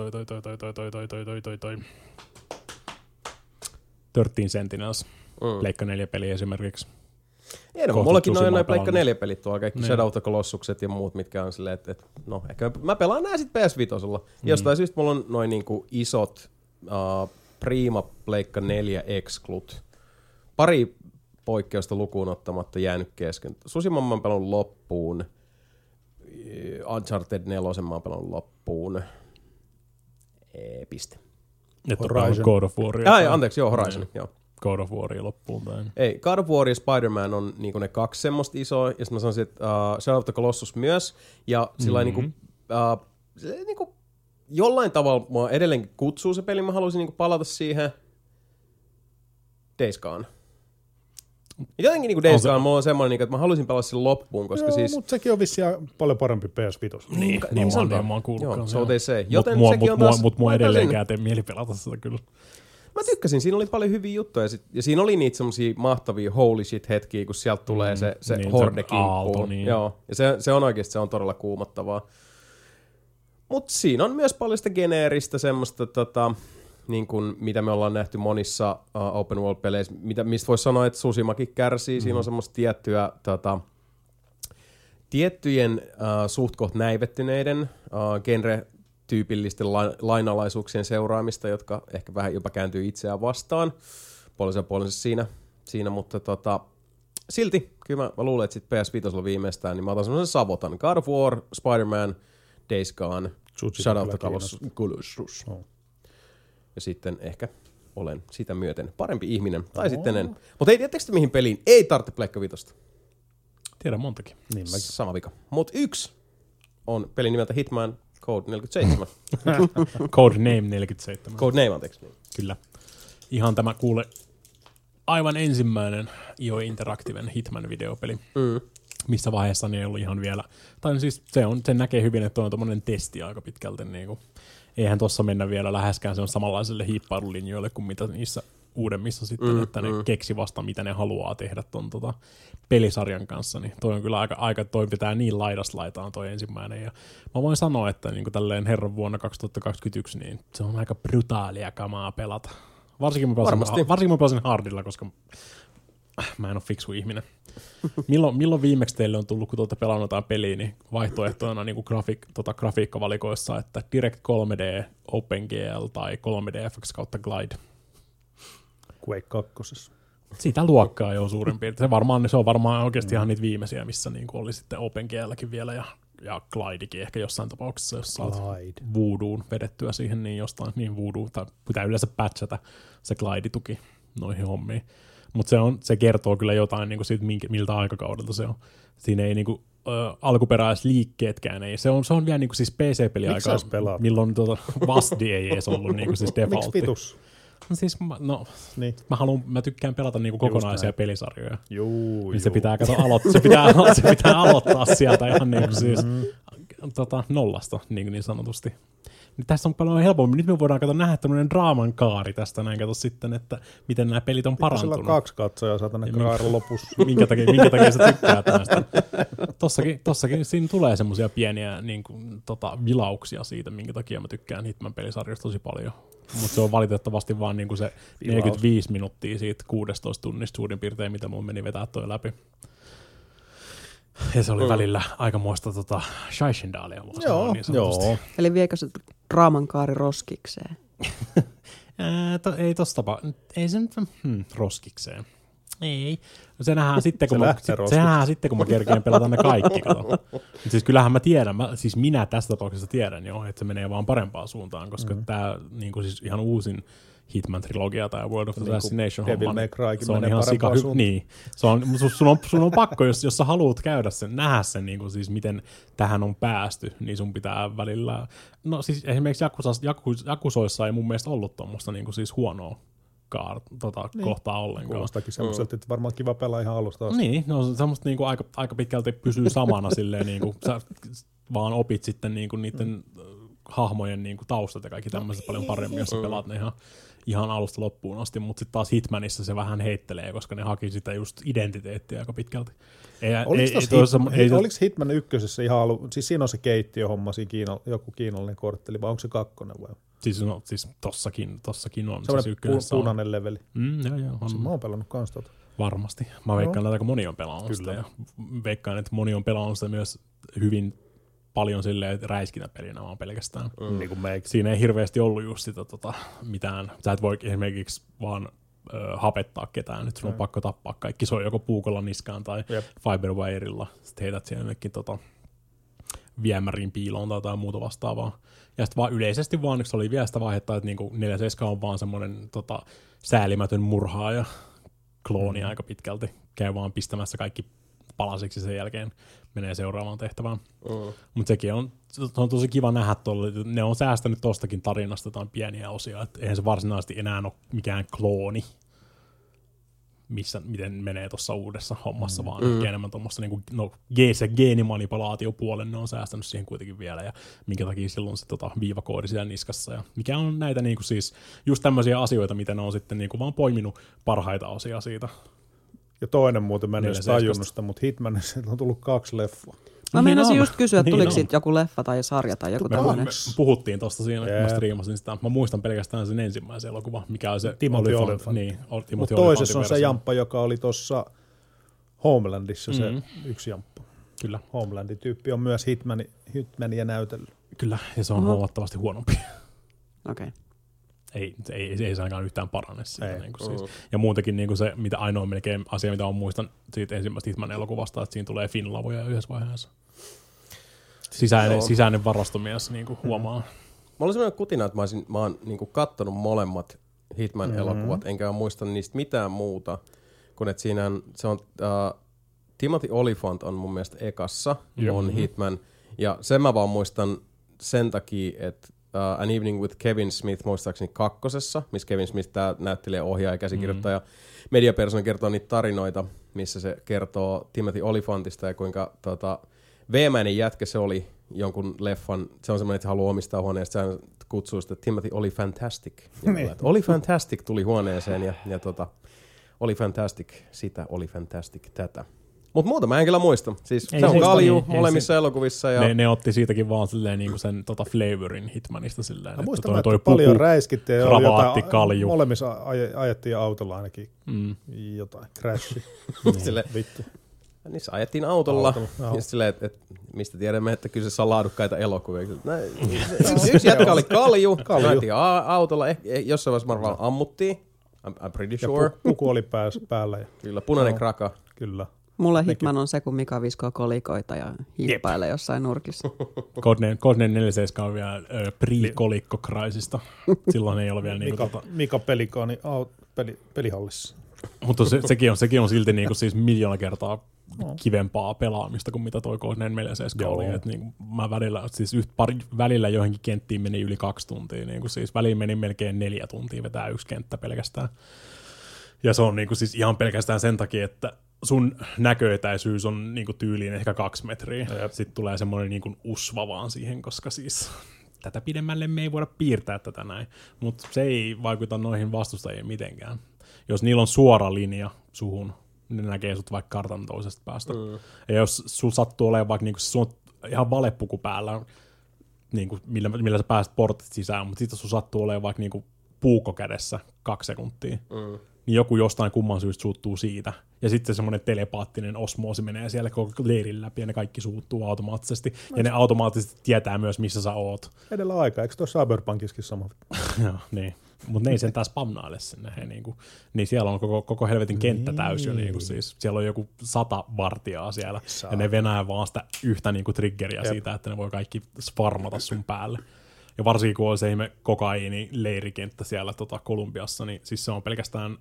13 Sentinels, Pleikka 4 peli esimerkiksi. Ei, no, mullakin noin Pleikka 4 pelit tuolla, kaikki Shadow of the Colossuset ja muut, mitkä on silleen, että no ehkä mä pelaan nää sit PS5:lla. Jostain syystä mulla on noin niinku isot Prima Pleikka 4 Exclut. Pari poikkeusta lukuun ottamatta jäänyt kesken. Tsushiman mä oon pelannut loppuun. Uncharted 4 mä oon pelannut loppuun. Piste. Horizon. God of War. Anteeksi, Horizon, joo. God of Waria loppuun. Tai... Ei, God of War ja Spider-Man on niinku ne kaksi semmoista isoa, ja sitten mä sanoisin, että Shadow of the Colossus myös, ja sillä niinku jollain tavalla mua edelleenkin kutsuu se peli, mä haluaisin niinku palata siihen Days Gone. Jotenkin niinku Days Gone mulla on semmoinen, että mä haluaisin palata sen loppuun, koska joo, siis... mutta sekin on vissiin paljon parempi PS5. Niin mä oon kuullutkaan. So they say. Joten sekin on taas... Mutta mua edelleenkään tee mieli pelata sitä kyllä. Mä tykkäsin, siinä oli paljon hyviä juttuja ja siinä oli niitä semmosia mahtavia holy shit hetkiä, kun sieltä tulee se niin, horde-kimppu. Niin. Joo, ja se on oikeasti se on todella kuumottavaa. Mut siinä on myös paljon sitä geneeristä semmoista, niin kuin, mitä me ollaan nähty monissa open world-peleissä, mistä voisi sanoa, että Tsushimakin kärsii. Siinä on semmoista tiettyjen suht koht näivettyneiden genre-tyypillisten lainalaisuuksien seuraamista, jotka ehkä vähän jopa kääntyy itseään vastaan. Puolensa siinä, mutta silti, kyllä mä luulen, että sitten PS5 viimeistään, niin mä otan semmoisen savotan. God of War, Spider-Man, Days Gone, Shadow of the Colossus. Ja sitten ehkä olen sitä myöten parempi ihminen. Tai sitten en. Mutta ei tiedättekö mihin peliin ei tarvitse Pleikka Vitosta? Tiedän montakin. Niin sama vika. Mut yksi on peli nimeltä Hitman Code 47. Code Name 47. Code Name, anteeksi. Kyllä. Ihan tämä kuule aivan ensimmäinen IO Interactiven Hitman-videopeli. Missä vaiheessa ne ei ollut ihan vielä, tai siis se näkee hyvin, että on tommonen testi aika pitkälti. Niinku. Eihän tossa mennä vielä läheskään se on samanlaiselle hiippailulinjoille kuin mitä niissä uudemmissa sitten, että ne keksi vasta, mitä ne haluaa tehdä ton pelisarjan kanssa, niin toi on kyllä aika toi pitää niin laidasta laitaan toi ensimmäinen, ja mä voin sanoa, että niin kuin tälleen herran vuonna 2021, niin se on aika brutaalia kamaa pelata. Varsinkin mä pelasin hardilla, koska mä en ole fiksu ihminen. Milloin viimeksi teille on tullut, kun tuolta pelannut jotain peliä, niin vaihtoehtoina niin grafiikkavalikoissa, että Direct 3D, OpenGL tai 3D-FX kautta Glide? Quake 2. Sitä luokkaa jo suurin piirtein. Se on varmaan oikeasti ihan niitä viimeisiä, missä niin oli sitten OpenGLkin vielä ja Glidekin ehkä jossain tapauksessa, jos saat Voodoo'n vedettyä siihen, niin jostain niin Voodoo, tai pitää yleensä patchata se Glide-tuki noihin hommiin. Mutta se kertoo kyllä jotain niinku siitä, miltä aikakaudelta se on. Siinä ei niinku, alkuperäisliikkeetkään ei. Se on vielä niinku siis PC-peliaikaa, milloin Vasti ei edes ollut niinku siis defaultti. Miksi vitus? No siis niin. Mä tykkään pelata niinku kokonaisia pelisarjoja. Juu. Se pitää se pitää aloittaa sieltä ihan niinku siis nollasta niin sanotusti. Niin tässä on paljon helpommin. Nyt me voidaan nähdä tämmöinen draaman kaari tästä näin sitten, että miten nämä pelit on parantunut. Sillä on 2 katsojaa, saatana kaari lopussa. Minkä takia sä tykkää tästä? Tossakin siinä tulee semmoisia pieniä niin kuin, vilauksia siitä, minkä takia mä tykkään Hitman-pelisarjasta tosi paljon. Mutta se on valitettavasti vaan niin kuin se 45 minuuttia siitä 16 tunnista suurin piirtein, mitä mun meni vetää toi läpi. Ja se oli välillä aikamoista Scheichendaalia. Joo. Eli viekö se draaman kaari roskikseen? Ei tossa tapa. Ei se nyt roskikseen. Ei. Se nähdään sitten, kun mä kerkeen pelata ne kaikki. Siis kyllähän mä tiedän, minä tässä tapauksessa tiedän jo, että se menee vaan parempaan suuntaan, koska tää niin siis ihan uusin Hitman-trilogia tai World of Assassination homma, se on ihan sika niin. Sun on pakko, jos sä haluat käydä sen, nähdä sen, niin kuin siis miten tähän on päästy, niin sun pitää välillä, no siis esimerkiksi Jakusoissa ei mun mielestä ollut tommoista niin kuin siis huonoa kohtaa ollenkaan. Kuulostakin semmoiselta, että varmaan kiva pelaa ihan alusta asti. Niin, no semmoista niinku aika pitkälti pysyy samana silleen, niinku, sä vaan opit sitten niinku niiden hahmojen niinku taustat ja kaikki tämmöiset paljon paremmin, jos sä pelaat ne ihan alusta loppuun asti, mutta sitten taas Hitmanissa se vähän heittelee, koska ne haki sitä just identiteettiä aika pitkälti. Oliko Hitman ykkösessä ihan siis siinä on se keittiöhomma, siinä joku kiinalainen kortteli, vai onko se 2 vai? Siis tossakin on. Sellainen punainen leveli. Joo. Mä oon pelannut kans tota. Varmasti. Mä veikkaan, että aika moni on pelannut sitä. Ja veikkaan, että moni on pelannut sitä myös hyvin paljon silleen, että räiskintäpelinä vaan pelkästään. Niin kuin meikin. Siinä ei hirveästi ollut just sitä mitään. Sä et voi esimerkiksi vaan hapettaa ketään. Nyt sun on pakko tappaa kaikki. Se on joko puukolla niskaan tai fiberwirella. Sitten heität siihen jonnekin viemärin piiloon tai jotain muuta vastaavaa. Ja sitten vaan yleisesti vaan, se oli vielä sitä vaihetta, että niinku 47 on vaan semmoinen säälimätön murhaaja klooni aika pitkälti. Käy vaan pistämässä kaikki palasiksi sen jälkeen menee seuraavaan tehtävään. Mutta sekin on tosi kiva nähdä tuolla. Ne on säästänyt tostakin tarinasta jotain pieniä osia. Et eihän se varsinaisesti enää ole mikään klooni, miten menee tuossa uudessa hommassa, vaan enemmän tuommoista niinku, geenimanipulaatiopuolen ne on säästänyt siihen kuitenkin vielä, ja minkä takia silloin se viivakoodi siellä niskassa, ja mikä on näitä niinku siis just tämmöisiä asioita, mitä ne on sitten niinku vaan poiminut parhaita osia siitä. Ja toinen muuten mä en edes tajunnut sitä, mutta Hitmanissa on tullut 2 leffaa. Mä meinasin just kysyä, että tuliko siitä joku leffa tai sarja tai joku tämmöinen. Me puhuttiin tosta siinä, kun mä striimasin sitä. Mä muistan pelkästään sen ensimmäisen elokuvan, mikä on se Timothy Olyphant. Niin, mutta toisessa on se jamppa, joka oli tuossa Homelandissa, se yksi jamppa. Kyllä. Homelandin tyyppi on myös Hitmania näytellyt. Kyllä, ja se on huomattavasti huonompi. Okei. Ei se ainakaan yhtään parane siitä. Niin siis. Ja muutenkin niin se, mitä ainoa melkein asia, mitä on muistan siitä ensimmäistä Hitman-elokuvasta, että siinä tulee Finlavoja yhdessä vaiheessa. Sisäinen varastomies niin huomaa. Mä olin sellainen kutina, että mä oon niin kattonut molemmat Hitman-elokuvat, enkä muista niistä mitään muuta, kun että siinä se on Timothy Olyphant on mun mielestä ekassa, on Hitman. Ja sen mä vaan muistan sen takia, että An Evening with Kevin Smith muistaakseni kakkosessa, missä Kevin Smith, tää näyttelijä, ohjaaja, käsikirjoittaja, mediapersona kertoo niitä tarinoita, missä se kertoo Timothy Olyphantista ja kuinka veemäinen jätkä se oli jonkun leffan. Se on semmoinen, että se haluaa omistaa huoneesta. Se kutsuu sitä, että Timothy oli fantastic. Oli fantastic tuli huoneeseen ja oli fantastic sitä, oli fantastic tätä. Mutta muuta mä en kyllä muista. Siis se on kalju molemmissa elokuvissa. Ja ne otti siitäkin vaan silleen niinku sen flavorin Hitmanista silleen. Mä muistan, että paljon räiskittiin. Kravaatti, kalju. Molemmissa ajettiin autolla ainakin jotain. Crashi. Vittu. Niissä ajettiin autolla. Ja silleen, että mistä tiedämme, että kyseessä on laadukkaita elokuvia. Yksi jätkä oli kalju. Ajettiin autolla. Jossain vaiheessa varmaan ammuttiin. I'm pretty sure. Ja puku oli päällä. Kyllä, punainen kraka. Kyllä. Mulle Hitman on se, kun Mika viskoo kolikoita ja hiippailee jossain nurkissa. Code 47 on vielä pre-kolikko Crisista. Silloin ei ole vielä Mika Pelikaani pelihallissa. Mutta sekin on silti niinku siis miljoona kertaa kivempaa pelaamista kuin mitä toi Code 47 oli. Et niinku mä välillä johonkin kenttiin meni yli 2 tuntia. Niinku siis väliin meni melkein 4 tuntia vetää yksi kenttä pelkästään. Ja se on niinku siis ihan pelkästään sen takia, että sun näköetäisyys on niinku tyyliin ehkä 2 metriä. Sitten tulee semmoinen niinku usva vaan siihen, koska siis tätä pidemmälle me ei voida piirtää tätä näin. Mutta se ei vaikuta noihin vastustajiin mitenkään. Jos niillä on suora linja suhun, ne näkee sut vaikka kartan toisesta päästä. Ja jos sul sattuu olemaan vaikka niinku, sun on ihan valepuku päällä, niinku, millä sä pääset portit sisään, mutta sitten sun sattuu olemaan vaikka niinku, puukko kädessä 2 sekuntia, niin joku jostain kumman syystä suuttuu siitä. Ja sitten semmoinen telepaattinen osmoosi menee siellä koko leirin läpi ja ne kaikki suuttuu automaattisesti. Ja ne automaattisesti tietää myös, missä sä oot. Edellä aikaa, eikö tuo Cyberpunkiskin sama? Joo, niin. Mutta ne ei sentään spamnaile sinne. Niin siellä on koko helvetin kenttä täysi jo. Siis, siellä on joku 100 vartijaa siellä. Ja ne venää vaan sitä yhtä triggeriä siitä, että ne voi kaikki farmata sun päälle. Ja varsinkin kun on se ihme kokaiini-leirikenttä siellä Kolumbiassa, niin siis se on pelkästään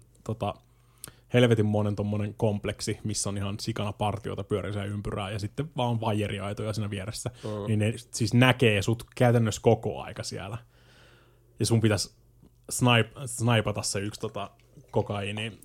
helvetin monen tommonen kompleksi, missä on ihan sikana partioita pyörisää ympyrää ja sitten vaan vaijeriaitoja siinä vieressä. Niin ne siis näkee sut käytännössä koko aika siellä. Ja sun pitäisi snaipata se yksi kokaiini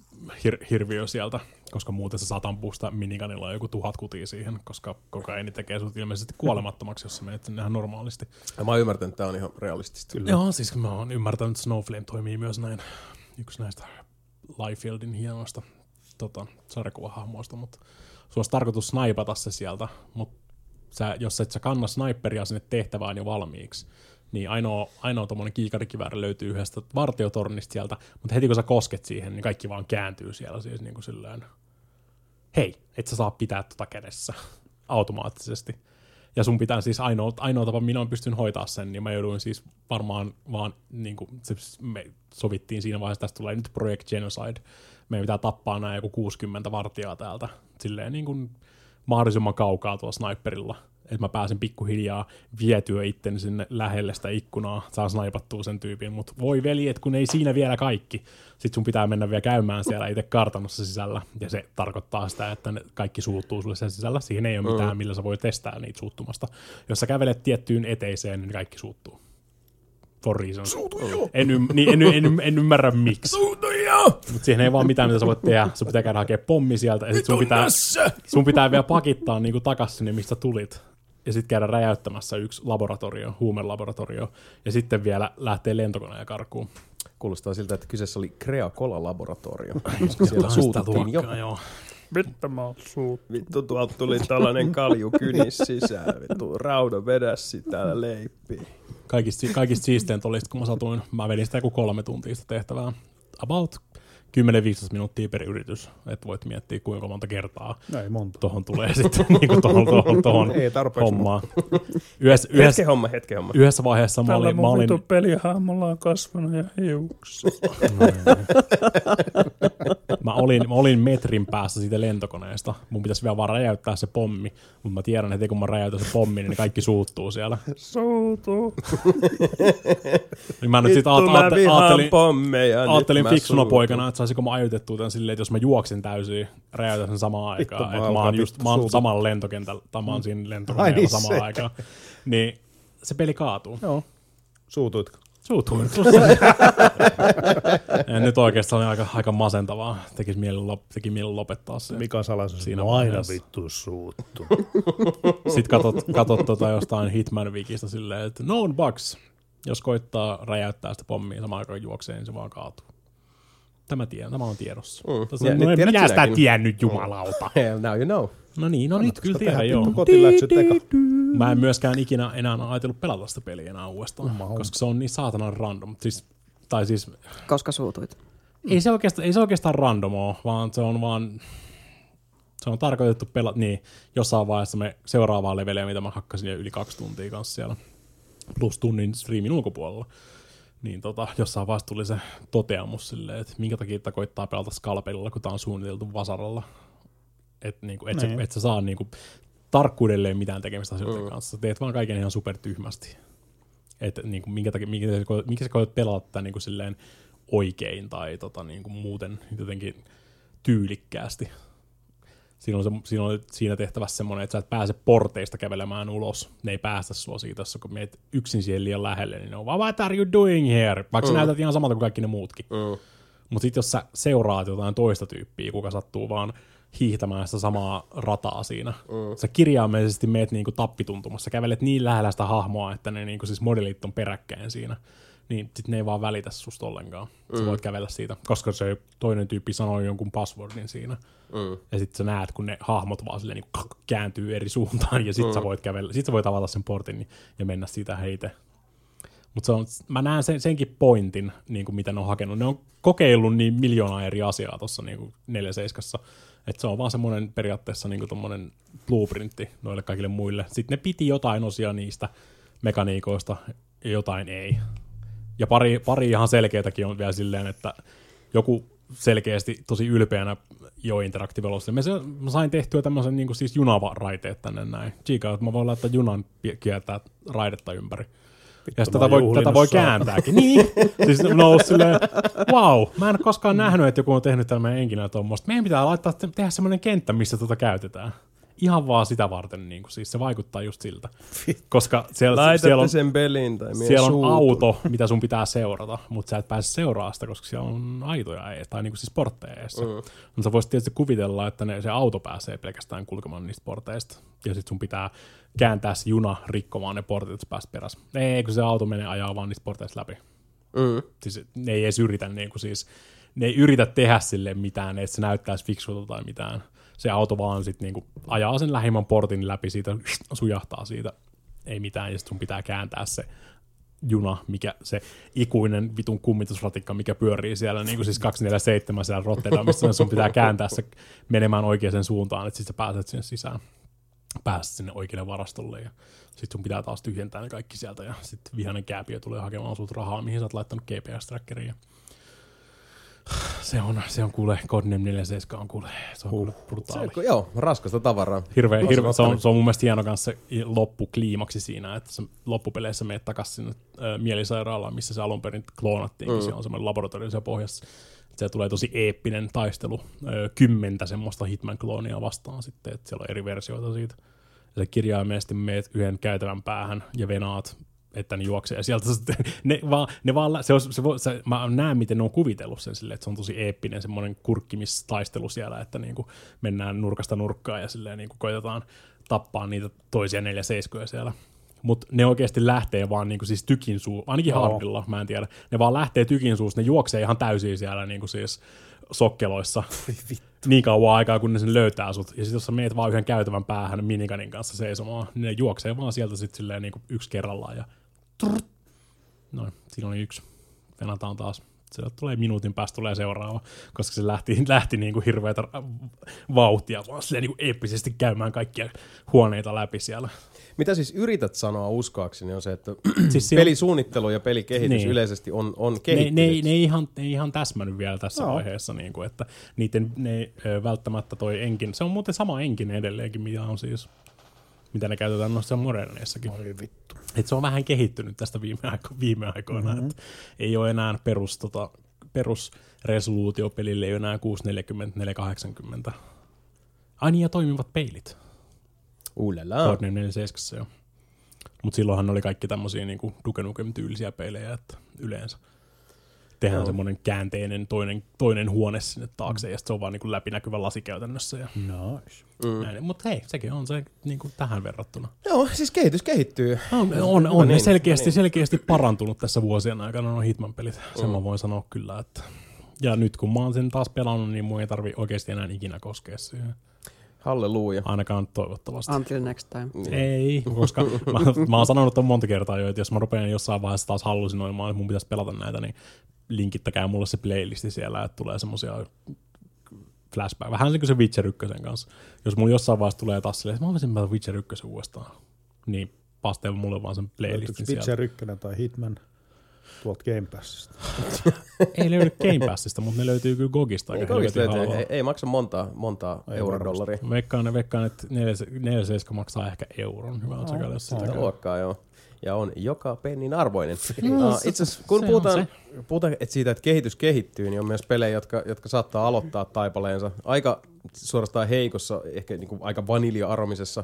hirviö sieltä, koska muuten sä saat ampua sitä miniganilla joku 1000 kutia siihen, koska kokaiini tekee sut ilmeisesti kuolemattomaksi, jos sä menet sinne ihan normaalisti. Ja mä oon ymmärtänyt, että tää on ihan realistista. Kyllä. Joo, siis mä oon ymmärtänyt, että Snowflame toimii myös näin. Yksi näistä Liefeldin hienoista sarjakuvahahmoista, mutta sulla olisi tarkoitus snaipata se sieltä, mutta jos et sä kanna sniperia sinne tehtävään jo valmiiksi, niin ainoa tommonen kiikarikivääri löytyy yhdestä vartiotornista sieltä, mutta heti kun sä kosket siihen, niin kaikki vaan kääntyy siellä siis niin kuin silleen, hei, et sä saa pitää kädessä automaattisesti. Ja sun pitää siis ainoa tapa, minä pystyn hoitaa sen, niin mä jouduin siis varmaan vaan, niin kuin me sovittiin siinä vaiheessa, tästä tulee nyt Project Genocide, meidän pitää tappaa nämä joku 60 vartijaa täältä, silleen niin kuin mahdollisimman kaukaa tuolla sniperilla, että mä pääsen pikkuhiljaa vietyä itteni sinne lähelle sitä ikkunaa, saa snaipattua sen tyypin, mutta voi veljet, kun ei siinä vielä kaikki. Sitten sun pitää mennä vielä käymään siellä itse kartanossa sisällä, ja se tarkoittaa sitä, että ne kaikki suuttuu sulle sen sisällä. Siihen ei ole mitään, millä sä voi testaa niitä suuttumasta. Jos sä kävelet tiettyyn eteiseen, niin kaikki suuttuu. For reasons. En ymmärrä miksi. Mutta siihen ei vaan mitään, mitä sä voit tehdä. Sun pitää käydä hakemaan pommi sieltä, ja sit sun pitää vielä pakittaa niinku takas sinne, mistä tulit. Ja sitten käydä räjäyttämässä yksi huumelaboratorio, ja sitten vielä lähtee lentokoneen karkuun. Kuulostaa siltä, että kyseessä oli Crea-Cola-laboratorio, koska siellä suututtiin jo. Vittu, tuolta tuli tällainen kalju kynis sisään. Vittu, rauda vedässi täällä leippiin. Kaikista siisteintä oli, kun mä vedin sitä joku 3 tuntia sitä tehtävää. About 10-15 minuuttia per yritys, että voit miettiä kuinka monta kertaa tuohon tulee sitten niin tuohon hommaan. Hetken homma. Yhdessä vaiheessa mä olin... Tällä mun vittu pelihahmolla on kasvanut ja hiuksia. Mä olin metrin päässä siitä lentokoneesta. Mun pitäisi vielä vaan räjäyttää se pommi, mutta mä tiedän, että kun mä räjäytän se pommi, niin kaikki suuttuu siellä. Suutuu. Niin mä nyt sit ajattelin fiksuna poikana, että saisiko mä ajoitettua tämän silleen, että jos mä juoksen täysin, räjäytän sen samaan aikaan, että mä oon samalla lentokentällä, tai mä oon siinä lentokoneella samaan aikaan, niin se peli kaatuu. Joo. Suutuitko? Suutuin. Nyt oikeastaan oli aika masentavaa. Teki mieli lopettaa se. Mikä salaisuus? Siinä on aina vittu suuttu. Sitten katot jostain Hitman Wikistä silleen, että known bugs. Jos koittaa räjäyttää sitä pommia samaan aikaan juokseen, niin se vaan kaatuu. Tämä on tiedossa. En minä sitä tiennyt, jumalauta. Now you know. No niin, nyt kyllä tiedän, joo. Kotiläksyt eka. Mä en myöskään ikinä enää ajatellut pelata sitä peliä enää uudestaan, koska se on niin saatanan random. Siis, koska suutuit. Ei se oikeastaan random ole, vaan se on tarkoitettu pelata, niin jossain vaiheessa me seuraavaa leveliä, mitä mä hakkasin jo yli 2 tuntia kanssa siellä, plus tunnin striimin ulkopuolella. Niin jossain vaiheessa tuli se toteamus silleen, että minkä takia koittaa pelata skalpelilla, kun tää on suunniteltu vasaralla. Että niinku, et sä saa niinku tarkkuudelleen mitään tekemistä asioiden kanssa. Sä teet vaan kaiken ihan supertyhmästi. Että niinku, minkä sä koet pelata tätä niinku silleen oikein tai niinku muuten jotenkin tyylikkäästi. Siinä tehtävässä semmoinen, että sä et pääse porteista kävelemään ulos. Ne ei päästä sua siitä, kun meet yksin siihen liian lähelle, niin ne on vaan, what are you doing here? Vaikka sä näytät ihan samalta kuin kaikki ne muutkin. Mutta sitten jos sä seuraat jotain toista tyyppiä, kuka sattuu vaan hiihtämään sitä samaa rataa siinä. Sä kirjaimellisesti meet niinku tappituntumassa. Sä kävelet niin lähellä sitä hahmoa, että ne niinku siis modelit on peräkkäin siinä. Niin sit ne ei vaan välitä susta ollenkaan. Sä voit kävellä siitä, koska se toinen tyyppi sanoo jonkun passwordin siinä. Ja sit sä näet, kun ne hahmot vaan silleen niinku kääntyy eri suuntaan, ja sit sä voit kävellä. Sit sä voit avata sen portin ja mennä siitä heite. Mutta mä näen senkin pointin, niinku mitä ne on hakenut. Ne on kokeillut niin miljoonaa eri asiaa tuossa niinku 4.7. Että se on vaan semmoinen periaatteessa niinku tommonen blueprintti noille kaikille muille. Sitten ne piti jotain osia niistä mekaniikoista ja jotain ei. Ja pari ihan selkeätäkin on vielä silleen, että joku selkeästi tosi ylpeänä jo Interactive Velocity. Mä sain tehtyä tämmöisen niinku siis junavaraiteet tänne näin. Chica, että mä voin laittaa junan kiertää raidetta ympäri. Ja tätä voi kääntääkin. Niin. Siis nousi silleen, wow, mä en ole koskaan nähnyt, että joku on tehnyt tämmöinen enkinä tuommoista. Meidän pitää tehdä semmoinen kenttä, missä käytetään. Ihan vaan sitä varten, niin kuin, siis se vaikuttaa just siltä. Koska siellä on, sen pelin tai siellä on auto, mitä sun pitää seurata, mutta sä et pääse seuraamaan sitä, koska siellä on aitoja tai niin kuin siis portteja eessä. Mutta sä voisit tietysti kuvitella, että se auto pääsee pelkästään kulkemaan niistä porteista. Ja sit sun pitää kääntää se juna rikkomaan ne portit, että sä pääset perässä. Ei, kun se auto menee ajaa vaan niistä porteista läpi. Siis ne ei edes yritä, niin kuin siis, ne ei yritä tehdä sille mitään, että se näyttäisi fiksulta tai mitään. Se auto vaan sit niinku ajaa sen lähimmän portin läpi siitä, sujahtaa siitä, ei mitään, ja sit sun pitää kääntää se juna, mikä se ikuinen vitun kummitusratikka, mikä pyörii siellä niinku siis 247 siellä Rotterdamissa, sun pitää kääntää se menemään oikeaan suuntaan, että sit sä pääset sinne sisään, pääset sinne oikealle varastolle, ja sit sun pitää taas tyhjentää ne kaikki sieltä, ja sit vihainen kääpiö tulee hakemaan sulta rahaa, mihin sä oot laittanut GPS-trackeriin. Se on kuule, Codename 4.7 on kuule, se on kuule brutaali. Joo, raskasta tavaraa. Hirveä, se on mun mielestä hieno kanssa se loppukliimaksi siinä, että loppupeleissä menet takaisin sinne mielisairaalaan, missä se alun perin kloonattiinkin, siellä on semmoinen laboratorio siellä pohjassa. Se tulee tosi eeppinen taistelu, 10 semmoista Hitman-kloonia vastaan sitten, että siellä on eri versioita siitä. Ja se kirjaimellisesti meet yhden käytävän päähän ja venaat, että ne juoksee, ja sieltä mä näen, miten ne on kuvitellut sen silleen, että se on tosi eeppinen semmoinen kurkkimistaistelu siellä, että niinku mennään nurkasta nurkkaan ja silleen niinku koitetaan tappaa niitä toisia 4.7 siellä. Mutta ne oikeasti lähtee vaan niinku siis tykin ainakin hardilla, mä en tiedä, ne vaan lähtee tykin suusta, ne juoksee ihan täysin siellä niinku siis sokkeloissa niin kauan aikaa, kun ne sen löytää sut. Ja sit jos sä meet vaan yhden käytävän päähän minikanin kanssa seisomaan, niin ne juoksee vaan sieltä sit silleen niinku yksi kerrallaan ja noin, siinä oli yksi. Venataan taas. Sieltä tulee minuutin päästä tulee seuraava, koska se lähti niinku hirveätä vauhtia vaan silleen niinku eeppisesti käymään kaikkia huoneita läpi siellä. Mitä siis yrität sanoa uskoakseni on se, että siis pelisuunnittelu ja pelikehitys niin yleisesti on kehittynyt. Ne ei ihan täsmännyt vielä tässä vaiheessa, niin kuin, että ne välttämättä toi engine, se on muuten sama engine edelleenkin, mitä ne käytetään noissa moderneissakin. Et se on vähän kehittynyt tästä viime aikoina, että ei ole enää perus perusresoluutio pelille ei ole enää 640, 480. Ai niin, ja toimivat peilit. Codename 47 jo. Mutta silloinhan oli kaikki tämmöisiä niinku Duke Nukem-tyylisiä peilejä, että yleensä tehdään semmoinen käänteinen toinen huone sinne taakse, ja se on vaan niinku läpinäkyvä lasi käytännössä. Ja Nice. Mutta hei, sekin on se niinku tähän verrattuna. Joo, siis kehitys kehittyy. On ne selkeästi parantunut tässä vuosien aikana nuo Hitman-pelit. Sen mä voin sanoa kyllä, että... Ja nyt kun mä oon sen taas pelannut, niin mun ei tarvi oikeasti enää ikinä koskea siihen. Halleluja. Ainakaan toivottavasti. Until next time. Ei, koska mä oon sanonut ton monta kertaa jo, että jos mä rupean jossain vaiheessa taas hallusinoimaan, että mun pitäisi pelata näitä, niin linkittäkää mulle se playlisti siellä, että tulee semmosia flashback. Vähän niin kuin se Witcher 1 kanssa. Jos mulla jossain vaiheessa tulee taas silleen, että mä voisin pelata Witcher 1 uudestaan, niin pastee mulle vaan sen playlistin sieltä. Witcher 1 tai Hitman tuolta Game Passista. Ei löydy Game Passista, mutta ne löytyy kyllä GOGista. Ei maksa montaa eurodollaria. Veikkaan, että 47 maksaa ehkä euron. Hyvä otsakalle, jos sitä luokkaa, joo. Ja on joka pennin arvoinen. Itse asiassa, kun puhutaan siitä, että kehitys kehittyy, niin on myös pelejä, jotka saattaa aloittaa taipaleensa aika suorastaan heikossa, ehkä niin kuin aika vanilja-aromisessa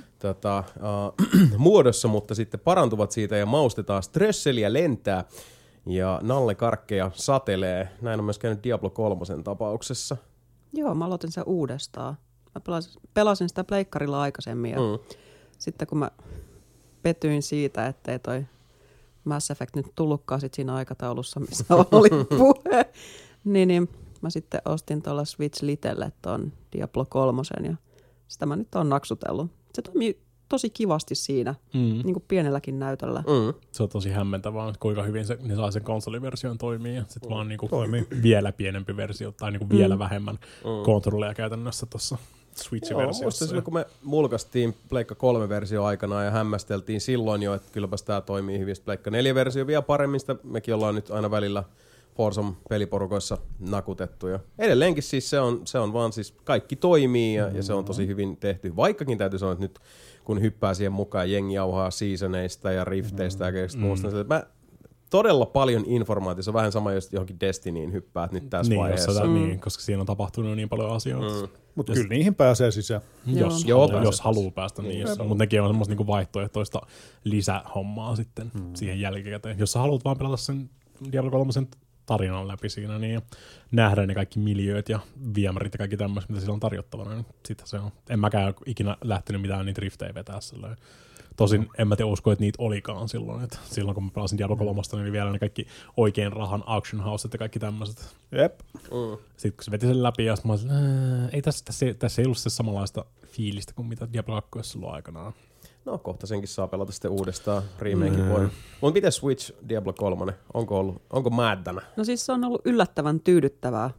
muodossa, mutta sitten parantuvat siitä ja maustetaan. Strösseliä lentää ja nallekarkkeja satelee. Näin on myös käynyt Diablo 3 tapauksessa. Joo, mä aloitin sen uudestaan. Mä pelasin sitä pleikkarilla aikaisemmin ja sitten kun mä petyin siitä, ettei toi Mass Effect nyt tullutkaan sit siinä aikataulussa, missä oli puhe, niin mä sitten ostin tuolla Switch Litelle ton Diablo 3 ja sitä mä nyt oon naksutellut. Se toimii tosi kivasti siinä, niin kuin pienelläkin näytöllä. Se on tosi hämmentävää, kuinka hyvin ne saa sen konsoliversion toimii ja sitten vaan niinku vielä pienempi versio tai niinku vielä vähemmän kontrolleja käytännössä tuossa Switch-versiossa. Muistan silloin, kun me mulkaistiin Pleikka 3-versio aikanaan ja hämmästeltiin silloin jo, että kylläpäs tämä toimii hyvin. Pleikka 4-versio vielä paremmin, sitä mekin ollaan nyt aina välillä Forson peliporukoissa nakutettu. Ja edelleenkin siis se on vaan siis kaikki toimii ja se on tosi hyvin tehty. Vaikkakin täytyy sanoa, että nyt kun hyppää siihen mukaan, jengi jauhaa seasoneista ja rifteistä ja kaikista muusta, mä todella paljon informaatiota. Se on vähän sama, jos johonkin Destinyin hyppäät nyt tässä vaiheessa. Niin, koska siinä on tapahtunut niin paljon asioita. Mutta kyllä niihin pääsee sisään. Jos haluaa päästä niin. Mutta nekin on semmoista niinku vaihtoehtoista lisähommaa sitten siihen jälkikäteen. Jos sä haluat vaan pelata sen Diablo 3 tarinan läpi siinä niin nähdä ne kaikki miljööt ja viemärit ja kaikki tämmöiset, mitä sillä on tarjottavana, niin sitä se on. En mäkään ikinä lähtenyt mitään niitä riftejä vetää sellainen. Tosin en mä usko, että niitä olikaan silloin. Että silloin kun mä pelasin Diablo 3, niin oli vielä ne kaikki oikein rahan auction houset ja kaikki tämmöiset. Jep. Sitten kun se veti sen läpi ja sitten mä olisin, ei tässä ei ollut se samanlaista fiilistä kuin mitä Diablo 2 silloin aikanaan. No kohta senkin saa pelata sitten uudestaan remakein voi. Mutta miten Switch Diablo 3? Onko määddänä? No siis se on ollut yllättävän tyydyttävää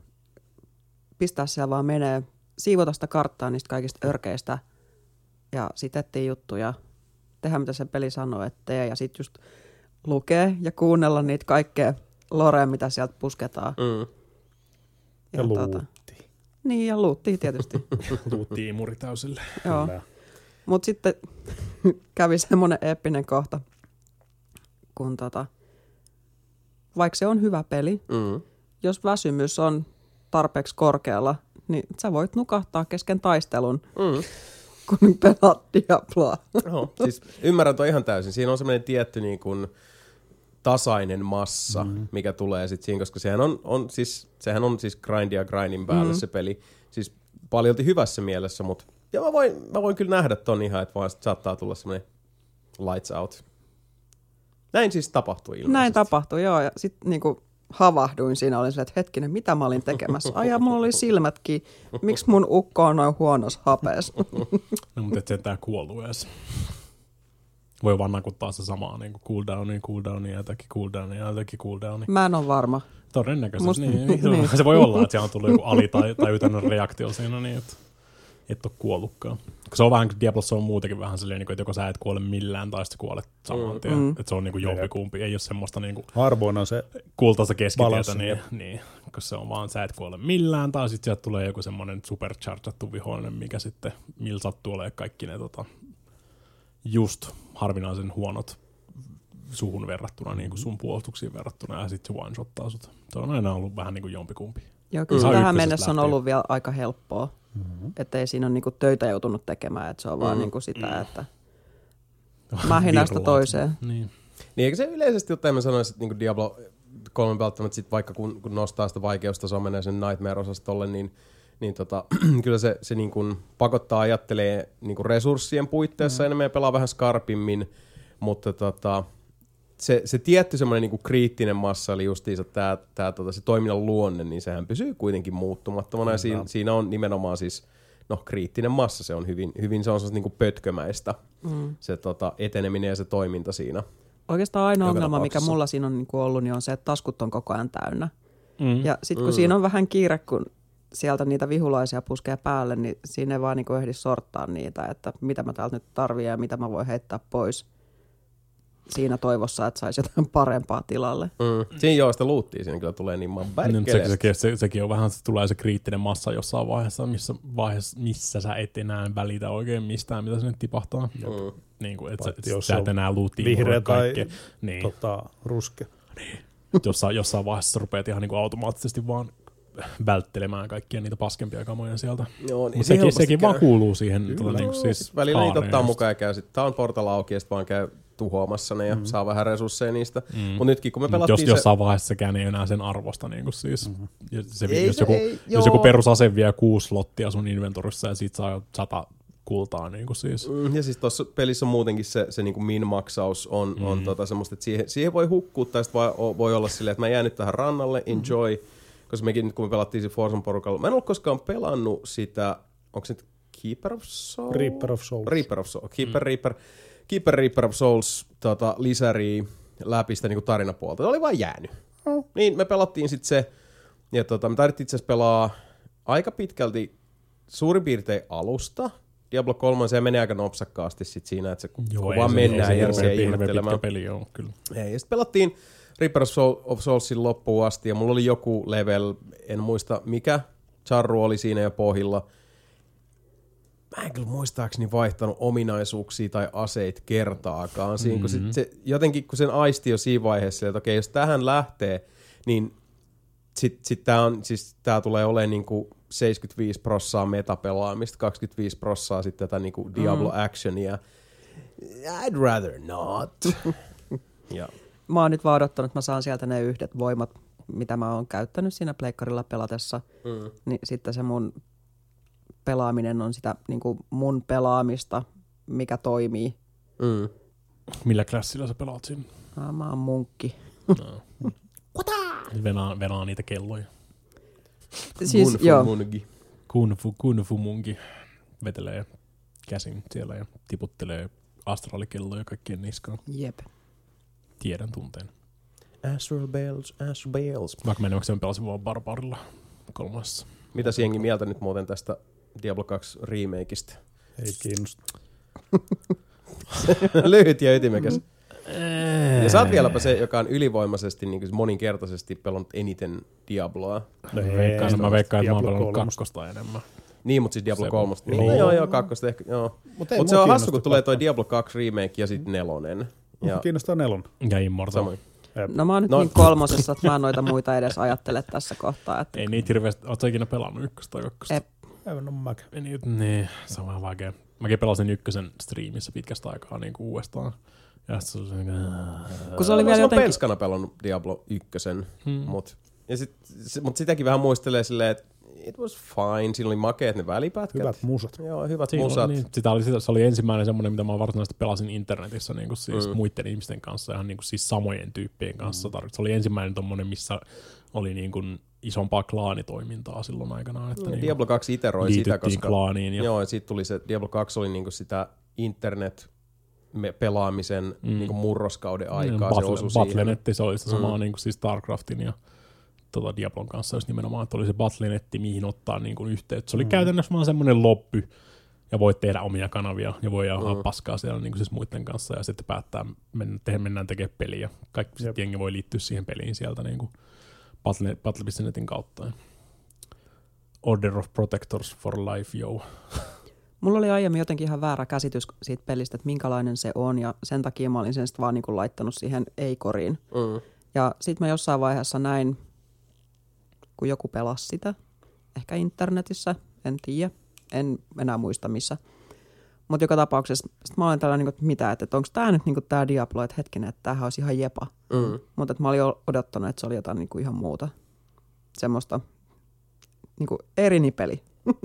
pistää siellä vaan menee, siivota sitä karttaa niistä kaikista örkeistä ja sitten etsiä juttuja, tehdä mitä se peli sanoo, että tee ja sitten just lukee ja kuunnella niitä kaikkea lorea, mitä sieltä pusketaan. Ja luutti. Niin ja luuttiin tietysti. Luutti-imuri täysille. Joo. Mutta sitten kävi semmoinen eeppinen kohta, kun vaikka se on hyvä peli, jos väsymys on tarpeeksi korkealla, niin sä voit nukahtaa kesken taistelun, kun pelaat Diabloa. Siis ymmärrän toi ihan täysin. Siinä on semmoinen tietty niin kuin tasainen massa, mikä tulee sitten siinä, koska sehän on siis grindin päälle se peli. Siis paljolti hyvässä mielessä, mutta ja mä voin kyllä nähdä ton ihan, että vaan saattaa tulla semmoinen lights out. Näin siis tapahtui ilmeisesti. Näin tapahtui, joo. Ja sitten niinku havahduin siinä, olin silleen, että hetkinen, mitä mä olin tekemässä? Ai mulla oli silmätkin. Miksi mun ukko on noin huonossa hapeessa? No, mutta et sentään kuollut edes. Voi vaan nakuttaa se samaa, niin kuin cooldownia, jotakin cooldownia. Mä en ole varma. Todennäköisesti. Niin. Se voi olla, että siellä on tullut joku ali- tai ytäinen reaktio siinä, niin että et ole kuollutkaan. Se on vähän, Diablossa on muutenkin vähän silleen, että joko sä et kuole millään tai sitten kuolet saman tien. Että se on niin kuin jompikumpi, ei ole semmoista niin kuin harvoin on se kultaista keskitietä, niin, koska se on vaan sä et kuole millään tai sitten sieltä tulee joku semmoinen superchargattu vihollinen, mikä sitten millä sattuu olemaan kaikki ne just harvinaisen huonot suhun verrattuna, niin kuin sun puolustuksiin verrattuna, ja sitten se one-shottaa sut. Se on aina ollut vähän niin kuin jompikumpi. Joo, kyllä se tähän mennessä on ollut vielä aika helppoa, että ei siinä ole niin kuin töitä joutunut tekemään, että se on vaan niin kuin sitä, että mähinästä toiseen. Niin, eikö se yleisesti ottaen mä sanoisin, että niin Diablo 3 välttämättä sit vaikka kun nostaa sitä vaikeustasoa, menee sen Nightmare-osastolle, niin kyllä se niin kuin pakottaa ajattelee niin kuin resurssien puitteissa enemmän ja pelaa vähän skarpimmin, mutta se tietty semmoinen niin kuin kriittinen massa, eli justiinsa se toiminnan luonne, niin sehän pysyy kuitenkin muuttumattomana, ja siinä on nimenomaan siis, kriittinen massa, se on hyvin se on niin kuin pötkömäistä, se eteneminen ja se toiminta siinä. Oikeastaan ainoa ongelma, mikä mulla siinä on niin kuin ollut, niin on se, että taskut on koko ajan täynnä. Ja sitten kun siinä on vähän kiire, kun sieltä niitä vihulaisia puskee päälle, niin siinä ei vaan niin ehdi sorttaa niitä, että mitä mä täältä nyt tarvitsen ja mitä mä voin heittää pois siinä toivossa, että saisi jotain parempaa tilalle. Siinä sitä luuttiin, siinä kyllä tulee niin sekin on vähän, että tulee se kriittinen massa jossain vaiheessa, missä sä et enää välitä oikein mistään, mitä se nyt tipahtaa. Niin kuin, että sä et enää luuttiin vihreä tai ruske. Niin. Jossain vaiheessa rupeat ihan niin kuin automaattisesti vaan välttelemään kaikkia niitä paskempia kamoja sieltä. Joo, niin sekin vaan kuuluu siihen. Niin siis välillä niitä ottaa mukaan ja käy sitten. Tää on portalla auki ja sitten vaan käy tuhoamassa ne ja saa vähän resursseja niistä. Mutta nytkin kun me pelattiin jossain vaiheessa sekään ei enää sen arvosta. Niin kuin siis. Jos joku perusase vie 6 slottia sun inventorissa ja siitä saa 100 kultaa. Niin kuin siis. Ja siis tuossa pelissä on muutenkin se niin kuin min-maksaus on semmoista, että siihen voi hukkua tai voi olla silleen, että mä jään nyt tähän rannalle, enjoy. Koska mekin nyt kun me pelattiin se Forsan porukalla, mä en ollut koskaan pelannut sitä, onko se nyt Keeper of Souls? Reaper of Souls. Keeper of Souls lisäriä läpi sitä niinku tarinapuolta. Se oli vaan jäänyt. Niin me pelattiin sitten se, ja me taidettiin itse asiassa pelaa aika pitkälti suurin piirtein alusta. Diablo 3, se menee aika nopsakkaasti sit siinä, että se vaan mennään ja se ihmettelemään. Peli on, kyllä. Ja sitten pelattiin Reaper of Soulsin loppuun asti, ja mulla oli joku level, en muista mikä, charru oli siinä jo pohjilla. Mä en kyllä muistaakseni vaihtanut ominaisuuksia tai aseita kertaakaan. Siinä, kun jotenkin kun sen aisti jo siinä vaiheessa, että okei, jos tähän lähtee, niin sit tää tulee olemaan niinku 75% metapelaamista, 25% sitten tätä niinku Diablo actionia. I'd rather not. Ja mä oon nyt vaan odottanut, että mä saan sieltä ne yhdet voimat, mitä mä oon käyttänyt siinä pleikkarilla pelatessa. Niin sitten se mun pelaaminen on sitä niin kuin mun pelaamista, mikä toimii. Millä klassilla sä pelaat siinä? Mä oon munkki. Venaa niitä kelloja. Siis, Kung fu munki vetelee käsin siellä ja tiputtelee astraalikelloja kaikkien niskaan. Jep. Tiedän tunteen. Astral Bells. Vaikka meneväksi mä pelasin vaan Barbarilla 3. Mitä jengi mieltä nyt muuten tästä Diablo 2 remakeista? Ei kiinnosta. Lyhyt ja ytimekäs. Ja sä oot vieläpä se, joka on ylivoimaisesti niin moninkertaisesti pelannut eniten Diabloa. Mä veikkaan, että mä oon pelannut 2 enemmän. Niin, mutta siis Diablo 3. Niin, joo, 2 ehkä, joo. Mutta se on hassu, kun tulee toi Diablo 2 remake ja sit 4. Ja kiinnostaa 4. Ja Immortal. Samoin. No mä oon nyt niin 3, että mä en noita muita edes ajattele tässä kohtaa. Että ei niitä hirveästi. Ootko ikinä pelannut 1 tai 2? Aivan on mäkä. Niin, se on vähän vaikea. Mäkin pelasin 1 striimissä pitkästä aikaa niin kuin uudestaan. Ja se oli kun se oli vielä jotenkin penskana pelannut Diablo 1, mut sitäkin vähän muistelee silleen, että it was fine, siinä oli makeet ne välipätkät. Hyvät musat. Joo, hyvät musat. Niin, se oli ensimmäinen semmoinen, mitä mä varsinaisesti pelasin internetissä niin kuin siis muiden ihmisten kanssa, ihan niin kuin siis samojen tyyppien kanssa. Se oli ensimmäinen tommonen, missä oli niin kuin isompaa klaanitoimintaa silloin aikanaan. Että niin Diablo 2 iteroi sitä, koska klaaniin. Joo, ja siitä tuli se, Diablo 2 oli niin kuin sitä internet-pelaamisen niin kuin murroskauden aikaa. Battlenetti, se oli sitä samaa niin kuin siis StarCraftin ja Diablon kanssa, jos nimenomaan, että oli se Battlenetti, mihin ottaa niin kuin yhteyttä. Se oli käytännössä vaan semmoinen lobby, ja voit tehdä omia kanavia, ja voi jauhaa paskaa siellä niin kuin siis muiden kanssa, ja sitten päättää, mennään tekemään peliä. Kaikki jengi voi liittyä siihen peliin sieltä niin kuin Battle.netin kautta. Order of Protectors for Life, joo. Mulla oli aiemmin jotenkin ihan väärä käsitys siitä pelistä, että minkälainen se on, ja sen takia mä olin sen sitten vaan niin kuin laittanut siihen ei-koriin. Ja sitten mä jossain vaiheessa näin, kun joku pelasi sitä, ehkä internetissä, en tiedä, en enää muista missä. Mutta joka tapauksessa sit mä olin tällainen, että mitä, että onko tämä nyt niinku tämä Diablo, että hetkinen, että tämähän olisi ihan jepa. Mutta mä olin odottanut, että se oli jotain niinku ihan muuta. Semmoista niinku eri nipeli.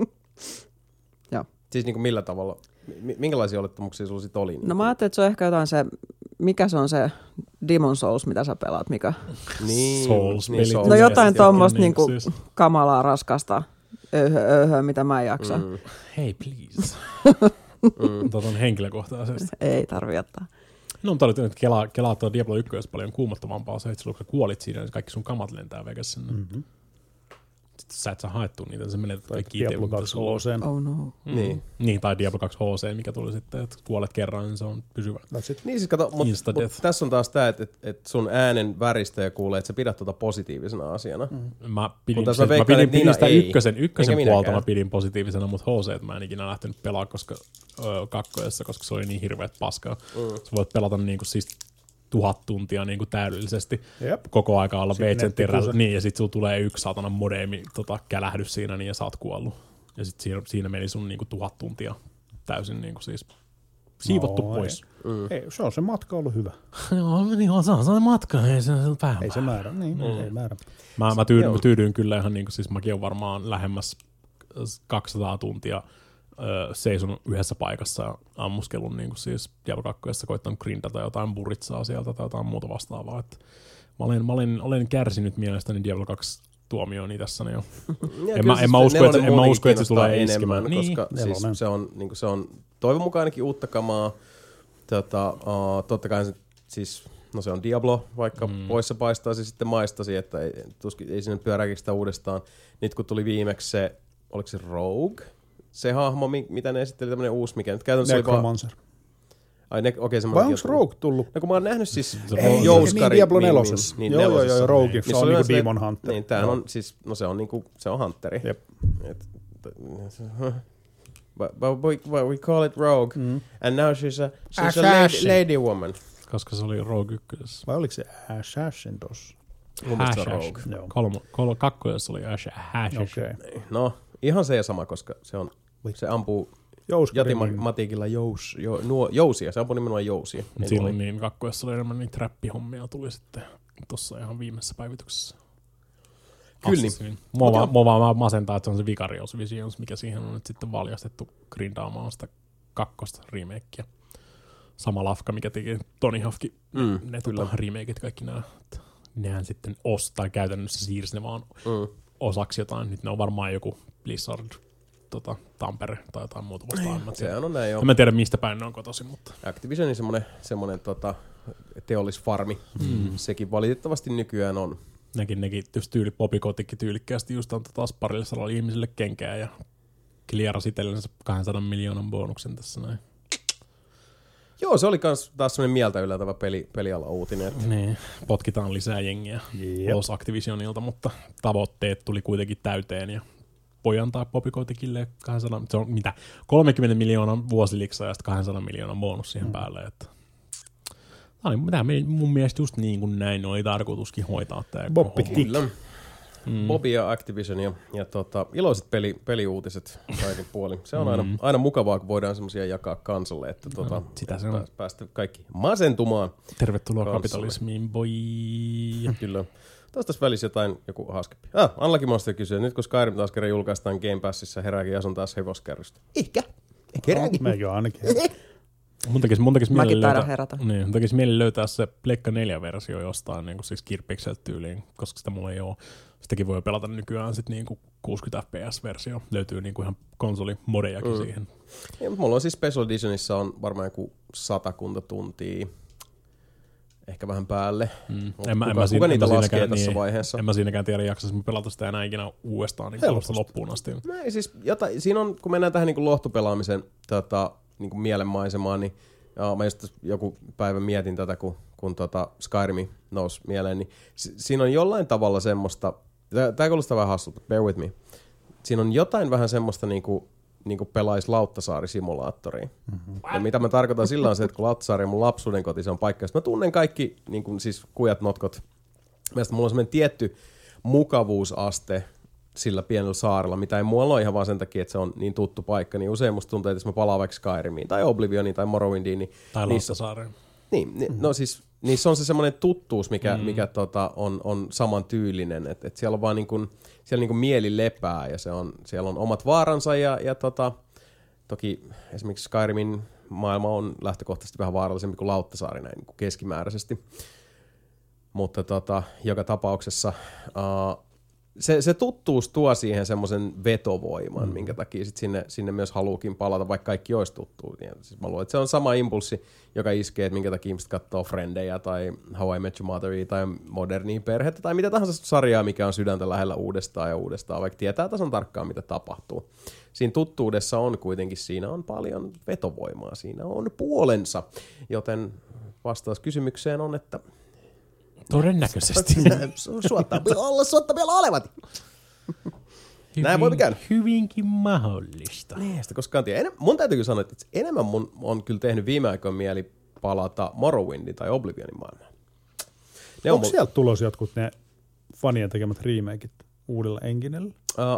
Joo. Siis niinku millä tavalla? Minkälaisia olettamuksia sulla sit oli? No mä ajattelin, että se on ehkä jotain se, mikä se on se Demon Souls, mitä sä pelaat, mikä? Niin, Souls-pelit. Souls. No jotain tuommoista niin, niinku siis. kamalaa, raskasta, mitä mä en jaksa. Hey please. Tuon henkilökohtaisesti. Ei tarvitse ottaa. No, mutta oli että kelaa tuo Diablo 1 olisi paljon kuumottavampaa se, että silloin kun kuolit siinä, niin kaikki sun kamat lentää vekäs sinne. Sitten sä et saa haettua niitä, se menee kaikki itse. Diablo 2 HC. Oh no. Niin, tai Diablo 2 HC, mikä tuli sitten, että kuolet kerran, niin se on pysyvä. Niin siis kato, mutta tässä on taas tämä, että sun äänen väristäjä kuulee, että sä pidät tuota positiivisena asiana. Mä pidin sitä ykkösen puolta, mä pidin positiivisena, mutta HC mä en ikinä lähtenyt pelaa kakkoessa, koska se oli niin hirveät paskaa. Sä voit pelata niinku siis 1000 tuntia niinku täydellisesti. Koko aika olla veitsen terällä. Niin, ja sit sulla tulee yksi saatana modeemi kälähdys siinä, niin ja sä oot kuollut. Ja sit siinä meni sun niinku 1000 tuntia täysin niinku siis siivottu pois. Ei, se on se matka ollut hyvä. Joo, se on matka, ei se vähän. Ei se määrä, niin, ei määrä. Mä tyydyin kyllä ihan niinku, siis mäkin on varmaan lähemmäs 200 tuntia seisonut yhdessä paikassa ja ammuskelun niin kuin siis Diablo 2 koittanut grindata jotain buritsaa sieltä tai jotain muuta vastaavaa. Että olen kärsinyt mielestäni Diablo 2 tuomiooni tässä jo. En mä usko, että se tulee iskemään. Koska siis se on toivon mukaan ainakin uutta kamaa. Totta kai se on Diablo, vaikka poissa paistaisi sitten maistasi, että ei sinne pyörääkin sitä uudestaan. Nyt kun tuli viimeksi se, oliko se Rogue? Se hahmo, mitä ne esitteli, tämmönen uusi, mikä nyt käytännössä Necromancer. Okei, vai onko Rogue tullut? No kun mä oon nähnyt siis Jouskari. Niin Diablo 4. Joo, Rogue. Se on niinku Demon Hunter. Niin, tää on siis, no se on niinku, se on Hunteri. Jep. But we call it Rogue, and now she's a lady woman. Koska se oli Rogue 1. Vai oliko se Assassin tossa? Mun mielestä se on Rogue. Kakkoessa oli Assassin. Okei. No, ihan se sama, koska se ampuu jätimatikilla jousia. Se ampuu nimenomaan jousia. Silloin niin kakkoessa oli enemmän niin trappihommia tuli sitten tossa ihan viimeisessä päivityksessä. Kyllä niin. Mua vaan masentaa, että se on se Vicarious Visions, mikä siihen on nyt sitten valjastettu grindaamaan sitä kakkosta remakea. Sama lafka, mikä teki Tony Hawkkin ne remakeit kaikki nämä. Nehän sitten ostaa käytännössä siirsi ne vaan osaksi jotain. Nyt ne on varmaan joku Blizzard, Tampere tai jotain muuta vastaan. Se on näin jo. En mä tiedä mistä päin ne on kotoisin, mutta Activisionin semmonen teollisfarmi. Sekin valitettavasti nykyään on. Nekin Popikotikki tyylikkäästi just on taas parille sadalle ihmisille kenkää ja kliarasi itsellensä 200 miljoonan bonuksen tässä näin. Joo, se oli taas semmoinen mieltä yllätävä peliala uutinen. Niin, potkitaan lisää jengiä pois Activisionilta, mutta tavoitteet tuli kuitenkin täyteen ja voi antaa Popikotikille 200, se on mitä, 30 miljoonan vuosiliksaa ja sitten 200 miljoonan bonus siihen päälle. Että tämä oli mun mielestä just niin kuin näin oli tarkoituskin hoitaa tämä. Bobby ja Activision ja iloiset peliuutiset kaikin puolin. Se on aina mukavaa, kun voidaan semmoisia jakaa kansalle, että päästä kaikki masentumaan. Tervetuloa kapitalismiin, boy. Kyllä. Tässä välissä joku hauskempi. Anlakin Monster kysyy, nyt kun Skyrim taas kerran julkaistaan Game Passissa, herääkin Jason taas hevoskärrystä. Ehkä herääkin. Meikö ainakin. Mun tekisi mieli löytää se Pleikka 4-versio jostain niin kuin siis Gearpixel tyyliin, koska sitä mulla ei ole. Sitäkin voi pelata nykyään sit niin kuin 60 fps-versio. Löytyy niin kuin ihan konsolimodejakin siihen. Ja, mulla on siis Special Editionissa on varmaan joku 100 tuntia. Ehkä vähän päälle. Kuka niitä laskee tässä vaiheessa? En mä siinäkään tiedä, jaksaisin pelata sitä enää ikinä uudestaan niin loppuun asti. Näin, siis siinä on, kun mennään tähän niin kuin lohtupelaamisen niin kuin mielenmaisemaan, niin mä just joku päivä mietin tätä, kun Skyrim nousi mieleen, niin siinä on jollain tavalla semmoista, tää kuulostaa vähän hassulta, bear with me, siinä on jotain vähän semmoista niinku niin kuin pelaisi Lauttasaari-simulaattoria. Ja mitä mä tarkoitan sillä on se, että kun Lauttasaari on mun lapsuuden koti, se on paikka, josta mä tunnen kaikki niin kuin siis kujat, notkot. Mielestäni mulla on semmoinen tietty mukavuusaste sillä pienellä saarella, mitä ei muualla ole ihan vaan sen takia, että se on niin tuttu paikka, niin usein musta tuntuu, että jos mä palaan vaikka Skyrimiin tai Oblivioniin tai Morrowindiin, niin tai Lauttasaareen. No siis niissä on se semmoinen tuttuus, mikä on saman tyylinen, että siellä on vaan siellä niin kuin mieli lepää ja siellä on omat vaaransa ja toki esimerkiksi Skyrimin maailma on lähtökohtaisesti vähän vaarallisempi kuin Lauttasaari näin niin kuin keskimääräisesti, mutta joka tapauksessa se tuttuus tuo siihen semmoisen vetovoiman, minkä takia sit sinne myös haluukin palata, vaikka kaikki olisi tuttuu. Siis mä luulen, että se on sama impulssi, joka iskee, että minkä takia ihmiset katsoo Friendejä tai How I Met Your Motheria tai Modernia perhettä tai mitä tahansa sarjaa, mikä on sydäntä lähellä uudestaan ja uudestaan, vaikka tietää tasan tarkkaan, mitä tapahtuu. Siinä tuttuudessa on kuitenkin, siinä on paljon vetovoimaa, siinä on puolensa, joten vastaus kysymykseen on, että todennäköisesti. Suottaa vielä olevat. Näin voi käydä. Hyvinkin mahdollista. Niin, sitä koskaan tiedä. Mun täytyy sanoa, että enemmän mun on kyllä tehnyt viime aikoina mieli palata Morrowindin tai Oblivionin maailmaan. Onko sieltä tulos jotkut ne fanien tekemät remakeit uudella enginellä?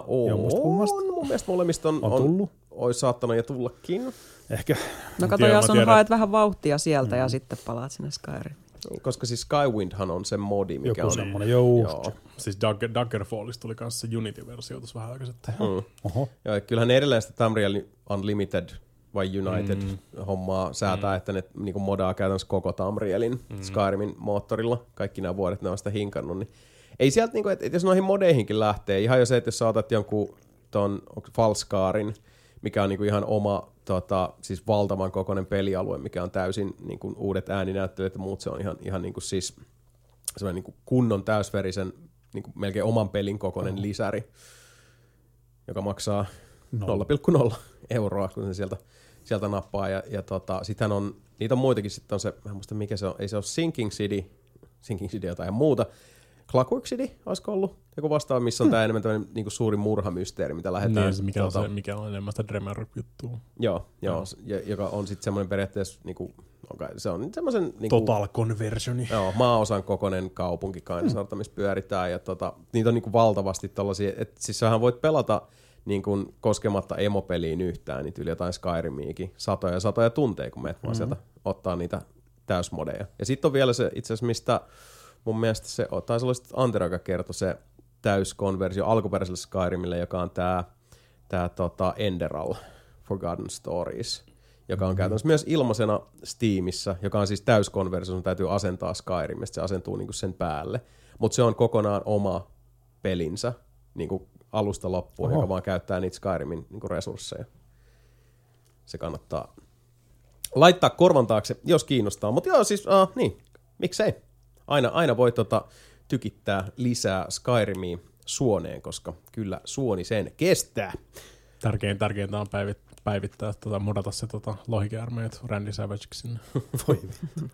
Mun mielestä molemmista on tullut. Olisi saattanut ja tullakin. Ehkä. No kato, jos on haet vähän vauhtia sieltä ja sitten palaat sinne Skyrimiin. Koska siis Skywindhan on se modi, mikä joku on semmoinen, joo. Siis Daggerfallista tuli kanssa se Unity-versio tuossa vähän aikaisemmin. Joo, kyllähän ne edelleen sitä Tamriel Unlimited vai United hommaa säätää, että ne niinku modaa käytännössä koko Tamrielin Skyrimin moottorilla. Kaikki nämä vuodet ne on sitä hinkannut. Niin ei sieltä, niinku, että jos noihin modeihinkin lähtee, ihan jo se, että jos sä otat jonkun ton Falskaarin, mikä on niinku ihan oma siis valtavan kokoinen pelialue, mikä on täysin niinku uudet ääninäyttelijät ja muut, se on ihan niinku siis semmoinen niinku kunnon täysverisen niinku melkein oman pelin kokoinen lisäri, joka maksaa 0,0 euroa, kun se sieltä nappaa ja sittenhän on, niitä on muitakin, sitten on se, mä en muista mikä se on, ei se ole Sinking City jotain muuta, Clockwork City, olisiko ollut joku vastaava, missä on tämä enemmän tämmöinen niin suuri murhamysteeri, mitä lähdetään. Niin, mikä on enemmän sitä Dremer-juttua. Joo, joka on sitten semmoinen periaatteessa, niinku, se on semmoisen niinku, Total conversioni. Joo, maaosan kokoinen kaupunki Kainsarta, missä pyöritään, ja niitä on niinku valtavasti tollaisia, että siis sähän voit pelata niin kuin koskematta emopeliin yhtään, niin yli jotain Skyrimiikin, satoja tunteja, kun meet vaan sieltä ottaa niitä täysmodeja. Ja sitten on vielä se itse asiassa, mistä mun mielestä se taisi olla sitten Antero, joka kertoi se täyskonversio alkuperäiselle Skyrimille, joka on tää Enderal Forgotten Stories, joka on käytännössä myös ilmaisena Steamissa, joka on siis täyskonversio, sun täytyy asentaa Skyrimistä, se asentuu niinku sen päälle. Mutta se on kokonaan oma pelinsä niinku alusta loppuun, joka vaan käyttää niitä Skyrimin niinku resursseja. Se kannattaa laittaa korvan taakse, jos kiinnostaa. Mutta joo, siis niin, miksei? Aina voi tykittää lisää Skyrimiin suoneen, koska kyllä suoni sen kestää. Tärkeintä on päivittää, modata se lohikäärmeet Randy Savageksi sinne. Voi vittu.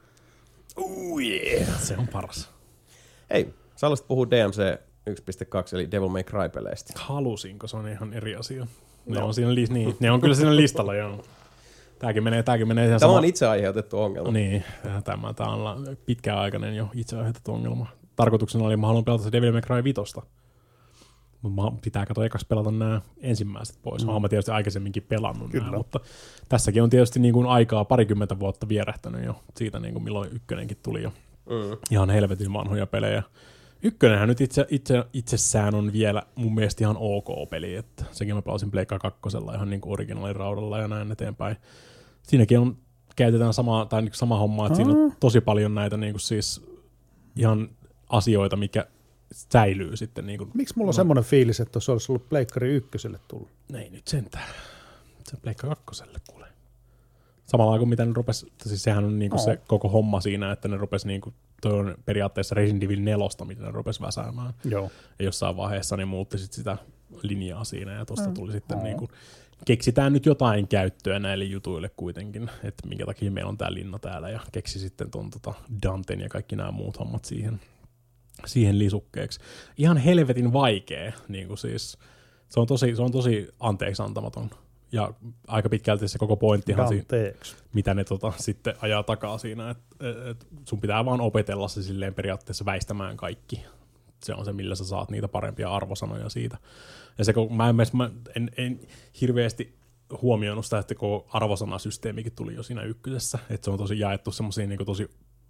Yeah. Se on paras. Hei, sä haluaisit puhua DMC 1.2 eli Devil May Cry-peleistä. Halusinko? Se on ihan eri asia. Ne on kyllä siinä listalla, joo. Tämäkin menee Tämä on itse aiheutettu ongelma. Niin, tämä on pitkäaikainen jo itse aiheutettu ongelma. Tarkoituksena oli, mä haluan pelata se Devil May Cry 5. Mutta pitää katsoa ekaksi pelata nämä ensimmäiset pois. Mä tietysti aikaisemminkin pelannut nämä, mutta tässäkin on tietysti niin kuin aikaa 20 vuotta vierähtänyt jo siitä, niin kuin milloin ykkönenkin tuli jo. Ihan helvetin vanhoja pelejä. Ykkönenhän nyt itsessään on vielä mun mielestä ihan ok peli, että sekin mä pelasin Pleikka 2 ihan niin kuin originaaliraudalla ja näin eteenpäin. Siinäkin käytetään sama homma, että siinä on tosi paljon näitä niin kuin siis ihan asioita, mikä säilyy sitten. Niin kuin, miksi mulla on semmoinen fiilis, että se olisi ollut Pleikkari 1:lle tullut? Ei nyt sentään. Se Pleikka 2:lle kuule. Samalla kuin mitä ne rupesi, siis sehän on niinku se koko homma siinä, että ne rupesi niinku, toi on periaatteessa Resident Evil 4, mitä ne rupesi väsäämään. Joo. Ja jossain vaiheessa ne muutti sit sitä linjaa siinä ja tosta tuli sitten niinku, keksitään nyt jotain käyttöä näille jutuille kuitenkin, että minkä takia meillä on tää linna täällä ja keksi sitten ton Danten ja kaikki nämä muut hommat siihen lisukkeeksi. Ihan helvetin vaikea, niinku siis se on tosi anteeksiantamaton. Ja aika pitkälti se koko pointtihan siinä, mitä ne sitten ajaa takaa siinä, että sun pitää vaan opetella se silleen periaatteessa väistämään kaikki. Se on se, millä sä saat niitä parempia arvosanoja siitä. Ja se, kun mä en hirveästi huomioinut sitä, että koko arvosanasysteemikin tuli jo siinä ykkösessä, että se on tosi jaettu semmoisiin niin tosi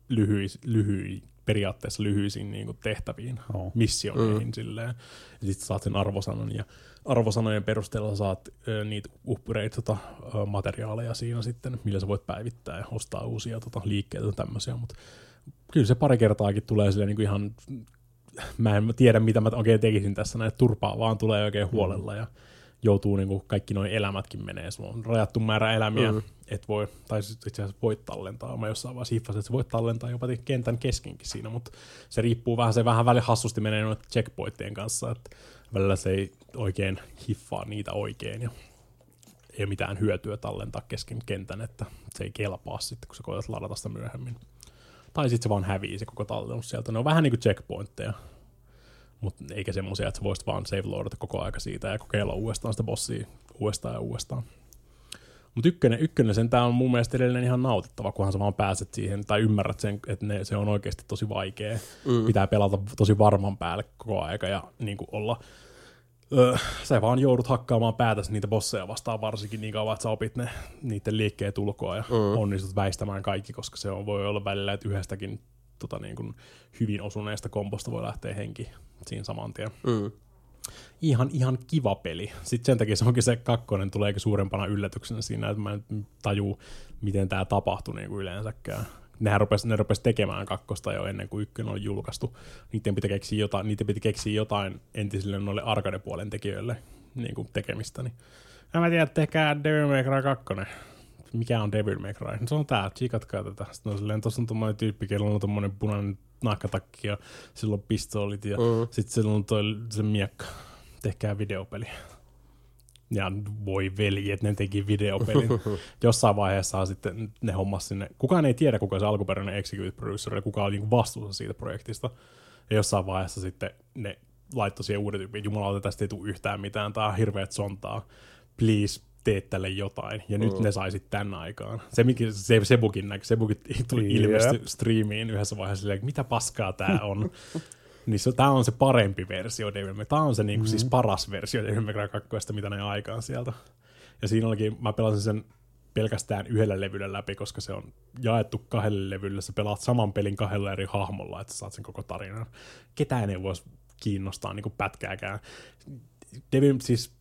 periaatteessa lyhyisiin niin kuin tehtäviin, missioihin silleen. Ja sitten saat sen arvosanan, ja arvosanojen perusteella saat niitä upgrade-materiaaleja siinä sitten, millä sä voit päivittää ja ostaa uusia liikkeitä ja tämmöisiä, mutta kyllä se pari kertaakin tulee silleen niin kuin ihan, mä en tiedä mitä mä oikein tekisin tässä, näitä turpaa vaan tulee oikein huolella, ja joutuu niin kuin kaikki noin elämätkin menee, sulla on rajattu määrä elämiä, et voi, tai itse asiassa voit tallentaa, mä jossain vaiheessa hiffasin, että sä voit tallentaa jopa kentän keskenkin siinä, mutta se riippuu vähän, se vähän välillä hassusti menee noiden checkpointien kanssa, että välillä se ei oikein hiffaa niitä oikein, ja ei ole mitään hyötyä tallentaa kesken kentän, että se ei kelpaa sitten, kun sä koetat ladata sitä myöhemmin. Tai sitten se vaan hävii se koko tallennus sieltä, ne on vähän niin kuin checkpointteja. Mutta eikä semmoisia, että sä voisit vaan save-loadata koko aika siitä ja kokeilla uudestaan sitä bossia uudestaan ja uudestaan. Mutta ykkönen sen tää on mun mielestä edelleen ihan nautittava, kunhan sä vaan pääset siihen tai ymmärrät sen, että se on oikeasti tosi vaikea. Pitää pelata tosi varman päälle koko aika ja niinku olla... sä vaan joudut hakkaamaan päätäsi niitä bosseja vastaan varsinkin niin kauan, että sä opit niiden liikkeet ulkoa ja onnistut väistämään kaikki, koska se voi olla välillä, että yhdestäkin niin kuin hyvin osuneesta komposta voi lähteä henki siinä saman tien. Ihan kiva peli. Sitten sen takia se onkin se kakkonen tuleekin suurempana yllätyksenä siinä, että mä en tajuu, miten tää tapahtui niin kuin yleensäkään. Ne rupesi tekemään kakkosta jo ennen kuin ykkönen oli julkaistu. Niiden piti keksiä jotain entisille noille arcade-puolen tekijöille niin kuin tekemistä. Niin. Ja mä tiedän, että tehkää Devil May Cry 2. Mikä on Devil May Cry? No se on tää, tsiikatkaa tätä. Sitten on silleen, tossa on tommoinen tyyppi, kello on tommoinen punainen nahkatakki ja sillä on pistoolit ja sit sillä on se miekka. Tehkää videopeli. Ja voi veljet, ne teki videopelin. Jossain vaiheessa sitten ne hommas sinne. Kukaan ei tiedä, kuka se alkuperäinen executive producer ja kuka oli niinku vastuussa siitä projektista. Ja jossain vaiheessa sitten ne laittoi siihen uuden tyyppiin, jumalauta, tästä ei tule yhtään mitään, tää on hirveet sontaa. Please, teet tälle jotain. Ja nyt ne sai sitten tän aikaan. Sebukin tuli ilmestyi striimiin yhdessä vaiheessa silleen, että mitä paskaa tää on. Niin tää on se parempi versio Devil May Cry. Tää on se niinku siis paras versio Devil May Cry 2, mitä ne aikaan sieltä. Ja siinä olikin, mä pelasin sen pelkästään yhdellä levyllä läpi, koska se on jaettu 2 levyllä. Sä pelaat saman pelin 2 eri hahmolla, että sä saat sen koko tarinan. Ketään ei voisi kiinnostaa niinku pätkääkään. Devil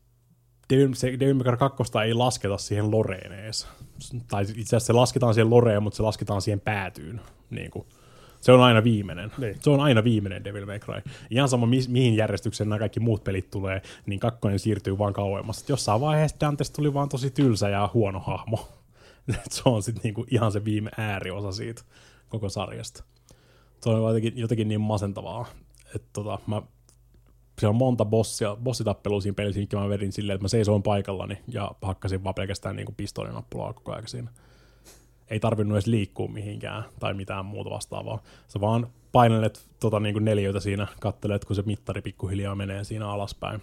May Cry 2 ei lasketa siihen loreen ees. Tai itse asiassa se lasketaan siihen loreen, mutta se lasketaan siihen päätyyn. Niinku. Se on aina viimeinen. Niin. Se on aina viimeinen Devil May Cry. Ihan sama, mihin järjestykseen nämä kaikki muut pelit tulee, niin 2 siirtyy vaan kauemmas. Jossain vaiheessa Dantesta tuli vaan tosi tylsä ja huono hahmo. Se on sitten niinku ihan se viime ääriosa siitä koko sarjasta. Se on jotenkin niin masentavaa, että siellä on monta bossitappelua siinä pelissä, minkä mä vedin silleen, että mä seisoin paikallani ja hakkasin vaan pelkästään niinku pistoolinappulaa koko ajan siinä. Ei tarvinnut edes liikkua mihinkään tai mitään muuta vastaavaa. Sä vaan painelet niinku 4 siinä, kattelet, kun se mittari pikkuhiljaa menee siinä alaspäin.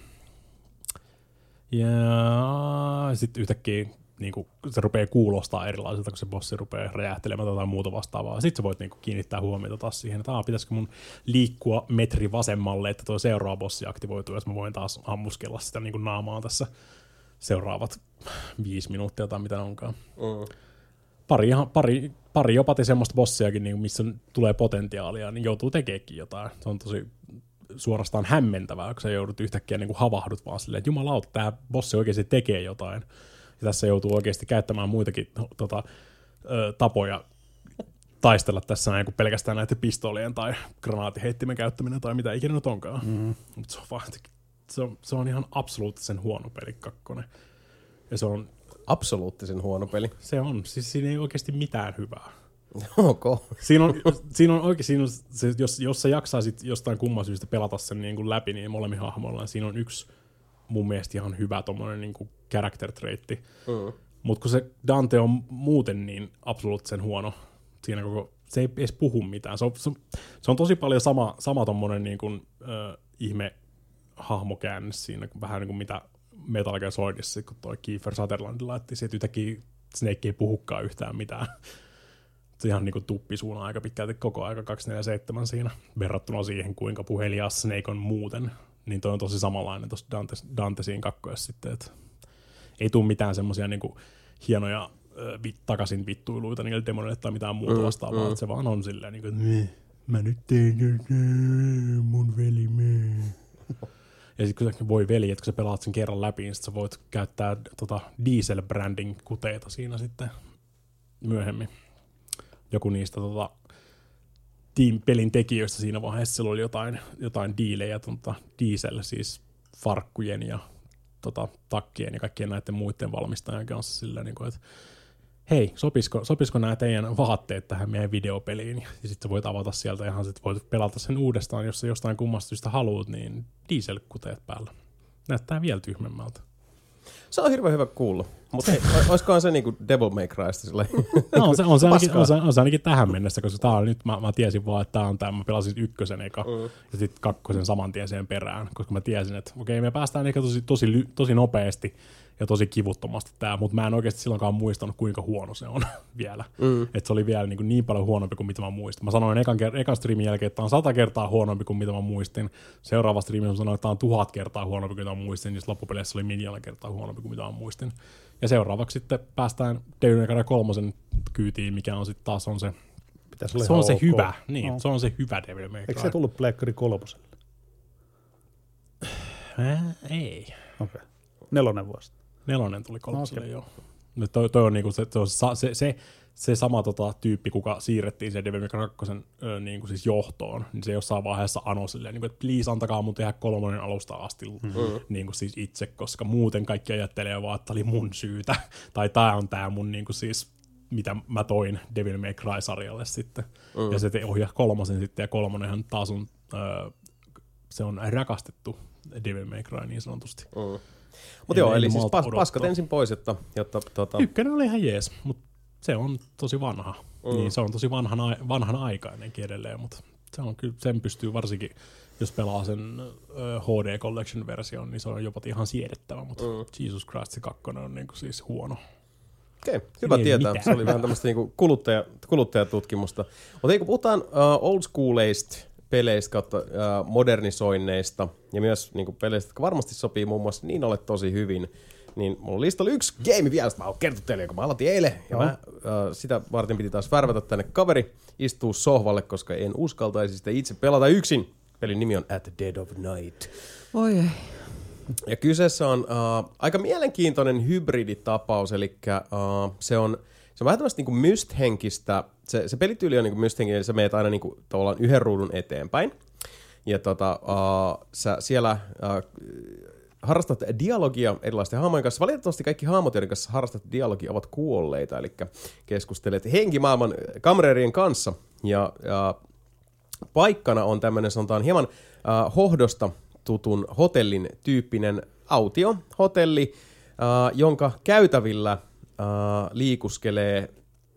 Ja sitten yhtäkkiä niinku, se rupeaa kuulostaa erilaiselta, kun se bossi rupeaa räjähtelemään tai muuta vastaavaa. Sitten sä voit niinku kiinnittää huomiota taas siihen, että pitäisikö mun liikkua metri vasemmalle, että tuo seuraava bossi aktivoituu, jos mä voin taas ammuskella sitä niinku naamaa tässä seuraavat 5 minuuttia tai mitä onkaan. Pari jopa semmoista bossiakin, niin missä tulee potentiaalia, niin joutuu tekeekin jotain. Se on tosi suorastaan hämmentävää, kun sä joudut yhtäkkiä niin kuin havahdut vaan silleen, että jumalauta, tämä bossi oikeasti tekee jotain. Ja tässä joutuu oikeasti käyttämään muitakin tapoja taistella tässä näin kuin pelkästään näiden pistoolien tai granaatiheittimen käyttäminen tai mitä ikinä nyt onkaan. Mutta se on ihan absoluuttisen huono peli 2. Ja se on absoluuttisen huono peli. Se on. Siis siinä ei oikeasti mitään hyvää. Okay. Siinä on oikein, jos sä jaksaisit jostain kumman syystä pelata sen niin kuin läpi niin molemmin hahmoilla, niin siinä on yksi mun mielestä ihan hyvä tommonen niin kuin character treitti. Mutta kun se Dante on muuten niin absoluuttisen huono, siinä se ei edes puhu mitään. Se on tosi paljon sama tommonen niin kuin, ihme hahmokäänne siinä, vähän niin kuin mitä Metal Gear Solidissa, kun toi Kiefer Sutherland laitti siitä yhtäkkiä Snake ei puhukaan yhtään mitään. Se ihan niinku tuppisuuna aika pitkälti koko aika 247 siinä, verrattuna siihen, kuinka puhelias Snake on muuten. Niin toi on tosi samanlainen tuossa Dantesiin kakkoessa sitten, että ei tule mitään semmosia niinku hienoja takaisin vittuiluita niille demonille tai mitään muuta vastaavaa, että se vaan on silleen niinku, että mä nyt teen mun veli Ja sitten kun voi veli, että kun sä pelaat sen kerran läpi, niin sit sä voit käyttää Diesel-brändin kuteita siinä sitten myöhemmin. Joku niistä pelin tekijöistä siinä vaiheessa, sillä oli jotain diilejä, Diesel, siis farkkujen ja takkien ja kaikkien näiden muiden valmistajien kanssa silleen, niin kuin, että hei, sopisiko nämä teidän vaatteet tähän meidän videopeliin? Ja sitten voit avata sieltä ihan, sit voit pelata sen uudestaan, jos sä jostain kummasta syystä haluat, niin dieselkuteet päällä. Näyttää vielä tyhmemmältä. Se on hirveän hyvä kuulla. Mutta olisikohan se niinku Devil May Crysta silleen? No, on se ainakin tähän mennessä, koska tää on nyt, mä tiesin vaan, että tää on tää. Mä pelasin ykkösen eka ja sitten kakkosen saman tien siihen perään, koska mä tiesin, että okei, me päästään ehkä tosi nopeasti ja tosi kivuttomasti tää, mutta mä en oikeasti silloinkaan muistanut, kuinka huono se on vielä. Että se oli vielä niin paljon huonompi kuin mitä mä muistin. Mä sanoin ekan streamin jälkeen, että tää on 100 kertaa huonompi kuin mitä mä muistin. Seuraava streamin mä sanoin, että tää on 1000 kertaa huonompi kuin mitä mä muistin, niin loppupeleissä oli miljoona kertaa huonompi kuin mitä mä muistin. Ja seuraavaksi sitten päästään Devil May Cry 3 kyytiin, mikä on sitten taas on se hyvä. Niin, no. Se on se hyvä Devil May Cry. Eikö se tullut Pleikkari 3? Ei. Okei. 4 vuosi. 4 tuli 3, joo. Toi on niinku se sama tyyppi, kuka siirrettiin sen Devil May Cry 2 niinku siis johtoon, niin se jossain vaiheessa anoi silleen, niinku, että please antakaa mun tehdä 3 alusta asti niinku siis itse, koska muuten kaikki ajattelee vaan, että oli mun syytä. Tai tää on tää mun niinku siis, mitä mä toin Devil May Cry-sarjalle sitten. Ja se ohjaa 3 sitten, ja 3 taas on, se on rakastettu Devil May Cry niin sanotusti. Mutta joo, eli siis paskat ensin pois, jotta Ykkönen oli ihan jees, mutta se on tosi vanha. Niin se on tosi vanhanaikainenkin edelleen, mutta se on kyllä, sen pystyy varsinkin, jos pelaa sen HD Collection-version, niin se on jopa ihan siedettävä, mutta Jesus Christ, se 2 on niinku siis huono. Okei, hyvä tietää. Se oli vähän tämmöistä niinku kuluttajatutkimusta. Mutta kun puhutaan old schooleista peleistä kautta modernisoinneista ja myös niinku peleistä, jotka varmasti sopii muun muassa niin olet tosi hyvin, niin mulla listalla yksi game vielä, josta mä oon kertonut teille, joka mä aloitin eilen, ja sitä varten piti taas värvätä tänne kaveri, istuu sohvalle, koska en uskaltaisi sitä itse pelata yksin. Pelin nimi on At the Dead of Night. Oi ei. Ja kyseessä on aika mielenkiintoinen hybriditapaus, eli se on vähän tämmöistä niinku Myst-henkistä, se pelityyli on niinku Myst-henkinen, eli sä meet aina niinku tavallaan yhden ruudun eteenpäin, ja sä siellä harrastat dialogia erilaisten hahmojen kanssa. Valitettavasti kaikki hahmot, joiden kanssa harrastat dialogia, ovat kuolleita, eli keskustelet henkimaailman kamreerien kanssa, ja paikkana on tämmöinen, sanotaan hieman hohdosta tutun hotellin tyyppinen autiohotelli, jonka käytävillä liikuskelee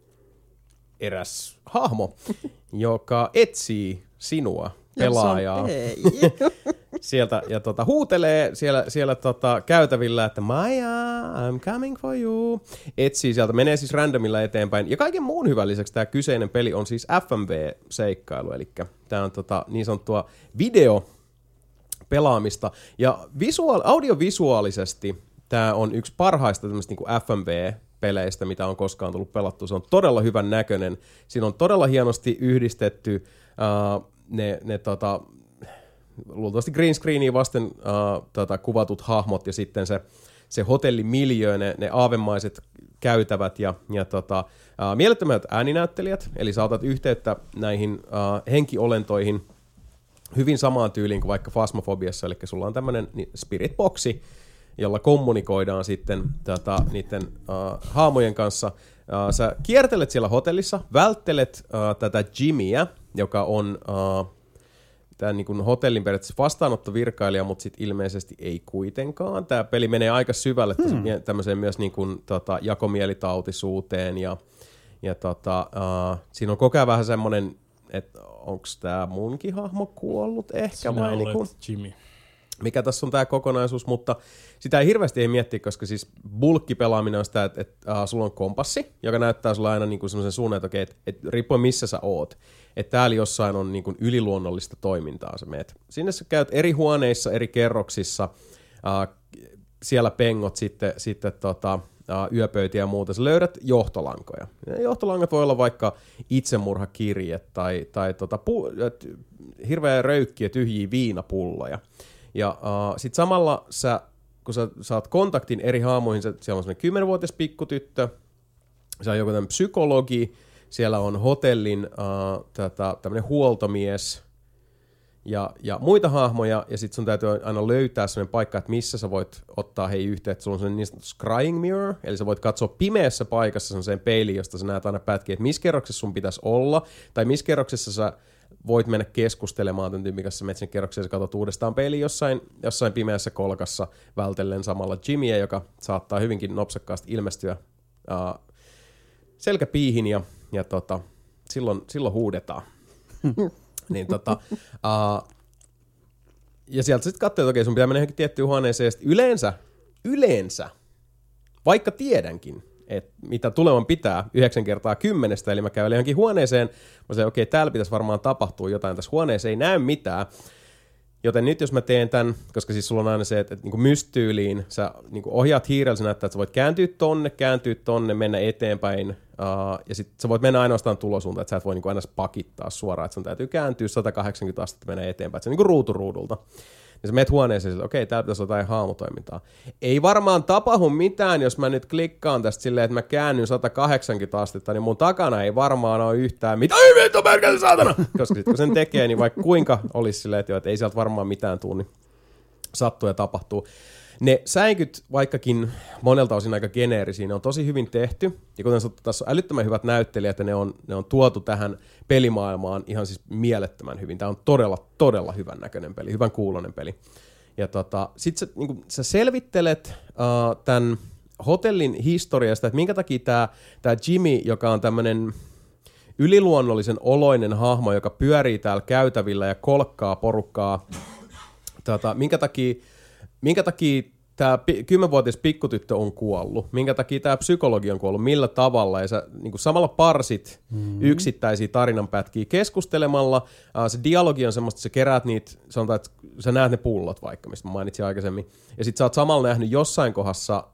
eräs hahmo, joka etsii sinua, pelaajaa. Sieltä ja huutelee siellä käytävillä, että Maja, I'm coming for you. Etsii sieltä, menee siis randomilla eteenpäin. Ja kaiken muun hyvän lisäksi tämä kyseinen peli on siis FMV-seikkailu, eli tämä on niin sanottua videopelaamista. Ja audiovisuaalisesti tämä on yksi parhaista tämmöistä niin kuin FMV-peleistä, mitä on koskaan tullut pelattua. Se on todella hyvän näköinen. Siinä on todella hienosti yhdistetty ne luultavasti green screeniin vasten kuvatut hahmot ja sitten se hotellimiljöö, ne aavemaiset käytävät ja mielettömät ääninäyttelijät, eli sä otat yhteyttä näihin henkiolentoihin hyvin samaan tyyliin kuin vaikka Phasmophobiassa, eli sulla on tämmöinen spirit-boksi, jolla kommunikoidaan sitten niiden haamojen kanssa. Sä kiertelet siellä hotellissa, välttelet tätä Jimmyä, joka on tämän niin kuin hotellin periaatteessa vastaanottovirkailija, mutta sitten ilmeisesti ei kuitenkaan. Tämä peli menee aika syvälle tämmöiseen myös niin kuin, jakomielitautisuuteen ja siinä on koko ajan vähän semmoinen, että onko tämä munkin hahmo kuollut ehkä? Sinä vai olet niin kuin Jimmy. mikä tässä on tämä kokonaisuus, mutta sitä ei hirveästi miettiä, koska siis bulkkipelaaminen on sitä, että sulla on kompassi, joka näyttää sulle aina niinku semmoisen suunnan, että okei, että riippuen missä sä oot, että täällä jossain on niinku yliluonnollista toimintaa sä meet. Sinne sä käyt eri huoneissa, eri kerroksissa, siellä pengot sitten yöpöytiä ja muuta. Sä löydät johtolankoja. Ja johtolangat voi olla vaikka itsemurhakirje tai hirveä röykkiä tyhjiä viinapulloja. Ja sit samalla kun sä saat kontaktin eri haamuihin, siellä on semmoinen 10-vuotias pikkutyttö, siellä on joku tämmöinen psykologi, siellä on hotellin tämmöinen huoltomies ja muita hahmoja, ja sit sun täytyy aina löytää semmoinen paikka, että missä sä voit ottaa heihin yhteen, että sulla on semmoinen niin sanottu scrying mirror, eli sä voit katsoa pimeässä paikassa semmoiseen peiliin, josta sä näet aina pätkiä, että missä kerroksessa sun pitäisi olla, tai missä kerroksessa sä voit mennä keskustelemaan tämän tyypin kanssa metsin kerroksessa ja sä katsot uudestaan peiliin jossain pimeässä kolkassa vältellen samalla Jimmyä, joka saattaa hyvinkin nopsakkaasti ilmestyä selkäpiihin ja silloin huudetaan. Niin ja sieltä sitten katsoo, että okei, sun pitää mennä johonkin tiettyyn huoneeseen, ja yleensä, vaikka tiedänkin, että mitä tuleman pitää 9x10, eli mä käyn johonkin huoneeseen, mä sanon, okei, täällä pitäisi varmaan tapahtua jotain, tässä huoneessa ei näy mitään, joten nyt jos mä teen tämän, koska siis sulla on aina se, että niin kuin mystyyliin, sä niin kuin ohjaat hiirellä, sä näyttää, että sä voit kääntyä tonne, mennä eteenpäin, ja sit sä voit mennä ainoastaan tulosuuntaan, että sä et voi niin kuin aina pakittaa suoraan, että sun täytyy kääntyä 180 astetta mennä eteenpäin, että se on niin kuin ruudulta. Ja sä menet huoneeseen, että okei, täällä pitäisi olla jotain haamutoimintaa. Ei varmaan tapahdu mitään, jos mä nyt klikkaan tästä silleen, että mä käännyn 180 astetta, niin mun takana ei varmaan ole yhtään mitään. Ai vittu, perkele saatana! Koska sit kun sen tekee, niin vaikka kuinka olisi silleen, että ei sieltä varmaan mitään tule, niin sattuu ja tapahtuu. Ne säikyt, vaikkakin monelta osin aika geneerisiä, ne on tosi hyvin tehty. Ja kuten sanottu, tässä on älyttömän hyvät näyttelijät, ja ne on tuotu tähän pelimaailmaan ihan siis mielettömän hyvin. Tämä on todella, todella hyvän näköinen peli, hyvän kuuloinen peli. Ja sit sä selvittelet tämän hotellin historiasta, että minkä takia tämä Jimmy, joka on tämmöinen yliluonnollisen oloinen hahmo, joka pyörii täällä käytävillä ja kolkkaa porukkaa, minkä takia tämä 10-vuotias pikkutyttö on kuollut, minkä takia tämä psykologi on kuollut, millä tavalla, ja sä niin samalla parsit yksittäisiä tarinanpätkiä keskustelemalla. Se dialogi on semmoista, että sä keräät niitä, sanotaan, että sä näet ne pullot vaikka, mistä mä mainitsin aikaisemmin, ja sit sä oot samalla nähnyt jossain kohdassa,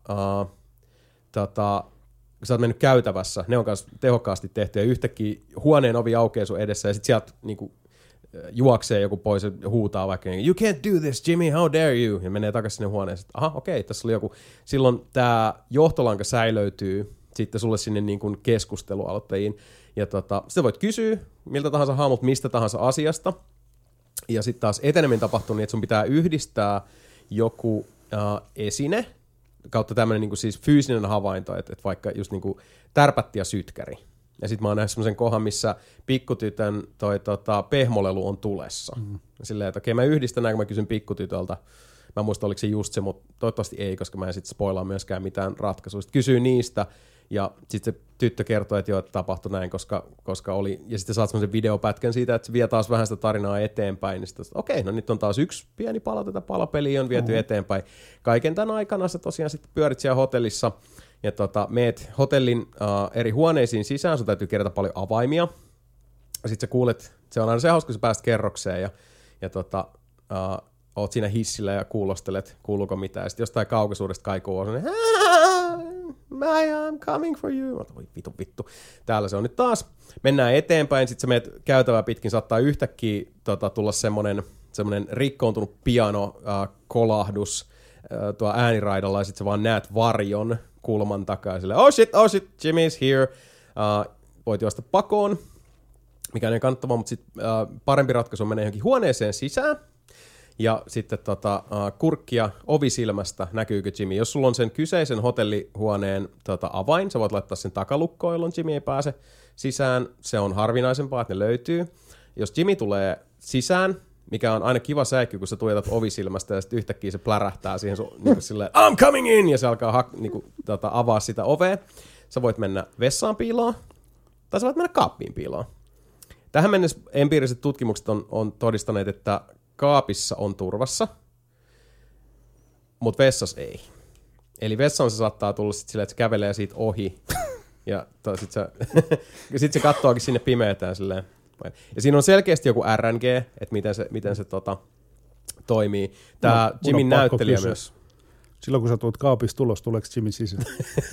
kun sä oot mennyt käytävässä, ne on myös tehokkaasti tehty, ja yhtäkkiä huoneen ovi aukeaa sun edessä, ja sit sieltä niinku juoksee joku pois ja huutaa vaikka, you can't do this, Jimmy, how dare you, ja menee takaisin sinne huoneeseen. Aha, okei, tässä oli joku. Silloin tämä johtolanka säilöytyy sitten sulle sinne niin kuin keskustelualoittajiin, ja sitä voit kysyä miltä tahansa haamut mistä tahansa asiasta, ja sitten taas eteneminen tapahtuu niin, että sun pitää yhdistää joku esine, kautta tämmöinen niin kuin siis fyysinen havainto, että vaikka just niin kuin tärpätti ja sytkäri. Ja sit mä oon nähnyt semmoisen kohan, missä pikkutytön pehmolelu on tulessa. Silleen, että okei, mä yhdistän näin, kun mä kysyn pikkutytöltä. Mä muistan, oliko se just se, mutta toivottavasti ei, koska mä en sit spoilaa myöskään mitään ratkaisuja. Sitten kysyy niistä, ja sitten se tyttö kertoo, että joo, että tapahtui näin, koska oli. Ja sitten saat semmoisen videopätkän siitä, että se vie taas vähän sitä tarinaa eteenpäin. Niin sitten okei, no nyt on taas yksi pieni pala tätä palapeliä on viety eteenpäin. Kaiken tämän aikana sä tosiaan sitten pyörit siellä hotellissa, ja meet hotellin eri huoneisiin sisään, sun täytyy kerätä paljon avaimia. Sitten sä kuulet, se on aina se hauska, kun sä pääset kerrokseen ja oot siinä hissillä ja kuulostelet, kuuluuko mitään. Ja sitten jostain kaukaisuudesta kaikuu on sellainen, I'm coming for you. Voi vittu. Täällä se on nyt taas. Mennään eteenpäin, sitten sä meet käytävää pitkin, saattaa yhtäkkiä tulla semmoinen rikkoontunut piano-kolahdus tuo ääniraidalla, ja sitten sä vaan näet varjon kulman takaa, silleen, oh shit, Jimmy's here. Voit juosta pakoon, mikä ei kannattavaa, mutta sitten parempi ratkaisu on mennä johonkin huoneeseen sisään, ja sitten kurkkia ovisilmästä, näkyykö Jimmy. Jos sulla on sen kyseisen hotellihuoneen avain, sä voit laittaa sen takalukkoon, jolloin Jimmy ei pääse sisään. Se on harvinaisempaa, että ne löytyy. Jos Jimmy tulee sisään, mikä on aina kiva säikky, kun sä tuijotat ovisilmästä ja sitten yhtäkkiä se plärähtää siihen niin silleen, I'm coming in! Ja se alkaa avaa sitä ovea. Sä voit mennä vessaan piiloon, tai sä voit mennä kaappiin piiloon. Tähän mennessä empiiriset tutkimukset on todistaneet, että kaapissa on turvassa. Mutta vessassa ei. Eli vessaan se saattaa tulla sit silleen, että se kävelee siitä ohi. Ja sit se kattoakin sinne pimeätään silleen. Ja siinä on selkeästi joku RNG, että miten se toimii. Tää Jimin näyttelijä myös. Silloin kun sä tulet kaapista tulos, tuleeko Jimin sisään?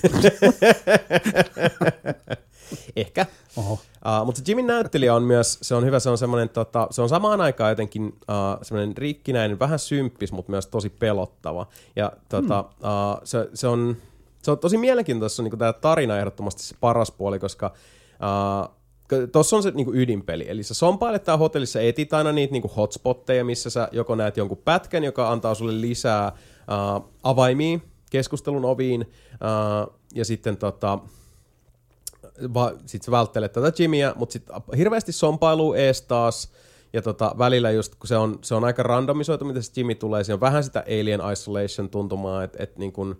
Ehkä. Mutta se Jimin näyttelijä on myös, se on hyvä, se on semmoinen, se on samaan aikaan jotenkin semmoinen rikkinäinen, vähän symppis, mutta myös tosi pelottava. Ja se on tosi mielenkiintoista, niin tämä tarina ehdottomasti se paras puoli, koska tuossa on se niin kuin ydinpeli. Eli sä sompailet tää hotellissa, etit aina niitä niin kuin hotspotteja, missä sä joko näet jonkun pätkän, joka antaa sulle lisää avaimia keskustelun oviin, ja sitten sit sä välttelet tätä Jimiä, mutta sitten hirveästi sompailuu ees taas, ja välillä just, kun se on aika randomisoitu, miten se Jimmy tulee, siinä on vähän sitä Alien Isolation tuntumaa, että niin kun,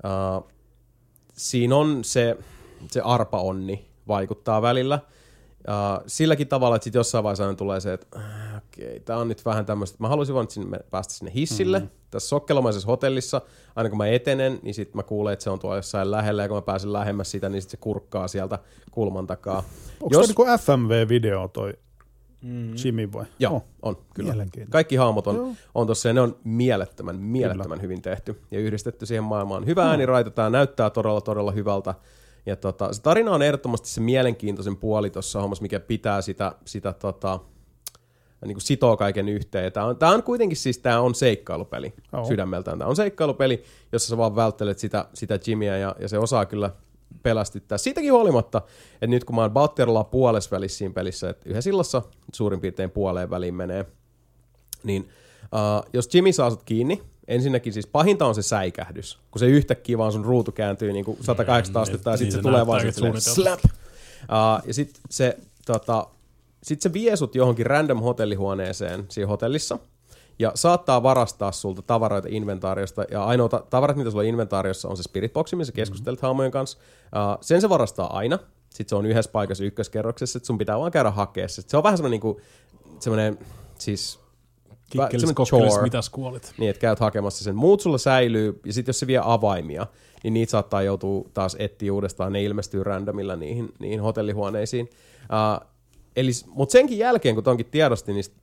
siinä on se arpaonni vaikuttaa välillä, silläkin tavalla, että sitten jossain vaiheessa tulee se, että okei, tää on nyt vähän tämmöistä, että mä haluaisin vaan päästä sinne hissille, tässä sokkelomaisessa hotellissa, aina kun mä etenen, niin sitten mä kuulen, että se on tuolla jossain lähellä, ja kun mä pääsen lähemmäs sitä, niin sitten se kurkkaa sieltä kulman takaa. Onko toi niinku FMV-video toi Jimmy vai? Joo, on kyllä. Kaikki hahmot on tossa, ja ne on mielettömän hyvin tehty, ja yhdistetty siihen maailmaan. Hyvä ääni raitetaan, näyttää todella hyvältä. Ja se tarina on ehdottomasti se mielenkiintoisen puoli tuossa hommassa, mikä pitää sitä niin kuin sitoo kaiken yhteen. Tämä on kuitenkin siis, tämä on seikkailupeli sydämeltään. Tämä on seikkailupeli, jossa sä vaan välttelet sitä Jimmyä ja se osaa kyllä pelästyttää. Siitäkin huolimatta, että nyt kun mä oon Balterilla puolesvälissä siinä pelissä, että yhdessä illassa suurin piirtein puoleen väliin menee, niin jos Jimmy saa sut kiinni, ensinnäkin siis pahinta on se säikähdys, kun se yhtäkkiä vaan sun ruutu kääntyy niin kuin 180 astetta ja sitten se tulee vaan silleen slap. Ja sitten se vie sut johonkin random hotellihuoneeseen siinä hotellissa ja saattaa varastaa sulta tavaroita inventaariosta. Ja ainoa tavarat, mitä sulla inventaariossa, on se spiritboxi, missä keskustelet haamojen kanssa. Sen se varastaa aina. Sitten se on yhdessä paikassa ykköskerroksessa, että sun pitää vaan käydä hakea se. Se on vähän semmoinen siis kikkelis, mitäs kuolit. Niin, että käyt hakemassa sen. Muut sulla säilyy, ja sitten jos se vie avaimia, niin niitä saattaa joutua taas etsiä uudestaan. Ne ilmestyy randomilla niihin hotellihuoneisiin. Mutta senkin jälkeen, kun tonkin tiedosti, niin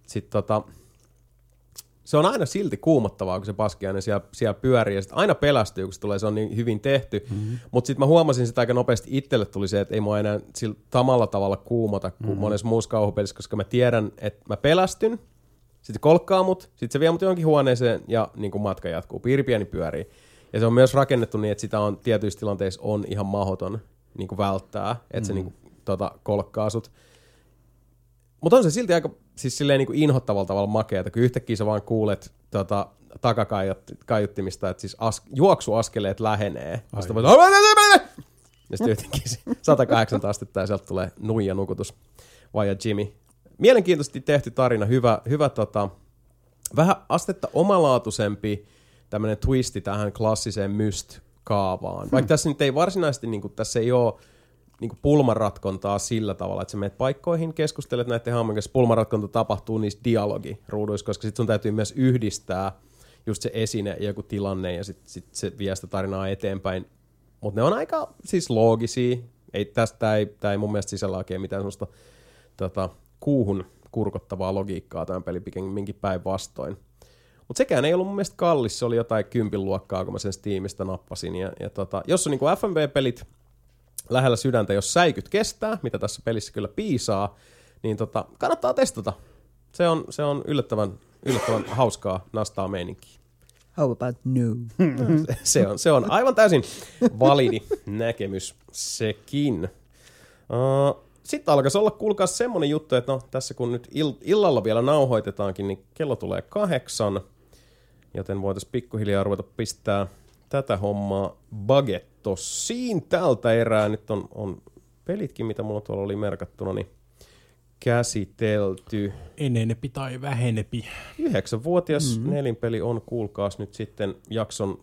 se on aina silti kuumottavaa, kun se paskiainen siellä pyörii, ja aina pelästyy, kun se tulee, se on niin hyvin tehty. Mutta sitten mä huomasin sitä aika nopeasti, itselle tuli se, että ei mua enää sillä samalla tavalla kuumota kuin monessa muussa kauhupelissä, koska mä tiedän, että mä pelästyn, sitten kolkkaa mut, sitten se vie mut johonkin huoneeseen, ja niin kuin matka jatkuu, piiri pieni pyörii. Ja se on myös rakennettu niin, että sitä on tietyissä tilanteissa on ihan mahdoton niin kuin välttää, että se niin kuin, kolkkaa sut. Mutta on se silti aika siis silleen niin kuin inhottavalla tavalla makeata, kun yhtäkkiä sä vaan kuulet takakaiuttimista, että siis juoksuaskeleet lähenee. Ja sitten yhtäkkiä 180 astetta ja sieltä tulee nuija nukutus vai Jimmy. Mielenkiintoisesti tehty tarina, hyvä vähän astetta omalaatuisempi tämmöinen twisti tähän klassiseen Myst-kaavaan. Vaikka tässä nyt ei varsinaisesti, niin kuin, tässä ei ole niin kuin pulmanratkontaa sillä tavalla, että sä menet paikkoihin, keskustelet näiden hahmojen kanssa. Pulmanratkonta tapahtuu niissä dialogiruuduissa, koska sit sun täytyy myös yhdistää just se esine ja joku tilanne ja sit se vie sitä tarinaa eteenpäin. Mutta ne on aika siis loogisia. Tää ei mun mielestä sisällä oikein mitään semmoista kuuhun kurkottavaa logiikkaa tämän peli pikemminkin päinvastoin. Mutta sekään ei ollut mun mielestä kallis, se oli jotain 10 luokkaa, kun mä sen Steamista nappasin. Ja jos on niinku FMV-pelit lähellä sydäntä, jos säikyt kestää, mitä tässä pelissä kyllä piisaa, niin kannattaa testata. Se on yllättävän hauskaa nastaa meininkiä. How about no? Se on aivan täysin validi näkemys sekin. Sitten alkaisi olla, kuulkaa, semmonen juttu, että no tässä kun nyt illalla vielä nauhoitetaankin, niin kello tulee 8, joten voitaisiin pikkuhiljaa ruveta pistää tätä hommaa bagettosiin tältä erää. Nyt on pelitkin, mitä mulla tuolla oli merkattuna, niin käsitelty. Enenepi tai vähenepi. 9-vuotias nelinpeli on, kuulkaas, nyt sitten jakson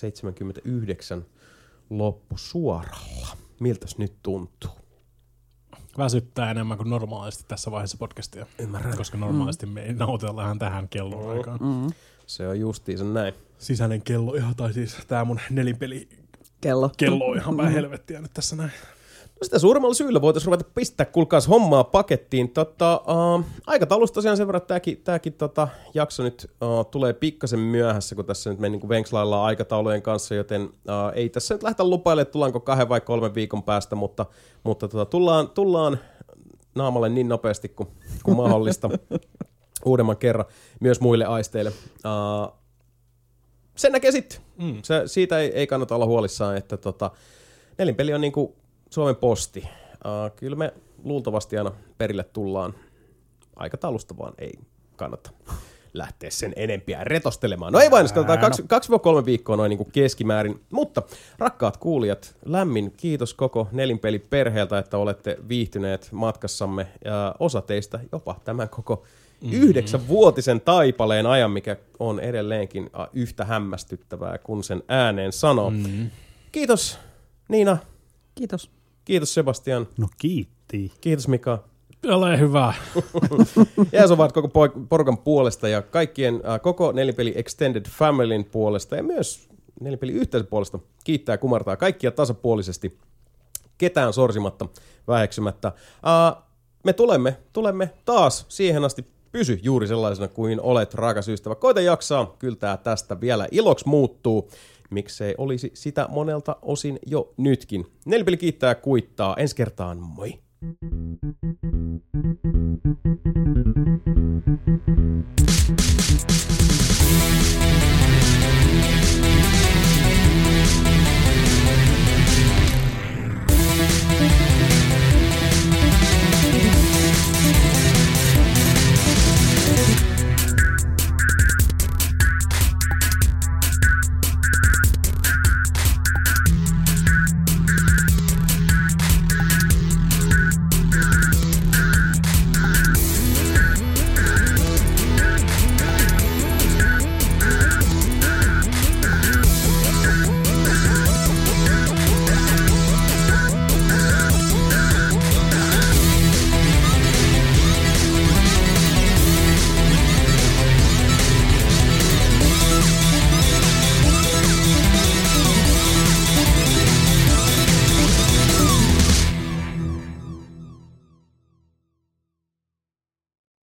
179 loppusuoralla. Miltäs nyt tuntuu? Väsyttää enemmän kuin normaalisti tässä vaiheessa podcastia. Ymmärrän. Koska normaalisti me ei nautella tähän kellon aikaan. Se on justiinsa näin. Sisäinen kello ihan, tai siis tää mun nelinpeli kello on ihan päin helvettiä nyt tässä näin. No sitä suuremmalla syyllä voitaisiin ruveta pistää, kuulkaas, hommaa pakettiin. Aikataulusta tosiaan sen verran, että tääkin jakso nyt tulee pikkasen myöhässä, kun tässä nyt me niin venkslaillaan aikataulujen kanssa, joten ei tässä nyt lähdetä lupailemaan, tullaanko 2 vai 3 viikon päästä, mutta tullaan naamalle niin nopeasti kuin mahdollista uudemman kerran myös muille aisteille. Sen näkee sitten. Siitä ei kannata olla huolissaan, että nelinpeli on niinku Suomen Posti. Kyllä me luultavasti aina perille tullaan. Aikataulusta vaan ei kannata lähteä sen enempiä retostelemaan. No ei vain, 2-3 viikkoa noin niin kuin keskimäärin. Mutta rakkaat kuulijat, lämmin kiitos koko nelinpeliperheeltä, että olette viihtyneet matkassamme. Ja osa teistä jopa tämän koko 9-vuotisen taipaleen ajan, mikä on edelleenkin yhtä hämmästyttävää, kun sen ääneen sanoo. Kiitos Niina. Kiitos. Kiitos Sebastian. No kiitti. Kiitos Mika. Ole hyvä. Ja se vaan koko porukan puolesta ja kaikkien koko Nelinpeli Extended Familyn puolesta ja myös Nelinpeli yhteisön puolesta kiittää ja kumartaa kaikkia tasapuolisesti, ketään sorsimatta, väheksymättä. Me tulemme taas siihen asti. Pysy juuri sellaisena kuin olet, rakas ystävä. Koita jaksaa, kyllä tää tästä vielä iloksi muuttuu. Miksei olisi sitä monelta osin jo nytkin. Nelinpeli kiittää ja kuittaa. Ensi kertaan, moi!